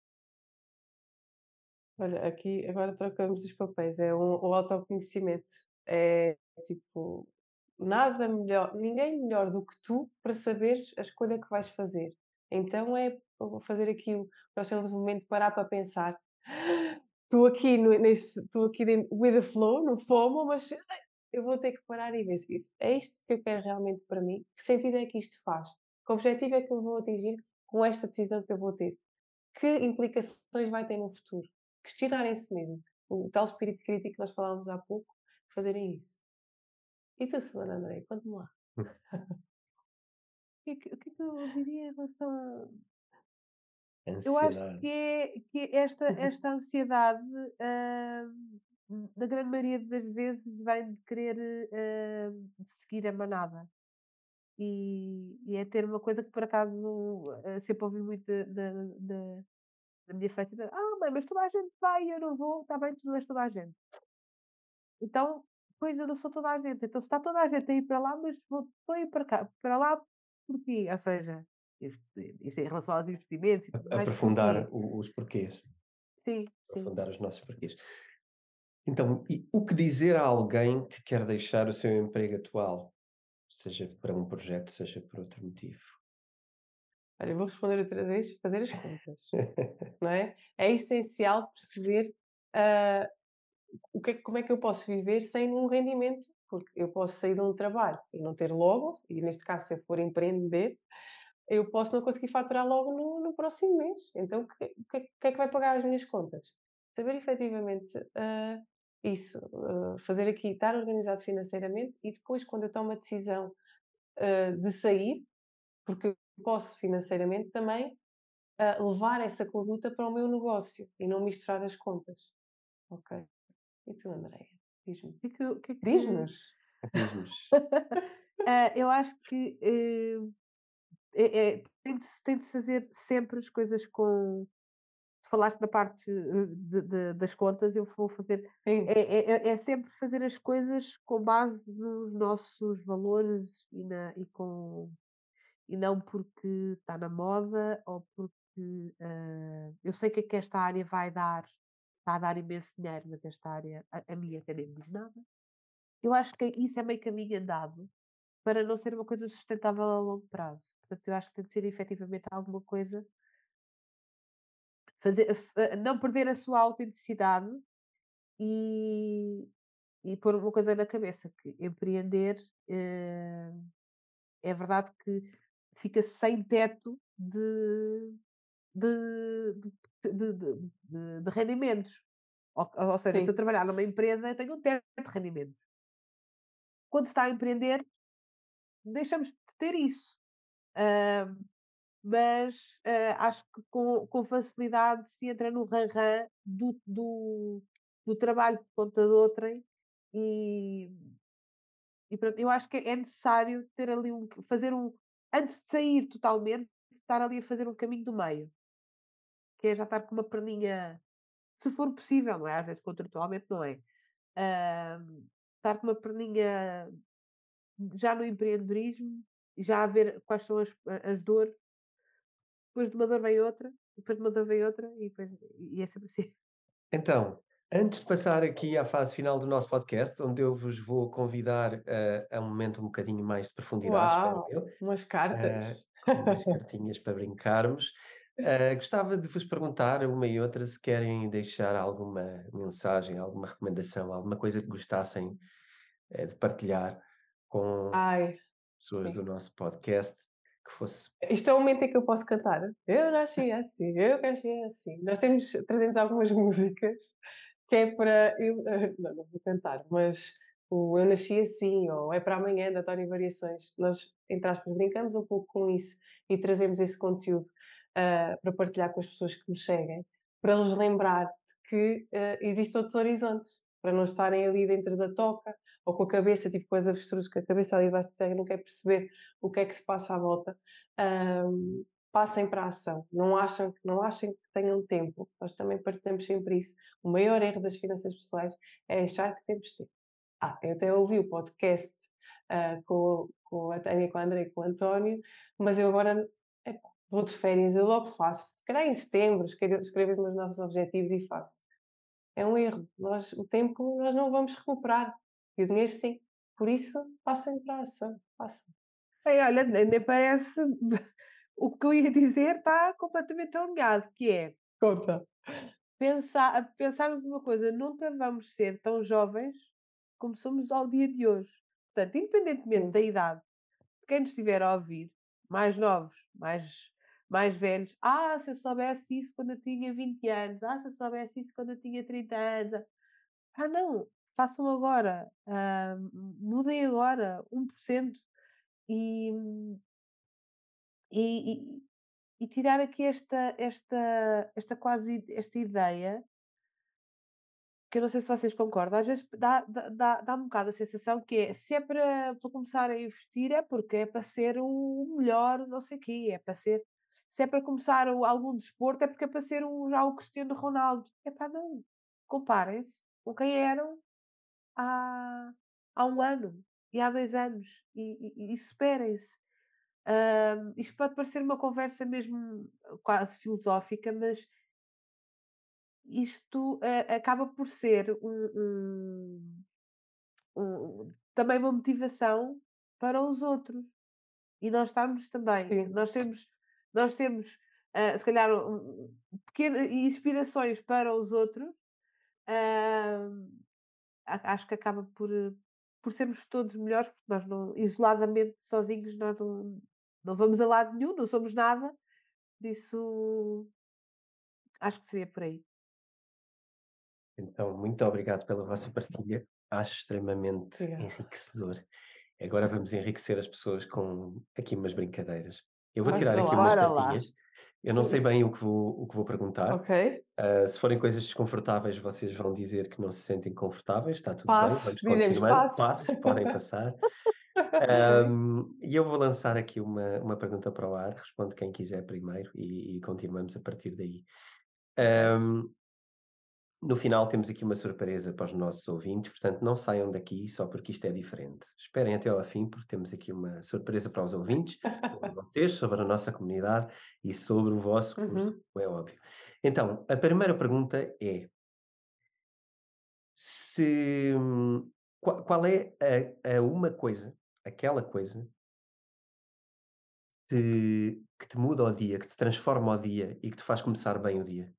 Olha, aqui agora trocamos os papéis. É um, o autoconhecimento. É tipo, nada melhor, ninguém melhor do que tu para saberes a escolha que vais fazer. Então é eu vou fazer aqui, o- nós temos um momento de parar para pensar. Estou aqui, no, nesse, estou aqui dentro, with the flow, no FOMO, mas ai, eu vou ter que parar e ver se é isto que eu quero realmente para mim. Que sentido é que isto faz? Que objetivo é que eu vou atingir com esta decisão que eu vou ter? Que implicações vai ter no futuro? Questionarem-se mesmo. O tal espírito crítico que nós falávamos há pouco, fazerem isso. E tu, Susana André, conta-me lá. O que, é que, o que é que eu diria em relação a. Eu acho Ansiedade. que é, que é esta, esta ansiedade, ah, na grande maioria das vezes, vem de querer ah, seguir a manada. E, e é ter uma coisa que, por acaso, ah, sempre ouvi muito da, da, A minha flexibilidade. Ah, mãe, mas toda a gente vai e eu não vou. Está bem, tu não és toda a gente. Então, pois eu não sou toda a gente. Então, se está toda a gente a ir para lá, mas vou, estou a ir para cá. Para lá porquê? Ou seja, isto, isto em relação aos investimentos e tudo mais, Aprofundar porquê? o- os porquês. Sim, sim. Aprofundar os nossos porquês. Então, e o que dizer a alguém que quer deixar o seu emprego atual? Seja para um projeto, seja por outro motivo. Olha, eu vou responder outra vez, fazer as contas, não é? É essencial perceber ah, o que é, que- como é que eu posso viver sem um rendimento, porque eu posso sair de um trabalho e não ter logo, e neste caso, se eu for empreender, eu posso não conseguir faturar logo no, no próximo mês. Então, o que, o que é o que é que vai pagar as minhas contas? Saber efetivamente ah, isso, ah, fazer aqui, estar organizado financeiramente e depois, quando eu tomo a decisão ah, de sair, porque eu posso financeiramente também ah, levar essa conduta para o meu negócio e não misturar as contas. Ok. E tu, Andréia? Diz-me. O que é que, o que, é que- Diz-nos. Diz-nos. Ah, eu acho que eh, é, é- tem, de, se- tem de se fazer sempre as coisas com. Se falaste da parte eh, de- de- das contas, eu vou fazer. Sim, É, é, é é sempre fazer as coisas com base nos nossos valores e, na, e, com, e não porque está na moda ou porque ah, eu sei que, é que esta área vai dar, está a dar imenso dinheiro, mas esta área, a, a minha até nem me diz nada. Eu acho que isso é meio caminho andado para não ser uma coisa sustentável a longo prazo. Portanto, eu acho que tem de ser efetivamente alguma coisa, fazer, f- não perder a sua autenticidade e, e pôr uma coisa na cabeça, que empreender eh, é verdade que fica sem teto de, de, de, de, de- de- de rendimentos. Ou, ou seja, se eu sim, trabalhar numa empresa, eu tenho um teto de rendimentos. Quando se está a empreender, deixamos de ter isso. Ah, mas ah, acho que com, com facilidade se entra no ran-ran do, do, do trabalho por conta de outrem e, e pronto, eu acho que é necessário ter ali um, fazer um, antes de sair totalmente, estar ali a fazer um caminho do meio, que é já estar com uma perninha, se for possível, não é? Às vezes contratualmente não é. Ah, estar com uma perninha já no empreendedorismo, já a ver quais são as, as dores. Depois de uma dor vem outra, depois de uma dor vem outra, e, depois, e é sempre assim. Então, antes de passar aqui à fase final do nosso podcast, onde eu vos vou convidar a, a um momento um bocadinho mais de profundidade, espero Uau, eu, umas cartas. ah, com umas cartinhas para brincarmos, ah, gostava de vos perguntar, uma e outra, se querem deixar alguma mensagem, alguma recomendação, alguma coisa que gostassem eh, de partilhar com Ai, pessoas sim. do nosso podcast, que fosse. Isto é o momento em que eu posso cantar. Eu nasci assim, eu cresci assim. Nós temos, trazemos algumas músicas que é para. Eu, não, não vou cantar, mas o Eu Nasci Assim, ou É para Amanhã, da Tony Variações. Nós, entre aspas, brincamos um pouco com isso e trazemos esse conteúdo ah, para partilhar com as pessoas que nos seguem, para lhes lembrar de que ah, existem outros horizontes, para não estarem ali dentro da toca ou com a cabeça, tipo com as avestruzes, com a cabeça ali debaixo da terra, não quer perceber o que é que se passa à volta. Ahm, passem para a ação. Não achem, não achem que tenham tempo. Nós também partilhamos sempre isso. O maior erro das finanças pessoais é achar que temos tempo. Ah, eu até ouvi o podcast ah, com, com a Tânia, com a André e com o António, mas eu agora epá, vou de férias, eu logo faço. Se calhar em setembro escrevo, escrevo os meus novos objetivos e faço. É um erro. Nós, o tempo nós não vamos recuperar. E o dinheiro sim. Por isso, passem para a ação. Passem. Ei, olha, nem, nem parece. O que eu ia dizer está completamente alinhado, que é Conta. pensar, pensarmos numa coisa, nunca vamos ser tão jovens como somos ao dia de hoje. Portanto, independentemente Sim. da idade, quem nos estiver a ouvir, mais novos, mais, mais velhos, ah, se eu soubesse isso quando eu tinha vinte anos, ah, se eu soubesse isso quando eu tinha trinta anos, ah, não, façam agora, ah, mudem agora, um por cento e, e, e, e tirar aqui esta, esta, esta quase esta ideia, que eu não sei se vocês concordam, às vezes dá, dá, dá, dá um bocado a sensação que é, se é para, para começar a investir é porque é para ser o melhor, não sei o quê, é para ser. se é para começar o- algum desporto, é porque é para ser um, já o Cristiano Ronaldo. Epá, não. Comparem-se com quem eram há, há um ano e há dois anos e, e, e superem-se. Ahm, isto pode parecer uma conversa mesmo quase filosófica, mas isto ah, acaba por ser um, um- um- também uma motivação para os outros. E nós estarmos também, Sim. nós temos, nós temos ah, se calhar um- um pequenas inspirações para os outros. ahm, a- acho que acaba por, eh, por sermos todos melhores, porque nós não, isoladamente, sozinhos, nós não, não vamos a lado nenhum, não somos nada. Disso acho que seria por aí. Então, muito obrigado pela vossa partilha. Acho extremamente Obrigada. enriquecedor. Agora vamos enriquecer as pessoas com aqui umas brincadeiras. Eu vou Força tirar aqui lá. umas Bora lá. cartinhas. Eu não sei bem o que vou, o que vou perguntar. Ok. Ah, se forem coisas desconfortáveis, vocês vão dizer que não se sentem confortáveis. Está tudo bem, Passo. vamos Dizemos continuando. passo. Passos, podem passar. Ahm, e eu vou lançar aqui uma, uma pergunta para o ar. Responde quem quiser primeiro e, e continuamos a partir daí. Ahm, no final temos aqui uma surpresa para os nossos ouvintes, portanto não saiam daqui só porque isto é diferente. Esperem até ao fim, porque temos aqui uma surpresa para os ouvintes, sobre vocês, sobre a nossa comunidade e sobre o vosso curso, Uhum. é óbvio. Então, a primeira pergunta é: se hum, qual, qual é a, a uma coisa, aquela coisa que, que te muda o dia, que te transforma o dia e que te faz começar bem o dia?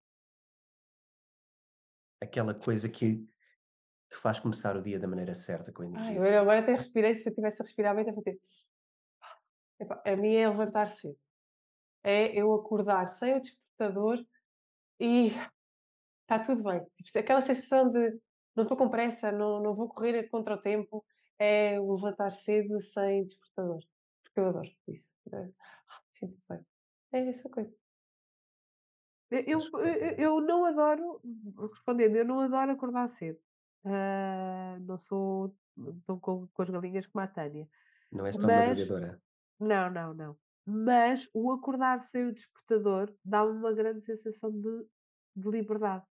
Aquela coisa que te faz começar o dia da maneira certa, com a Ai, energia eu certa. agora até respirei. Se eu tivesse a respirar bem, até fazer. Epá, a minha é levantar cedo. É eu acordar sem o despertador e está tudo bem. Tipo, aquela sensação de não estou com pressa, não, não vou correr contra o tempo, é o levantar cedo sem despertador. Porque eu adoro isso. É, sinto bem. É essa coisa. Eu, eu, eu- eu não adoro, respondendo, eu não adoro acordar cedo. Ah, não sou tão com, com as galinhas como a Tânia. Não és tão Mas, madrugadora. não, não, não. Mas o acordar sem o despertador dá-me uma grande sensação de, de liberdade.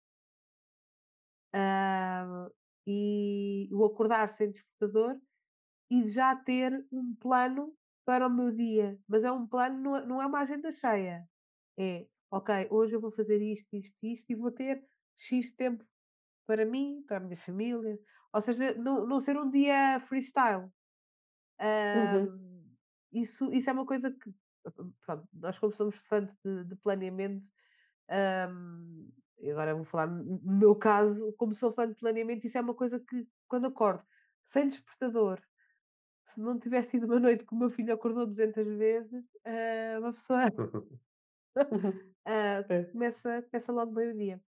Ah, e o acordar sem despertador e já ter um plano para o meu dia. Mas é um plano, não é, não é uma agenda cheia. É, ok, hoje eu vou fazer isto, isto, isto e vou ter X tempo para mim, para a minha família. Ou seja, não, não ser um dia freestyle. Uhum. Ahm, isso, isso é uma coisa que, pronto, nós como somos fãs de, de planeamento, ahm, e agora vou falar no no meu caso, como sou fã de planeamento, isso é uma coisa que quando acordo sem despertador, se não tivesse tido uma noite que o meu filho acordou duzentas vezes, ah, uma pessoa ah, É. começa, começa logo bem o dia.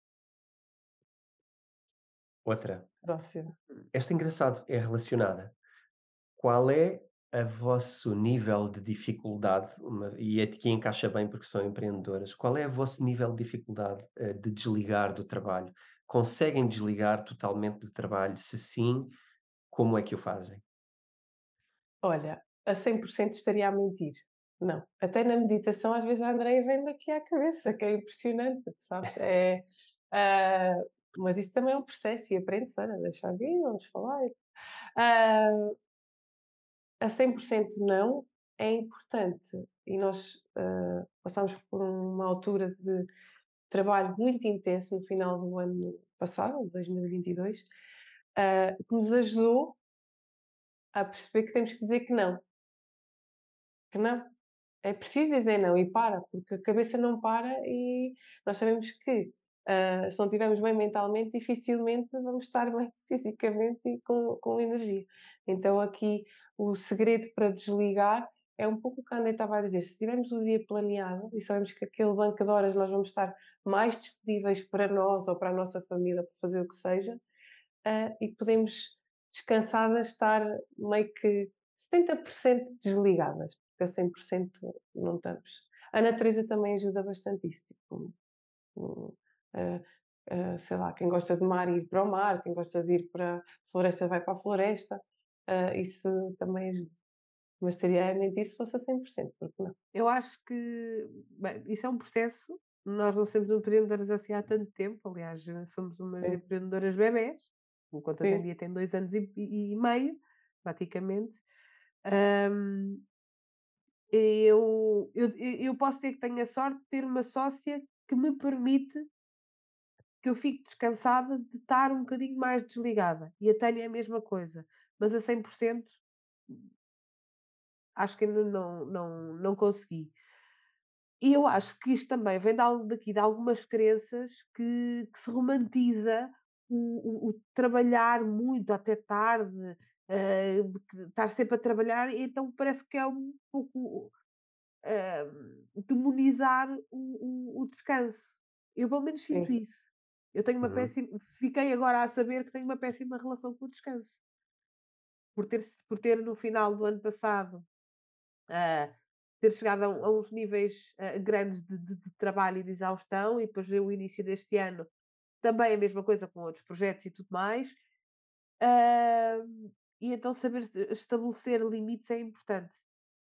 Outra. Próximo. Esta é engraçado, é relacionada. Qual é a vosso nível de dificuldade, uma- e aqui encaixa bem porque são empreendedoras, qual é o vosso nível de dificuldade eh, de desligar do trabalho? Conseguem desligar totalmente do trabalho? Se sim, como é que o fazem? Olha, a cem por cento estaria a mentir. Não. Até na meditação, às vezes a Andreia vem-me aqui à cabeça, que é impressionante, sabes? É, ah, mas isso também é um processo e aprende-se, olha, deixa vir, vamos falar. Ah, a cem por cento não é importante. E nós ah, passámos por uma altura de trabalho muito intenso no final do ano passado, dois mil e vinte e dois, ah, que nos ajudou a perceber que temos que dizer que não. Que não. É preciso dizer não e para, porque a cabeça não para e nós sabemos que ah, se não estivermos bem mentalmente, dificilmente vamos estar bem fisicamente e com, com energia. Então aqui o segredo para desligar é um pouco o que a André estava a dizer. Se tivermos o dia planeado e sabemos que aquele banco de horas nós vamos estar mais disponíveis para nós ou para a nossa família para fazer o que seja, ah, e podemos descansadas estar meio que setenta por cento desligadas, porque a cem por cento não estamos. A natureza também ajuda bastante isso, tipo, um, ah, ah, sei lá, quem gosta de mar ir para o mar, quem gosta de ir para a floresta vai para a floresta, ah, isso também ajuda. Mas estaria a mentir se fosse a cem por cento, porque não? Eu acho que, bem, isso é um processo. Nós não somos empreendedoras assim há tanto tempo. Aliás, eh, somos umas Sim. empreendedoras bebés. O Contas em Sim. Dia tem dois anos e, e- e meio, praticamente. Ahm, eu, eu, eu posso dizer que tenho a sorte de ter uma sócia que me permite que eu fique descansada de estar um bocadinho mais desligada. E a Tânia é a mesma coisa. Mas a cem por cento acho que ainda não, não, não consegui. E eu acho que isto também vem de, al- daqui de algumas crenças que, que se romantiza o, o- o trabalhar muito até tarde, eh, que estar sempre a trabalhar, e então parece que é um pouco eh, demonizar o, o- o descanso. Eu pelo menos sinto Sim. isso. Eu tenho uma Uhum. péssima. Fiquei agora a saber que tenho uma péssima relação com o descanso. Por ter, por ter no final do ano passado ah, ter chegado a, um- a uns níveis ah, grandes de, de- de trabalho e de exaustão, e depois o início deste ano também a mesma coisa com outros projetos e tudo mais. Ah, e então saber estabelecer limites é importante,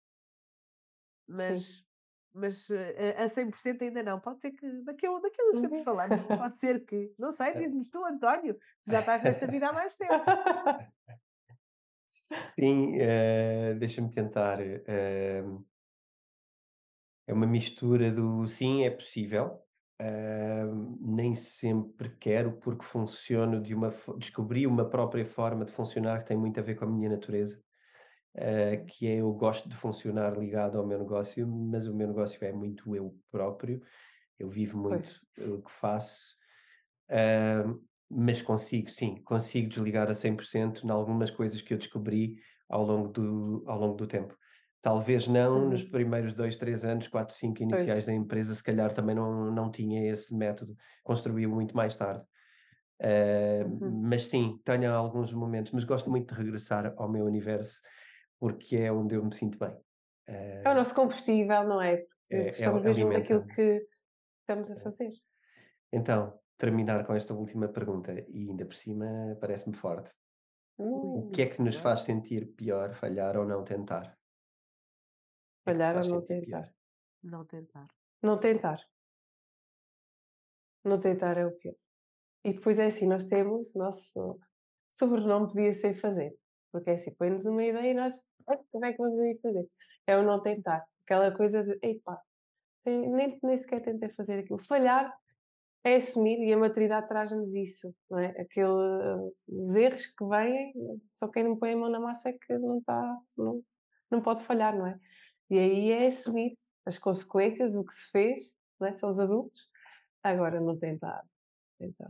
mas, Sim. mas ah, a cem por cento ainda não. Pode ser que daqui a, daqui a uns tempos Uhum. falamos, pode ser que, não sei, diz-nos tu, António, tu já estás nesta vida há mais tempo. Sim, eh, deixa-me tentar. eh, é uma mistura do sim, é possível. eh, nem sempre quero, porque funciono de uma. fo- Descobri uma própria forma de funcionar que tem muito a ver com a minha natureza. eh, que é eu gosto de funcionar ligado ao meu negócio, mas o meu negócio é muito eu próprio. Eu vivo Pois. muito o que faço. Ahm, mas consigo, sim, consigo desligar a cem por cento em algumas coisas que eu descobri ao longo do, ao longo do tempo. Talvez não nos Uhum. primeiros dois, três anos, quatro, cinco Pois. iniciais da empresa, se calhar também não, não tinha esse método, construí muito mais tarde. Ah, Uhum. mas sim, tenho alguns momentos, mas gosto muito de regressar ao meu universo, porque é onde eu me sinto bem. É o Ah, nosso combustível, não é? Porque é, é, gostamos mesmo daquilo alimenta-me. que estamos a fazer. Então, terminar com esta última pergunta, e ainda por cima parece-me forte. O Ui, que é Hum, que nos agora faz sentir pior, falhar ou não tentar? O que é que te falhar ou faz não sentir pior? tentar. não tentar. Não tentar. Não tentar é o pior. E depois é assim, nós temos, o nosso sobrenome podia ser fazer. Porque é assim, põe-nos uma ideia e nós, "Ah, como é que vamos aí fazer?" É o não tentar. Aquela coisa de, epá, nem, nem nem sequer tentei fazer aquilo. Falhar é assumir e a maturidade traz-nos isso, não é? Aquele, os erros que vêm, só quem não põe a mão na massa é que não está, não, não pode falhar, não é? E aí é assumir as consequências, o que se fez, não é? Somos adultos, agora não tentar, tentar.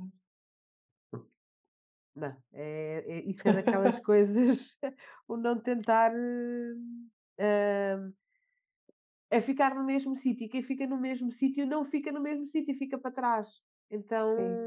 Não, é, é- isso é daquelas coisas, o não tentar eh, hum, é ficar no mesmo sítio. E quem fica no mesmo sítio não fica no mesmo sítio, fica para trás. Então, Sim,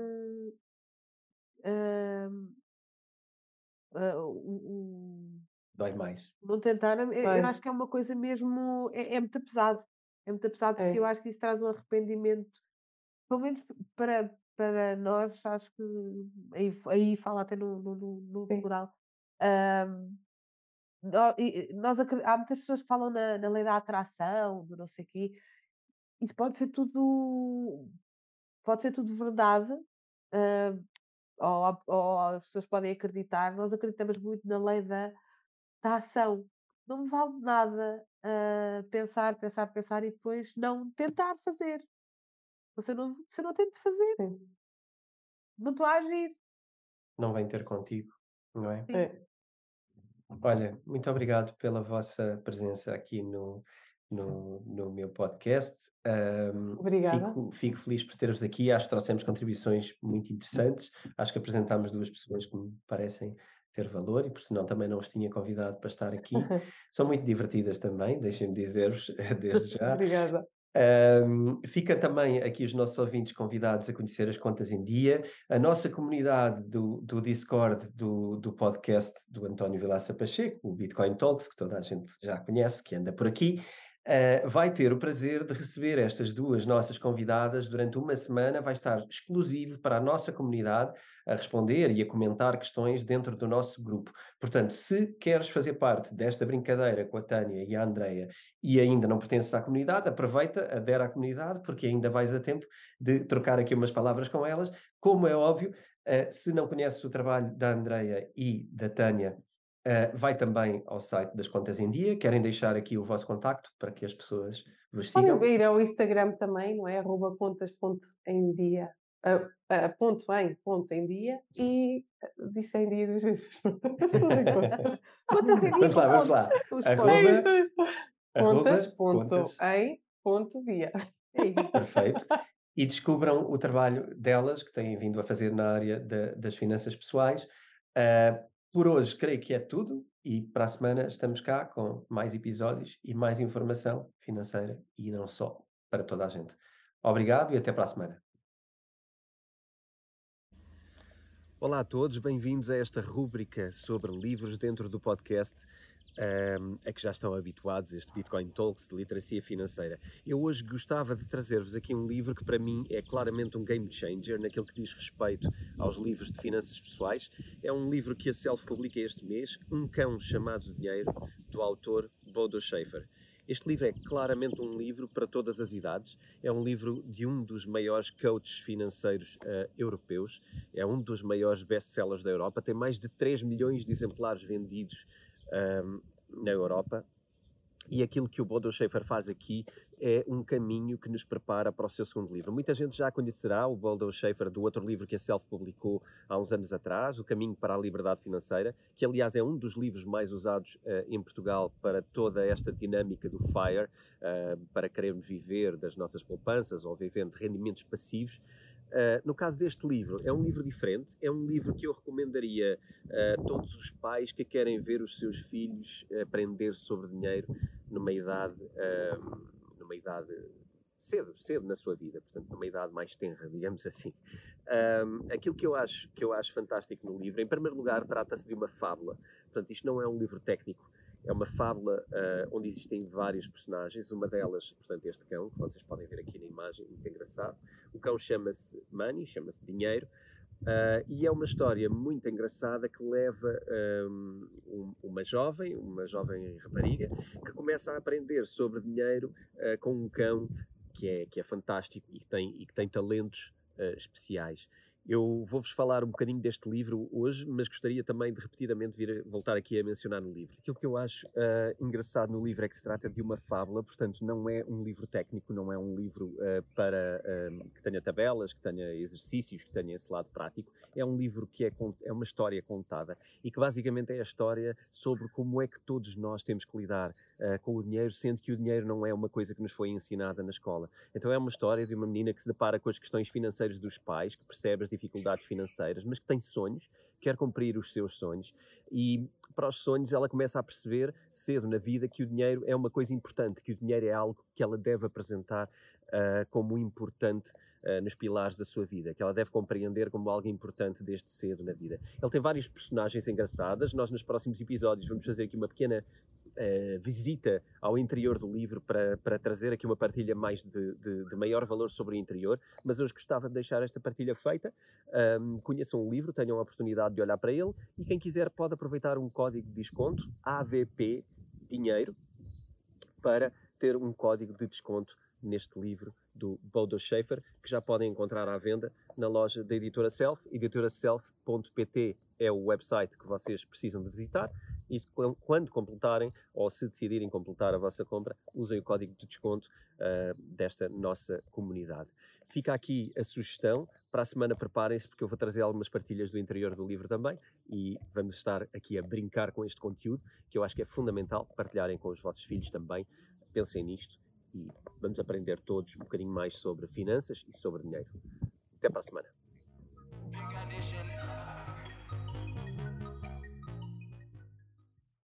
hum, ah, o, o- Dói mais. o não tentar, eu, eu pois, acho que é uma coisa mesmo, é, é muito pesado. É muito pesado porque eu é, acho que isso traz um arrependimento, pelo menos para, para nós, acho que aí, aí fala até no, no, no, no sim, plural. hum, nó- e- nós acre- há muitas pessoas que falam na, na lei da atração, do não sei quê. Isso pode ser tudo, pode ser tudo verdade, ah, ou, ou as pessoas podem acreditar. Nós acreditamos muito na lei da, da ação. Não me vale nada ah, pensar, pensar, pensar e depois não tentar fazer. Você não, você não tenta fazer, sim, não estou a agir. Não vem ter contigo, não é? Sim. é. Olha, muito obrigado pela vossa presença aqui no, no, no meu podcast. Ahm, Obrigada. fico, fico feliz por ter-vos aqui. Acho que trouxemos contribuições muito interessantes. Acho que apresentámos duas pessoas que me parecem ter valor e, por sinal, também não os tinha convidado para estar aqui. São muito divertidas também, deixem-me dizer-vos desde já. Obrigada. Um, fica também aqui os nossos ouvintes convidados a conhecer as contas em dia, a nossa comunidade do, do Discord do, do podcast do António Vilaça Pacheco, o Bitcoin Talks, que toda a gente já conhece, que anda por aqui. Uh, vai ter o prazer de receber estas duas nossas convidadas durante uma semana. Vai estar exclusivo para a nossa comunidade a responder e a comentar questões dentro do nosso grupo. Portanto, se queres fazer parte desta brincadeira com a Tânia e a Andreia e ainda não pertences à comunidade, aproveita, adere à comunidade, porque ainda vais a tempo de trocar aqui umas palavras com elas. Como é óbvio, uh, se não conheces o trabalho da Andreia e da Tânia, Uh, vai também ao site das Contas em Dia. Querem deixar aqui o vosso contacto para que as pessoas vos sigam? Podem ir ao Instagram também, não é? Arroba contas ponto em dia, uh, uh, ponto em, ponto em dia, e uh, disse em dia duas vezes. Contas em dia Vamos com lá, vamos pontos. lá. Os Arroba, pontos. arroba, Contas, ponto contas. em, ponto dia. Perfeito. E descubram o trabalho delas, que têm vindo a fazer na área da- das finanças pessoais. Uh, por hoje, creio que é tudo. E para a semana estamos cá com mais episódios e mais informação financeira e não só, para toda a gente. Obrigado e até para a semana. Olá a todos, bem-vindos a esta rúbrica sobre livros dentro do podcast um, a que já estão habituados, este Bitcoin Talks de literacia financeira. Eu hoje gostava de trazer-vos aqui um livro que para mim é claramente um game changer naquilo que diz respeito aos livros de finanças pessoais. É um livro que a Self publica este mês, Um Cão Chamado Dinheiro, do autor Bodo Schaefer. Este livro é claramente um livro para todas as idades. É um livro de um dos maiores coaches financeiros uh, europeus. É um dos maiores best-sellers da Europa. Tem mais de três milhões de exemplares vendidos um, na Europa. E aquilo que o Bodo Schaefer faz aqui é um caminho que nos prepara para o seu segundo livro. Muita gente já conhecerá o Bodo Schaefer do outro livro que a Self publicou há uns anos atrás, O Caminho para a Liberdade Financeira, que aliás é um dos livros mais usados uh, em Portugal para toda esta dinâmica do FIRE, uh, para querermos viver das nossas poupanças ou vivendo de rendimentos passivos. Uh, no caso deste livro, é um livro diferente, é um livro que eu recomendaria a uh, todos os pais que querem ver os seus filhos aprender sobre dinheiro numa idade, uh, numa idade cedo, cedo na sua vida, portanto, numa idade mais tenra, digamos assim. Um, aquilo que eu, acho, que eu acho fantástico no livro, em primeiro lugar, trata-se de uma fábula. Portanto, isto não é um livro técnico, é uma fábula uh, onde existem vários personagens. Uma delas, portanto, este cão, que vocês podem ver aqui na imagem, muito engraçado. O cão chama-se Money, chama-se Dinheiro. Uh, e é uma história muito engraçada que leva um, um, uma jovem, uma jovem rapariga, que começa a aprender sobre dinheiro uh, com um cão que é, que é fantástico e que tem, e que tem talentos uh, especiais. Eu vou-vos falar um bocadinho deste livro hoje, mas gostaria também de repetidamente vir a, voltar aqui a mencionar no livro. Aquilo que eu acho uh, engraçado no livro é que se trata de uma fábula, portanto não é um livro técnico, não é um livro uh, para, uh, que tenha tabelas, que tenha exercícios, que tenha esse lado prático. É um livro que é, é uma história contada e que basicamente é a história sobre como é que todos nós temos que lidar uh, com o dinheiro, sendo que o dinheiro não é uma coisa que nos foi ensinada na escola. Então é uma história de uma menina que se depara com as questões financeiras dos pais, que percebe as dificuldades financeiras, mas que tem sonhos, quer cumprir os seus sonhos, e para os sonhos ela começa a perceber cedo na vida que o dinheiro é uma coisa importante, que o dinheiro é algo que ela deve apresentar uh, como importante uh, nos pilares da sua vida, que ela deve compreender como algo importante desde cedo na vida. Ele tem vários personagens engraçadas. Nós nos próximos episódios vamos fazer aqui uma pequena Uh, visita ao interior do livro para, para trazer aqui uma partilha mais de, de, de maior valor sobre o interior, mas hoje gostava de deixar esta partilha feita. Um, conheçam o livro, tenham a oportunidade de olhar para ele e quem quiser pode aproveitar um código de desconto A V P Dinheiro para ter um código de desconto neste livro do Bodo Schaefer, que já podem encontrar à venda na loja da Editora Self. editora self ponto pt é o website que vocês precisam de visitar. E quando completarem, ou se decidirem completar a vossa compra, usem o código de desconto uh, desta nossa comunidade. Fica aqui a sugestão. Para a semana preparem-se, porque eu vou trazer algumas partilhas do interior do livro também e vamos estar aqui a brincar com este conteúdo, que eu acho que é fundamental partilharem com os vossos filhos também. Pensem nisto e vamos aprender todos um bocadinho mais sobre finanças e sobre dinheiro. Até para a semana.